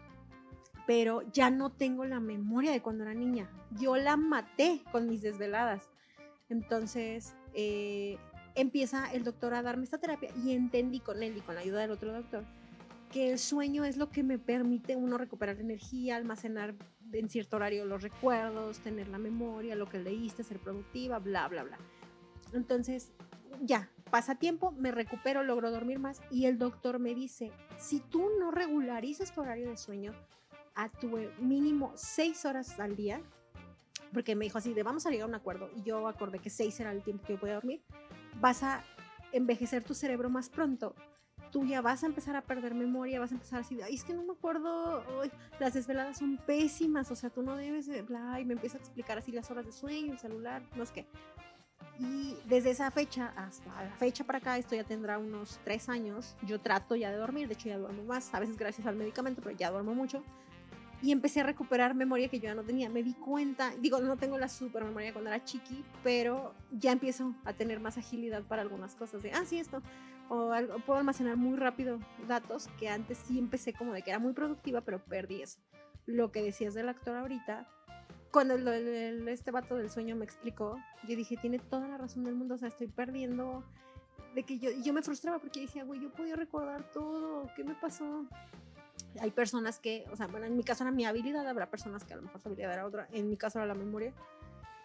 pero ya no tengo la memoria de cuando era niña. Yo la maté con mis desveladas. Entonces empieza el doctor a darme esta terapia y entendí con él y con la ayuda del otro doctor que el sueño es lo que me permite uno recuperar energía, almacenar en cierto horario los recuerdos, tener la memoria, lo que leíste, ser productiva, bla, bla, bla. Entonces, ya, pasa tiempo, me recupero, logro dormir más y el doctor me dice, si tú no regularizas tu horario de sueño a tu mínimo 6 horas al día, porque me dijo así de vamos a llegar a un acuerdo, y yo acordé que 6 era el tiempo que yo podía dormir, vas a envejecer tu cerebro más pronto, tú ya vas a empezar a perder memoria, vas a empezar así de, ay, es que no me acuerdo, ay, las desveladas son pésimas, o sea, tú no debes de, bla, y me empieza a explicar así las horas de sueño, el celular, no sé qué. Y desde esa fecha hasta la fecha para acá, esto ya tendrá unos 3 años, yo trato ya de dormir, de hecho ya duermo más, a veces gracias al medicamento, pero ya duermo mucho. Y empecé a recuperar memoria que yo ya no tenía. Me di cuenta, digo, no tengo la super memoria cuando era chiqui, pero ya empiezo a tener más agilidad para algunas cosas. De, sí, esto. O puedo almacenar muy rápido datos, que antes sí empecé como de que era muy productiva, pero perdí eso. Lo que decías del actor ahorita, cuando este vato del sueño me explicó, yo dije, tiene toda la razón del mundo, o sea, estoy perdiendo. De que yo me frustraba porque decía, güey, yo podía recordar todo, ¿qué me pasó? Hay personas que, o sea, bueno, en mi caso era mi habilidad, habrá personas que a lo mejor su habilidad era otra, en mi caso era la memoria,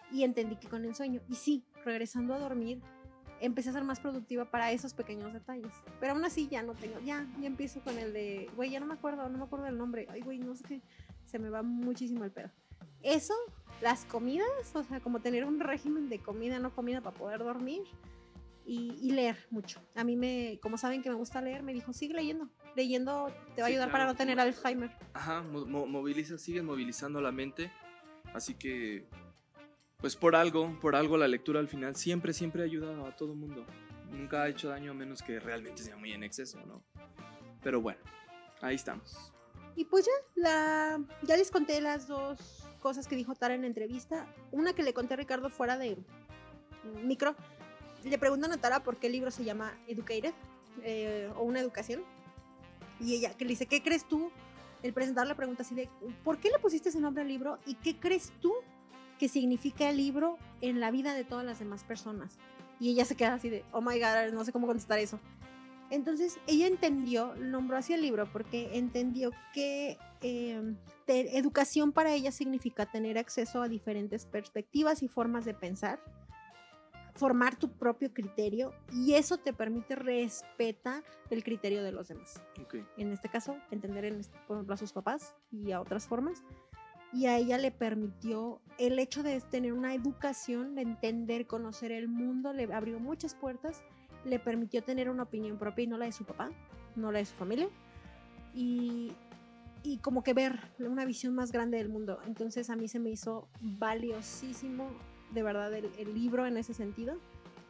y entendí que con el sueño. Y sí, regresando a dormir, empecé a ser más productiva para esos pequeños detalles. Pero aún así ya no tengo, ya empiezo con el de, güey, ya no me acuerdo del nombre. Ay, güey, no sé qué, se me va muchísimo el pedo. Eso, las comidas, o sea, como tener un régimen de comida, no comida para poder dormir y leer mucho. A mí, como saben que me gusta leer, me dijo, sigue leyendo. Leyendo te va a ayudar, claro, para no tener Alzheimer. Ajá, sigues movilizando la mente, así que pues por algo la lectura al final siempre ha ayudado a todo el mundo. Nunca ha hecho daño a menos que realmente sea muy en exceso, ¿no? Pero bueno, ahí estamos. Y pues ya les conté las dos cosas que dijo Tara en la entrevista. Una que le conté a Ricardo fuera de micro. Le preguntan a Tara por qué el libro se llama Educated, o una educación. Y ella que le dice, ¿qué crees tú? El presentar la pregunta así de, ¿por qué le pusiste ese nombre al libro? ¿Y qué crees tú que significa el libro en la vida de todas las demás personas? Y ella se queda así de, oh my god, no sé cómo contestar eso. Entonces ella entendió, nombró así el libro porque entendió que educación para ella significa tener acceso a diferentes perspectivas y formas de pensar, formar tu propio criterio, y eso te permite respetar el criterio de los demás. Okay. En este caso, entender por ejemplo, a sus papás y a otras formas. Y a ella le permitió el hecho de tener una educación, de entender, conocer el mundo, le abrió muchas puertas, le permitió tener una opinión propia y no la de su papá, no la de su familia, y como que ver una visión más grande del mundo. Entonces a mí se me hizo valiosísimo, de verdad, el libro en ese sentido.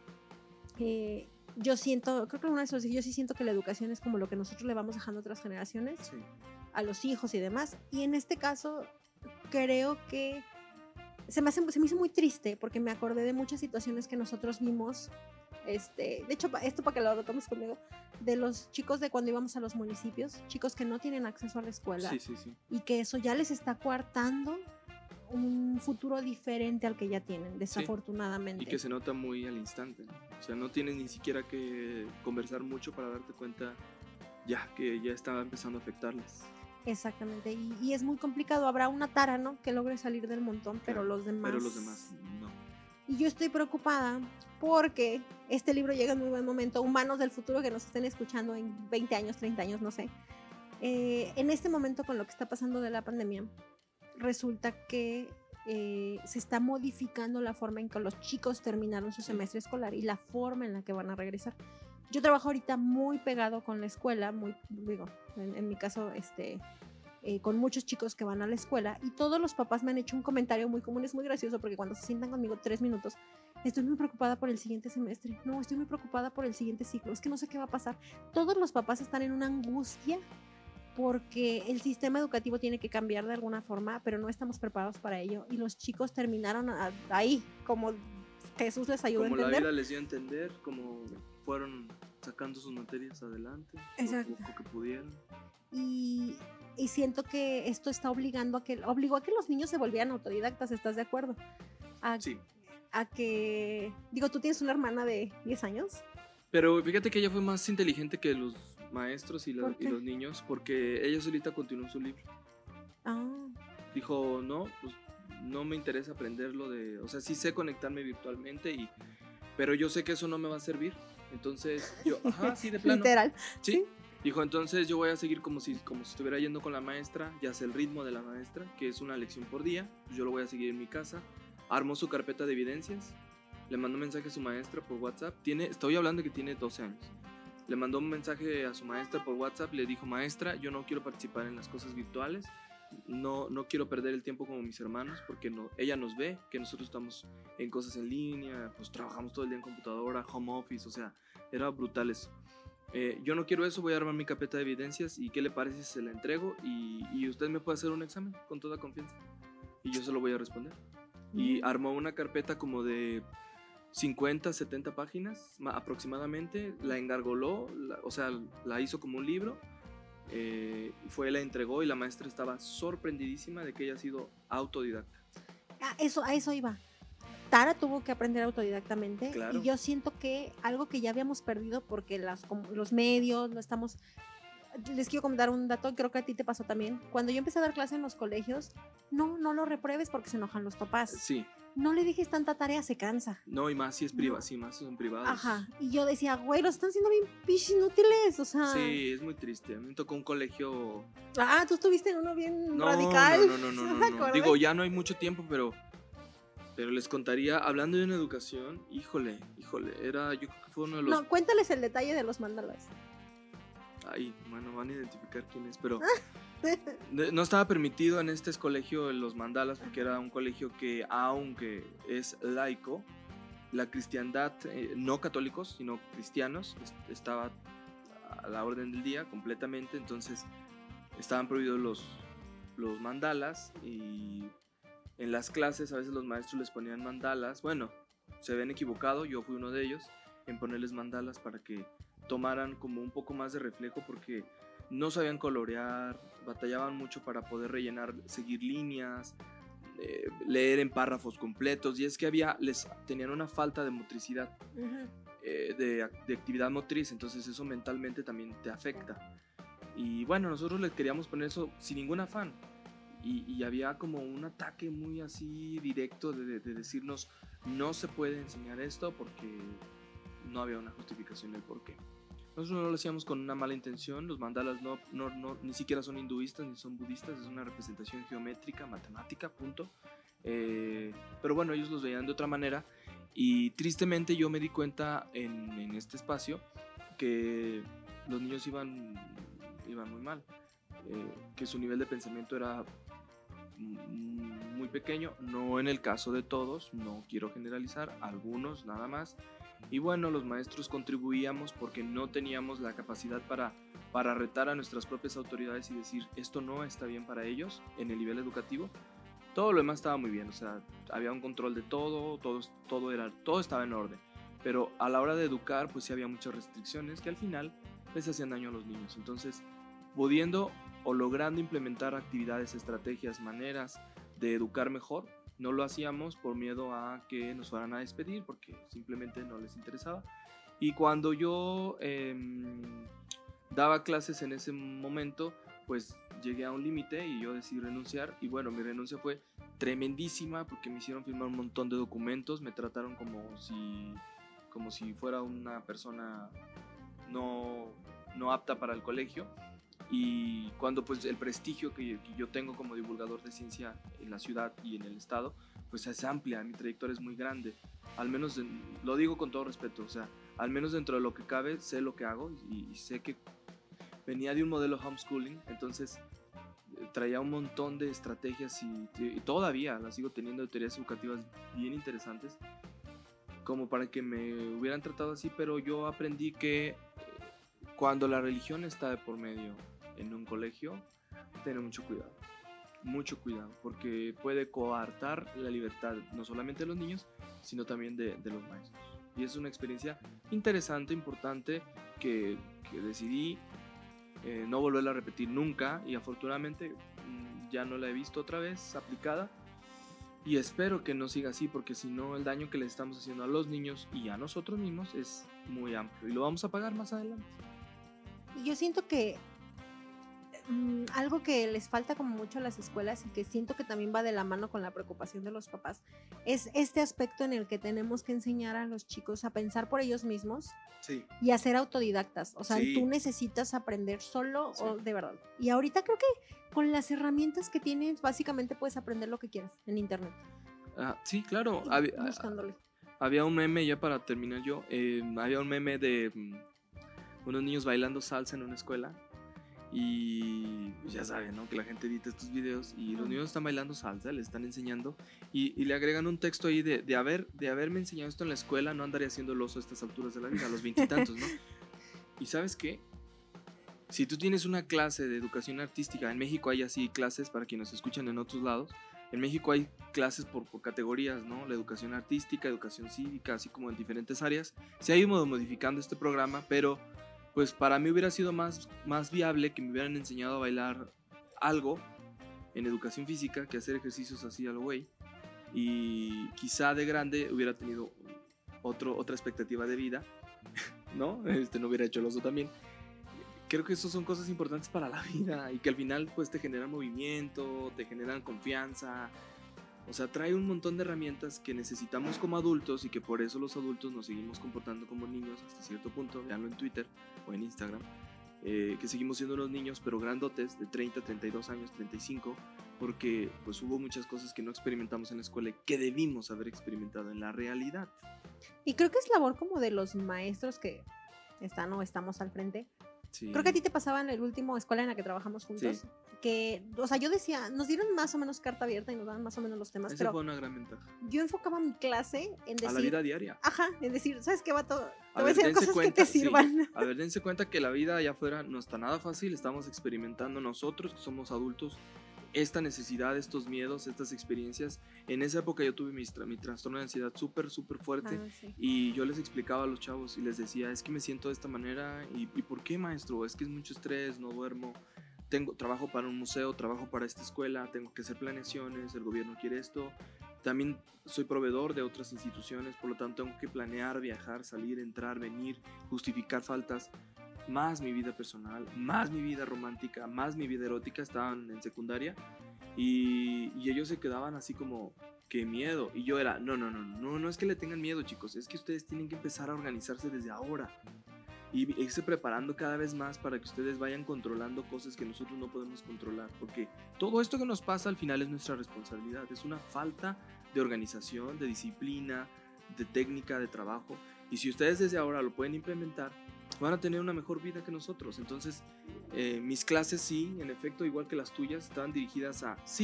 Yo siento, creo que una vez lo dije, yo sí siento que la educación es como lo que nosotros le vamos dejando a otras generaciones, sí, a los hijos y demás, y en este caso creo que se me hizo muy triste porque me acordé de muchas situaciones que nosotros vimos. De hecho, esto para que lo tomes conmigo, de los chicos de cuando íbamos a los municipios, chicos que no tienen acceso a la escuela, sí, sí, sí, y que eso ya les está coartando un futuro diferente al que ya tienen, desafortunadamente. Sí, y que se nota muy al instante, ¿no? O sea, no tienes ni siquiera que conversar mucho para darte cuenta que ya está empezando a afectarles. Exactamente, y es muy complicado. Habrá una Tara, ¿no?, que logre salir del montón, claro, pero los demás no. Y yo estoy preocupada porque este libro llega en muy buen momento. Humanos del futuro que nos estén escuchando en 20 años, 30 años, no sé. En este momento, con lo que está pasando de la pandemia, resulta que se está modificando la forma en que los chicos terminaron su semestre escolar y la forma en la que van a regresar. Yo trabajo ahorita muy pegado con la escuela, en mi caso, con muchos chicos que van a la escuela, y todos los papás me han hecho un comentario muy común. Es muy gracioso porque cuando se sientan conmigo 3 minutos, estoy muy preocupada por el siguiente semestre, no, estoy muy preocupada por el siguiente ciclo, es que no sé qué va a pasar. Todos los papás están en una angustia porque el sistema educativo tiene que cambiar de alguna forma, pero no estamos preparados para ello, y los chicos terminaron ahí, como Jesús les ayudó a entender. Como la vida les dio a entender, como fueron sacando sus materias adelante, exacto, lo poco que pudieron. Y siento que esto está obligó a que los niños se volvieran autodidactas, ¿estás de acuerdo? Sí. A que, tú tienes una hermana de 10 años. Pero fíjate que ella fue más inteligente que los maestros y los niños, porque ella solita continuó su libro. Dijo, no, pues no me interesa aprenderlo o sea, sí sé conectarme virtualmente, pero yo sé que eso no me va a servir. Entonces yo, sí, de plano. Literal. Sí. Dijo, entonces yo voy a seguir como si estuviera yendo con la maestra, ya sé el ritmo de la maestra, que es una lección por día, yo lo voy a seguir en mi casa. Armó su carpeta de evidencias, le mandó un mensaje a su maestra por WhatsApp, estoy hablando que tiene 12 años, le mandó un mensaje a su maestra por WhatsApp, le dijo, maestra, yo no quiero participar en las cosas virtuales, no quiero perder el tiempo como mis hermanos, porque ella nos ve, que nosotros estamos en cosas en línea, pues trabajamos todo el día en computadora, home office, o sea, era brutal eso. Yo no quiero eso, voy a armar mi carpeta de evidencias y qué le parece si se la entrego y usted me puede hacer un examen con toda confianza y yo se lo voy a responder. Y armó una carpeta como de 50, 70 páginas aproximadamente, la engargoló, la hizo como un libro, la entregó y la maestra estaba sorprendidísima de que ella ha sido autodidacta. A eso iba. Tara tuvo que aprender autodidactamente, claro. Y yo siento que algo que ya habíamos perdido porque los medios no estamos... les quiero comentar un dato, creo que a ti te pasó también. Cuando yo empecé a dar clase en los colegios, no lo repruebes porque se enojan los papás. Sí. No le dejes tanta tarea, se cansa. No, y más si es No. privado, sí, más si son privados. Ajá. Y yo decía, güey, los están haciendo bien pinches inútiles, o sea. Sí, es muy triste. A mí me tocó un colegio. Ah, tú estuviste en uno bien No, radical. no. Digo, ya no hay mucho tiempo, pero les contaría, hablando de una educación, híjole, era, yo creo que fue uno de los. No, cuéntales el detalle de los mandalas. Ay, bueno, van a identificar quién es, pero no estaba permitido en este colegio los mandalas porque era un colegio que, aunque es laico, la cristiandad, no católicos, sino cristianos, estaba a la orden del día completamente, entonces estaban prohibidos los mandalas y en las clases a veces los maestros les ponían mandalas, bueno, se habían equivocado, yo fui uno de ellos en ponerles mandalas para que tomaran como un poco más de reflejo porque no sabían colorear, batallaban mucho para poder rellenar, seguir líneas, leer en párrafos completos, y es que tenían una falta de motricidad, de actividad motriz, entonces eso mentalmente también te afecta. Y bueno, nosotros les queríamos poner eso sin ningún afán, y había como un ataque muy así directo de decirnos no se puede enseñar esto porque no había una justificación del por qué. Nosotros no lo hacíamos con una mala intención, los mandalas no, ni siquiera son hinduistas ni son budistas, es una representación geométrica, matemática, punto. Pero bueno, ellos los veían de otra manera y tristemente yo me di cuenta en este espacio que los niños iban muy mal, que su nivel de pensamiento era muy pequeño, no en el caso de todos, no quiero generalizar, algunos nada más. Y bueno, los maestros contribuíamos porque no teníamos la capacidad para retar a nuestras propias autoridades y decir esto no está bien para ellos en el nivel educativo. Todo lo demás estaba muy bien, o sea, había un control de todo estaba en orden. Pero a la hora de educar, pues sí había muchas restricciones que al final les hacían daño a los niños. Entonces, pudiendo o logrando implementar actividades, estrategias, maneras de educar mejor, no lo hacíamos por miedo a que nos fueran a despedir porque simplemente no les interesaba. Y cuando yo daba clases en ese momento, pues llegué a un límite y yo decidí renunciar. Y bueno, mi renuncia fue tremendísima porque me hicieron firmar un montón de documentos, me trataron como si fuera una persona no apta para el colegio. Y cuando pues el prestigio que yo tengo como divulgador de ciencia en la ciudad y en el estado pues es amplia, mi trayectoria es muy grande, al menos lo digo con todo respeto, o sea, al menos dentro de lo que cabe sé lo que hago y sé que venía de un modelo homeschooling, entonces traía un montón de estrategias y todavía las sigo teniendo, de teorías educativas bien interesantes como para que me hubieran tratado así, pero yo aprendí que cuando la religión está de por medio en un colegio, tener mucho cuidado, porque puede coartar la libertad no solamente de los niños, sino también de los maestros. Y es una experiencia interesante, importante, que decidí no volverla a repetir nunca, y afortunadamente ya no la he visto otra vez aplicada, y espero que no siga así, porque si no el daño que le estamos haciendo a los niños y a nosotros mismos es muy amplio, y lo vamos a pagar más adelante. Yo siento que algo que les falta como mucho a las escuelas y que siento que también va de la mano con la preocupación de los papás es este aspecto en el que tenemos que enseñar a los chicos a pensar por ellos mismos, sí, y a ser autodidactas. O sea, sí, tú necesitas aprender solo, sí, o de verdad. Y ahorita creo que con las herramientas que tienes básicamente puedes aprender lo que quieras en internet. Sí, claro. Buscándole. Había un meme, ya para terminar yo, había un meme de unos niños bailando salsa en una escuela. Y pues ya saben, ¿no? Que la gente edita estos videos y los niños están bailando salsa, les están enseñando y le agregan un texto ahí de haberme enseñado esto en la escuela, no andaría haciendo el oso a estas alturas de la vida, a los 20 y tantos, ¿no? Y ¿sabes qué? Si tú tienes una clase de educación artística, en México hay así clases para quienes nos escuchan en otros lados, en México hay clases por categorías, ¿no? La educación artística, educación cívica, así como en diferentes áreas. Se ha ido modificando este programa, pero pues para mí hubiera sido más viable que me hubieran enseñado a bailar algo en educación física que hacer ejercicios así a lo güey. Y quizá de grande hubiera tenido otra expectativa de vida, ¿no? No hubiera hecho el oso también. creo que eso son cosas importantes para la vida y que al final pues te generan movimiento, te generan confianza. O sea, trae un montón de herramientas que necesitamos como adultos y que por eso los adultos nos seguimos comportando como niños hasta cierto punto. Veanlo en Twitter o en Instagram. Que seguimos siendo unos niños pero grandotes de 30, 32 años, 35, porque pues hubo muchas cosas que no experimentamos en la escuela y que debimos haber experimentado en la realidad. Y creo que es labor como de los maestros que están o estamos al frente. Sí. Creo que a ti te pasaba en el último escuela en la que trabajamos juntos. Sí. Que, o sea, yo decía, nos dieron más o menos carta abierta y nos daban más o menos los temas, Esa pero fue una gran ventaja. yo enfocaba mi clase en decir... A la vida diaria. Ajá, en decir, ¿sabes qué, vato? Te A voy a ver, decir dense cosas cuenta, que te sirvan. sí. A ver, dense cuenta que la vida allá afuera no está nada fácil. Estamos experimentando nosotros, que somos adultos, esta necesidad, estos miedos, estas experiencias. En esa época yo tuve mi trastorno de ansiedad súper fuerte. Ah, sí. Y yo les explicaba a los chavos y les decía, es que me siento de esta manera. ¿Y por qué, maestro? Es que es mucho estrés, no duermo. Trabajo para un museo, trabajo para esta escuela, tengo que hacer planeaciones, el gobierno quiere esto. También soy proveedor de otras instituciones, por lo tanto tengo que planear, viajar, salir, entrar, venir, justificar faltas. Más mi vida personal, más mi vida romántica, más mi vida erótica. Estaban en secundaria y ellos se quedaban así como, qué miedo. Y yo era, no es que le tengan miedo, chicos, es que ustedes tienen que empezar a organizarse desde ahora y irse preparando cada vez más para que ustedes vayan controlando cosas que nosotros no podemos controlar, porque todo esto que nos pasa al final es nuestra responsabilidad. Es una falta de organización, de disciplina, de técnica, de trabajo, y si ustedes desde ahora lo pueden implementar, van a tener una mejor vida que nosotros. Entonces mis clases sí, en efecto, igual que las tuyas, estaban dirigidas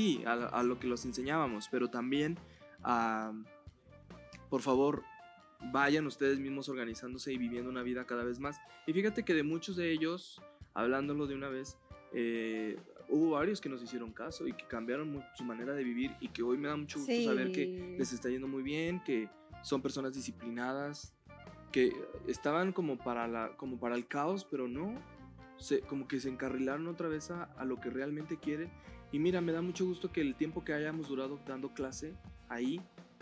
a lo que los enseñábamos, pero también a, por favor, vayan ustedes mismos organizándose y viviendo una vida cada vez más. Y fíjate que de muchos de ellos, hablándolo de una vez, hubo varios que nos hicieron caso y que cambiaron su manera de vivir, y que hoy me da mucho gusto saber que les está yendo muy bien, que son personas disciplinadas, que estaban como para el caos, pero no, como que se encarrilaron otra vez a lo que realmente quieren. Y mira, me da mucho gusto que el tiempo que hayamos durado dando clase ahí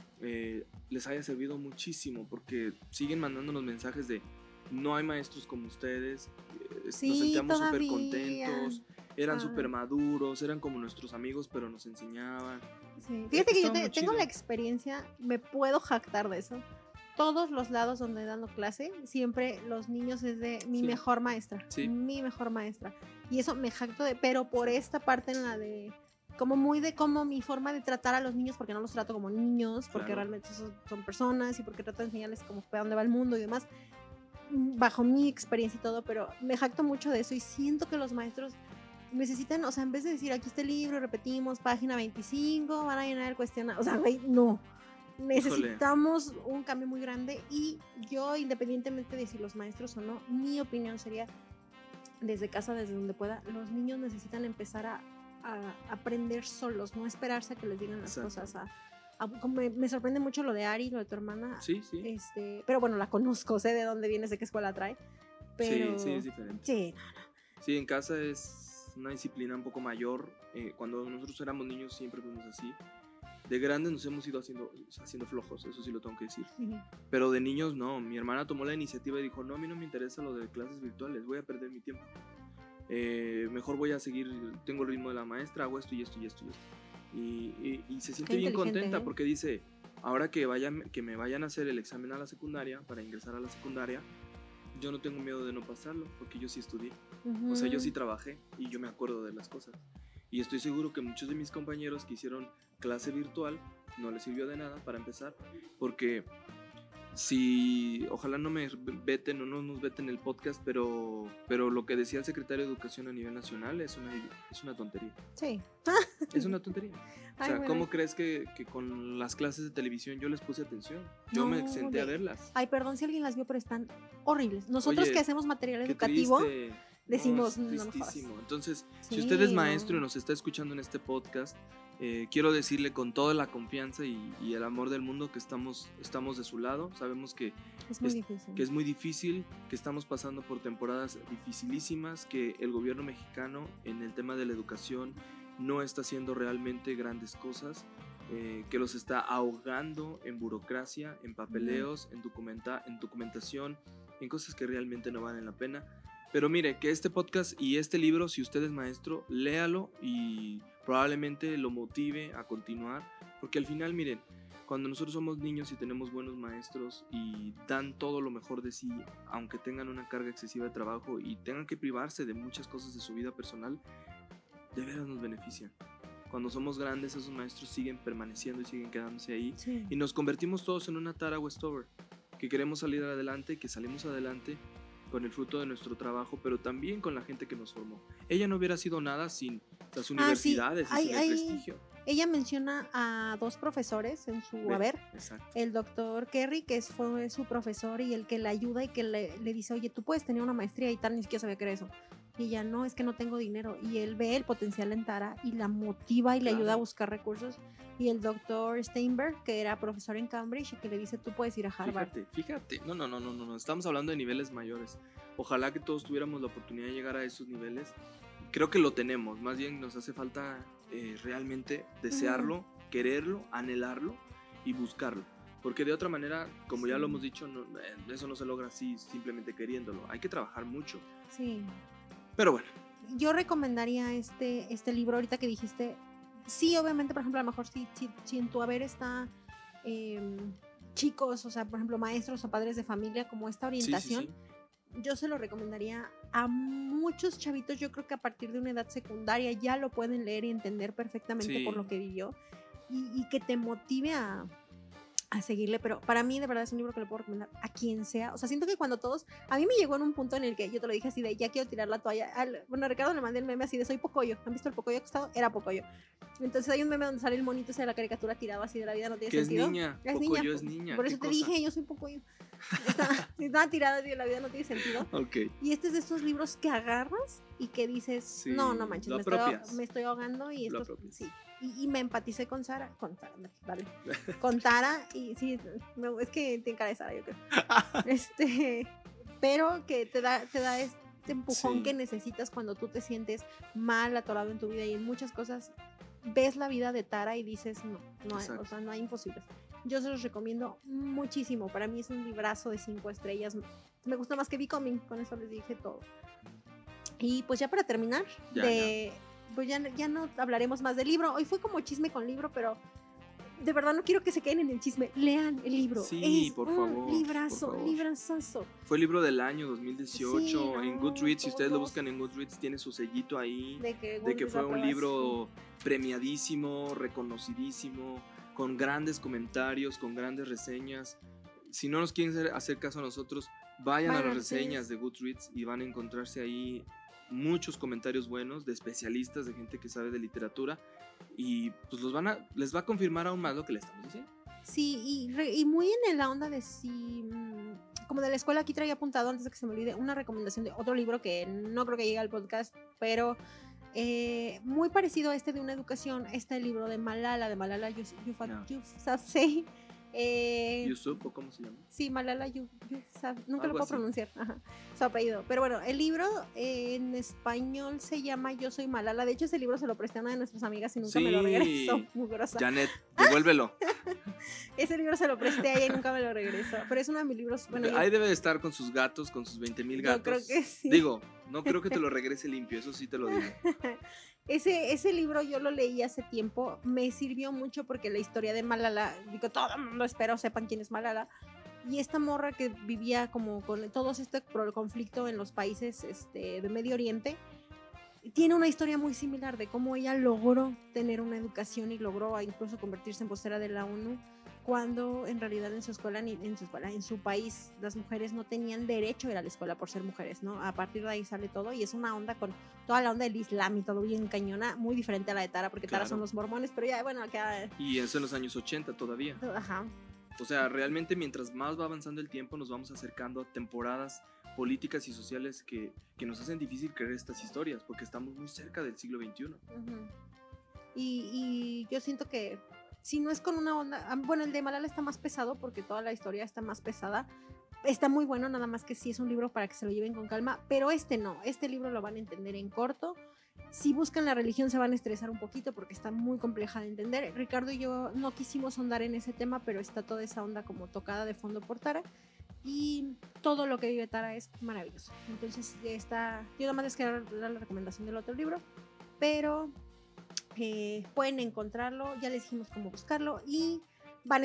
les haya servido muchísimo, porque siguen mandándonos mensajes de no hay maestros como ustedes, Sí, nos sentíamos súper todavía. contentos, eran súper maduros, eran como nuestros amigos, pero nos enseñaban. Sí. Fíjate que yo Estaba muy tengo chido. la experiencia, me puedo jactar de eso. Todos los lados donde he dado clase, siempre los niños es de mi Sí. mejor maestra, Sí. mi mejor maestra. Y eso me jacto de, pero por esta parte en la de, como muy de como mi forma de tratar a los niños, porque no los trato como niños, porque Claro. realmente son personas, y porque trato de enseñarles como para dónde va el mundo y demás, bajo mi experiencia y todo, pero me jacto mucho de eso y siento que los maestros necesitan, o sea, en vez de decir aquí está el libro, repetimos, página 25, van a llenar el cuestionario, o sea, güey, no. Necesitamos un cambio muy grande, y yo, independientemente de si los maestros o no, mi opinión sería, desde casa, desde donde pueda, los niños necesitan empezar a aprender solos, no esperarse a que les digan las Exacto. cosas. Me sorprende mucho lo de Ari, lo de tu hermana. Sí. Pero bueno, la conozco, sé de dónde viene, sé qué escuela trae. Pero Sí, es diferente. sí, Sí, en casa es una disciplina un poco mayor. Cuando nosotros éramos niños siempre fuimos así. De grandes nos hemos ido haciendo flojos, eso sí lo tengo que decir. Pero de niños no. Mi hermana tomó la iniciativa y dijo, no, a mí no me interesa lo de clases virtuales, voy a perder mi tiempo. Mejor voy a seguir, tengo el ritmo de la maestra, hago esto y esto y esto y esto. Y se siente Qué bien inteligente, contenta, porque dice, ahora que me vayan a hacer el examen a la secundaria, para ingresar a la secundaria, yo no tengo miedo de no pasarlo, porque yo sí estudié. O sea, yo sí trabajé y yo me acuerdo de las cosas. Y estoy seguro que muchos de mis compañeros que hicieron clase virtual no les sirvió de nada para empezar, porque ojalá no me veten o no nos veten el podcast, pero lo que decía el secretario de Educación a nivel nacional es una tontería. Sí. Es una tontería. O Ay, sea, bueno. ¿cómo crees que con las clases de televisión yo les puse atención? Yo me senté a verlas. Ay, perdón si alguien las vio, pero están horribles. Nosotros Oye, que hacemos material qué educativo, triste. decimos, No, no, es no jodas. tristísimo. Entonces, Sí, si usted es maestro no. y nos está escuchando en este podcast, quiero decirle con toda la confianza y el amor del mundo que estamos de su lado. Sabemos que Es muy difícil. que es muy difícil, que estamos pasando por temporadas dificilísimas, que el gobierno mexicano en el tema de la educación no está haciendo realmente grandes cosas, que los está ahogando en burocracia, en papeleos, en documentación, en cosas que realmente no valen la pena. Pero mire, que este podcast y este libro, si usted es maestro, léalo y probablemente lo motive a continuar. Porque al final, miren, cuando nosotros somos niños y tenemos buenos maestros y dan todo lo mejor de sí, aunque tengan una carga excesiva de trabajo y tengan que privarse de muchas cosas de su vida personal, de veras nos benefician. Cuando somos grandes, esos maestros siguen permaneciendo y siguen quedándose ahí. Sí. Y nos convertimos todos en una Tara Westover, que queremos salir adelante, que salimos adelante con el fruto de nuestro trabajo, pero también con la gente que nos formó. Ella no hubiera sido nada sin las universidades y sin el prestigio. Ella menciona a 2 profesores en su haber. Exacto. El doctor Kerry, que fue su profesor y el que la ayuda y que le dice, oye, tú puedes tener una maestría y tal, ni siquiera sabía que era eso. Y ella, no, es que no tengo dinero. Y él ve el potencial en Tara y la motiva y le ayuda a buscar recursos. Y el doctor Steinberg, que era profesor en Cambridge y que le dice, tú puedes ir a Harvard. Fíjate. No, estamos hablando de niveles mayores. Ojalá que todos tuviéramos la oportunidad de llegar a esos niveles. Creo que lo tenemos, más bien nos hace falta realmente desearlo, quererlo, anhelarlo y buscarlo. Porque de otra manera, como ya lo hemos dicho, eso no se logra así simplemente queriéndolo. Hay que trabajar mucho. Sí. Pero bueno. Yo recomendaría este libro ahorita que dijiste. Sí, obviamente, por ejemplo, a lo mejor si en tu haber está chicos, o sea, por ejemplo, maestros o padres de familia, como esta orientación, yo se lo recomendaría a muchos chavitos. Yo creo que a partir de una edad secundaria ya lo pueden leer y entender perfectamente por lo que vivió y que te motive a seguirle, pero para mí de verdad es un libro que le puedo recomendar a quien sea. O sea, siento que cuando todos, a mí me llegó en un punto en el que yo te lo dije así de ya quiero tirar la toalla. Bueno, a Ricardo le mandé el meme así de soy Pocoyo. ¿Han visto el Pocoyo acostado? Era Pocoyo. Entonces hay un meme donde sale el monito ese de la caricatura tirado así de la vida no tiene sentido. Es niña. Pocoyo es niña. Por eso te dije, yo soy Pocoyo. Estaba tirada así de la vida no tiene sentido. Okay. Y este es de estos libros que agarras y que dices, no manches, me estoy ahogando y esto sí. Y me empaticé con Tara, y sí, es que tiene cara de Sara, yo creo. Pero que te da este empujón que necesitas cuando tú te sientes mal, atorado en tu vida y en muchas cosas, ves la vida de Tara y dices, no hay imposibles. Yo se los recomiendo muchísimo, para mí es un librazo de 5 estrellas, me gusta más que Becoming, con eso les dije todo. Y pues ya para terminar, pues ya no hablaremos más del libro. Hoy fue como chisme con libro, pero de verdad no quiero que se queden en el chisme. Lean el libro. Sí, es por un favor. librazazo. Fue el libro del año 2018 en Goodreads. Si ustedes lo buscan en Goodreads, tiene su sellito ahí de que fue un libro premiadísimo, reconocidísimo, con grandes comentarios, con grandes reseñas. Si no nos quieren hacer caso a nosotros, vayan a las reseñas de Goodreads y van a encontrarse ahí muchos comentarios buenos de especialistas, de gente que sabe de literatura y pues les va a confirmar aún más lo que le estamos diciendo. Sí, y muy en la onda de como de la escuela, aquí traía apuntado antes de que se me olvide una recomendación de otro libro que no creo que llegue al podcast, pero muy parecido a este de una educación, el libro de Malala Yousafzai. Yusuf, ¿o cómo se llama? Sí, Malala Yousafzai, nunca lo puedo pronunciar, su apellido. Pero bueno, el libro en español se llama Yo soy Malala. De hecho, ese libro se lo presté a una de nuestras amigas y nunca me lo regresó. Muy grosa. Janet, devuélvelo. Ese libro se lo presté a ella y nunca me lo regresó. Pero es uno de mis libros. Bueno, ahí debe de estar con sus gatos, con sus 20,000 gatos. Yo creo que sí. Digo, no creo que te lo regrese limpio, eso sí te lo digo. Ese libro yo lo leí hace tiempo, me sirvió mucho porque la historia de Malala, digo, todo el mundo espero sepan quién es Malala, y esta morra que vivía como con todo este conflicto en los países de Medio Oriente, tiene una historia muy similar de cómo ella logró tener una educación y logró incluso convertirse en vocera de la ONU, cuando en realidad en su país las mujeres no tenían derecho a ir a la escuela por ser mujeres, ¿no? A partir de ahí sale todo y es una onda con toda la onda del Islam y todo bien cañona, muy diferente a la de Tara, porque Tara son los mormones, pero ya, bueno, acá... Y eso en los años 80 todavía. Ajá. O sea, realmente mientras más va avanzando el tiempo nos vamos acercando a temporadas políticas y sociales que nos hacen difícil creer estas historias, porque estamos muy cerca del siglo XXI. Uh-huh. Y yo siento que si no es con una onda, bueno, el de Malala está más pesado porque toda la historia está más pesada, está muy bueno, nada más que sí es un libro para que se lo lleven con calma, pero este libro lo van a entender en corto. Si buscan la religión se van a estresar un poquito porque está muy compleja de entender. Ricardo y yo no quisimos ahondar en ese tema, pero está toda esa onda como tocada de fondo por Tara. y todo lo que vive Tara es maravilloso. Entonces yo nada más les quiero dar la recomendación del otro libro, pero pueden encontrarlo, ya les dijimos cómo buscarlo y van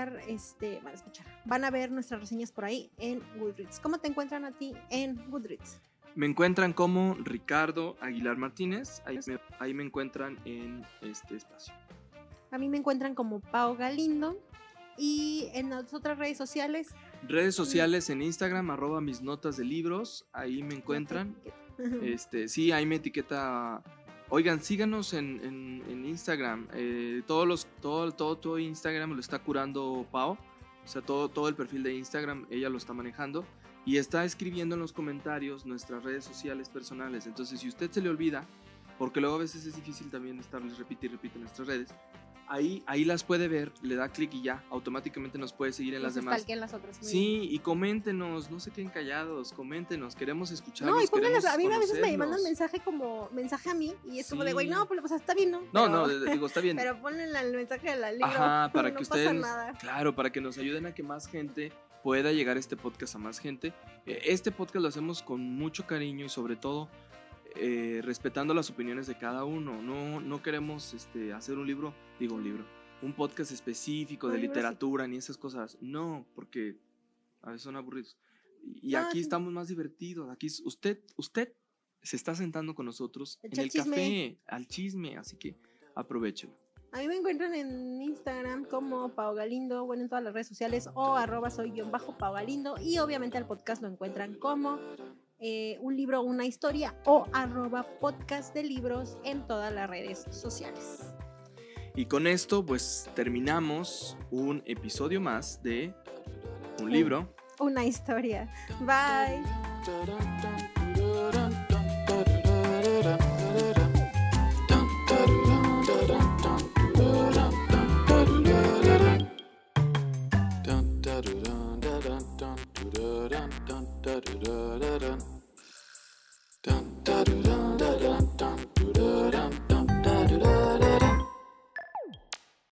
a ver nuestras reseñas por ahí en Goodreads. ¿Cómo te encuentran a ti en Goodreads? Me encuentran como Ricardo Aguilar Martínez, ahí me encuentran en este espacio. A mí me encuentran como Pau Galindo y en las otras redes sociales. Redes sociales en Instagram, @misnotasdelibros, ahí me encuentran. Sí, ahí me etiqueta. Oigan, síganos en Instagram. Todo Instagram lo está curando Pau. O sea, todo el perfil de Instagram ella lo está manejando. Y está escribiendo en los comentarios nuestras redes sociales personales. Entonces, si usted se le olvida, porque luego a veces es difícil también estarles repite y repite nuestras redes, ahí las puede ver, le da clic y ya, automáticamente nos puede seguir en las demás. Las otras. Sí, y coméntenos, no se queden callados, coméntenos, queremos escucharlos. No, y pónganles, a mí a veces me mandan mensaje a mí y es como de, güey, no, pues está bien, ¿no? No, digo, está bien. Pero ponle el mensaje del libro. Ajá, para no que ustedes, nada. Claro, para que nos ayuden a que más gente pueda llegar este podcast a más gente. Este podcast lo hacemos con mucho cariño y sobre todo respetando las opiniones de cada uno. No queremos hacer un podcast específico de literatura ni esas cosas. No, porque a veces son aburridos. Y aquí estamos más divertidos. Aquí usted se está sentando con nosotros en el café, al chisme, así que aprovechelo. A mí me encuentran en Instagram como Pau Galindo, bueno, en todas las redes sociales, o @soy_Pau Galindo, y obviamente al podcast lo encuentran como un libro, una historia, o @podcast de libros en todas las redes sociales. Y con esto pues terminamos un episodio más de un libro, una historia. Bye.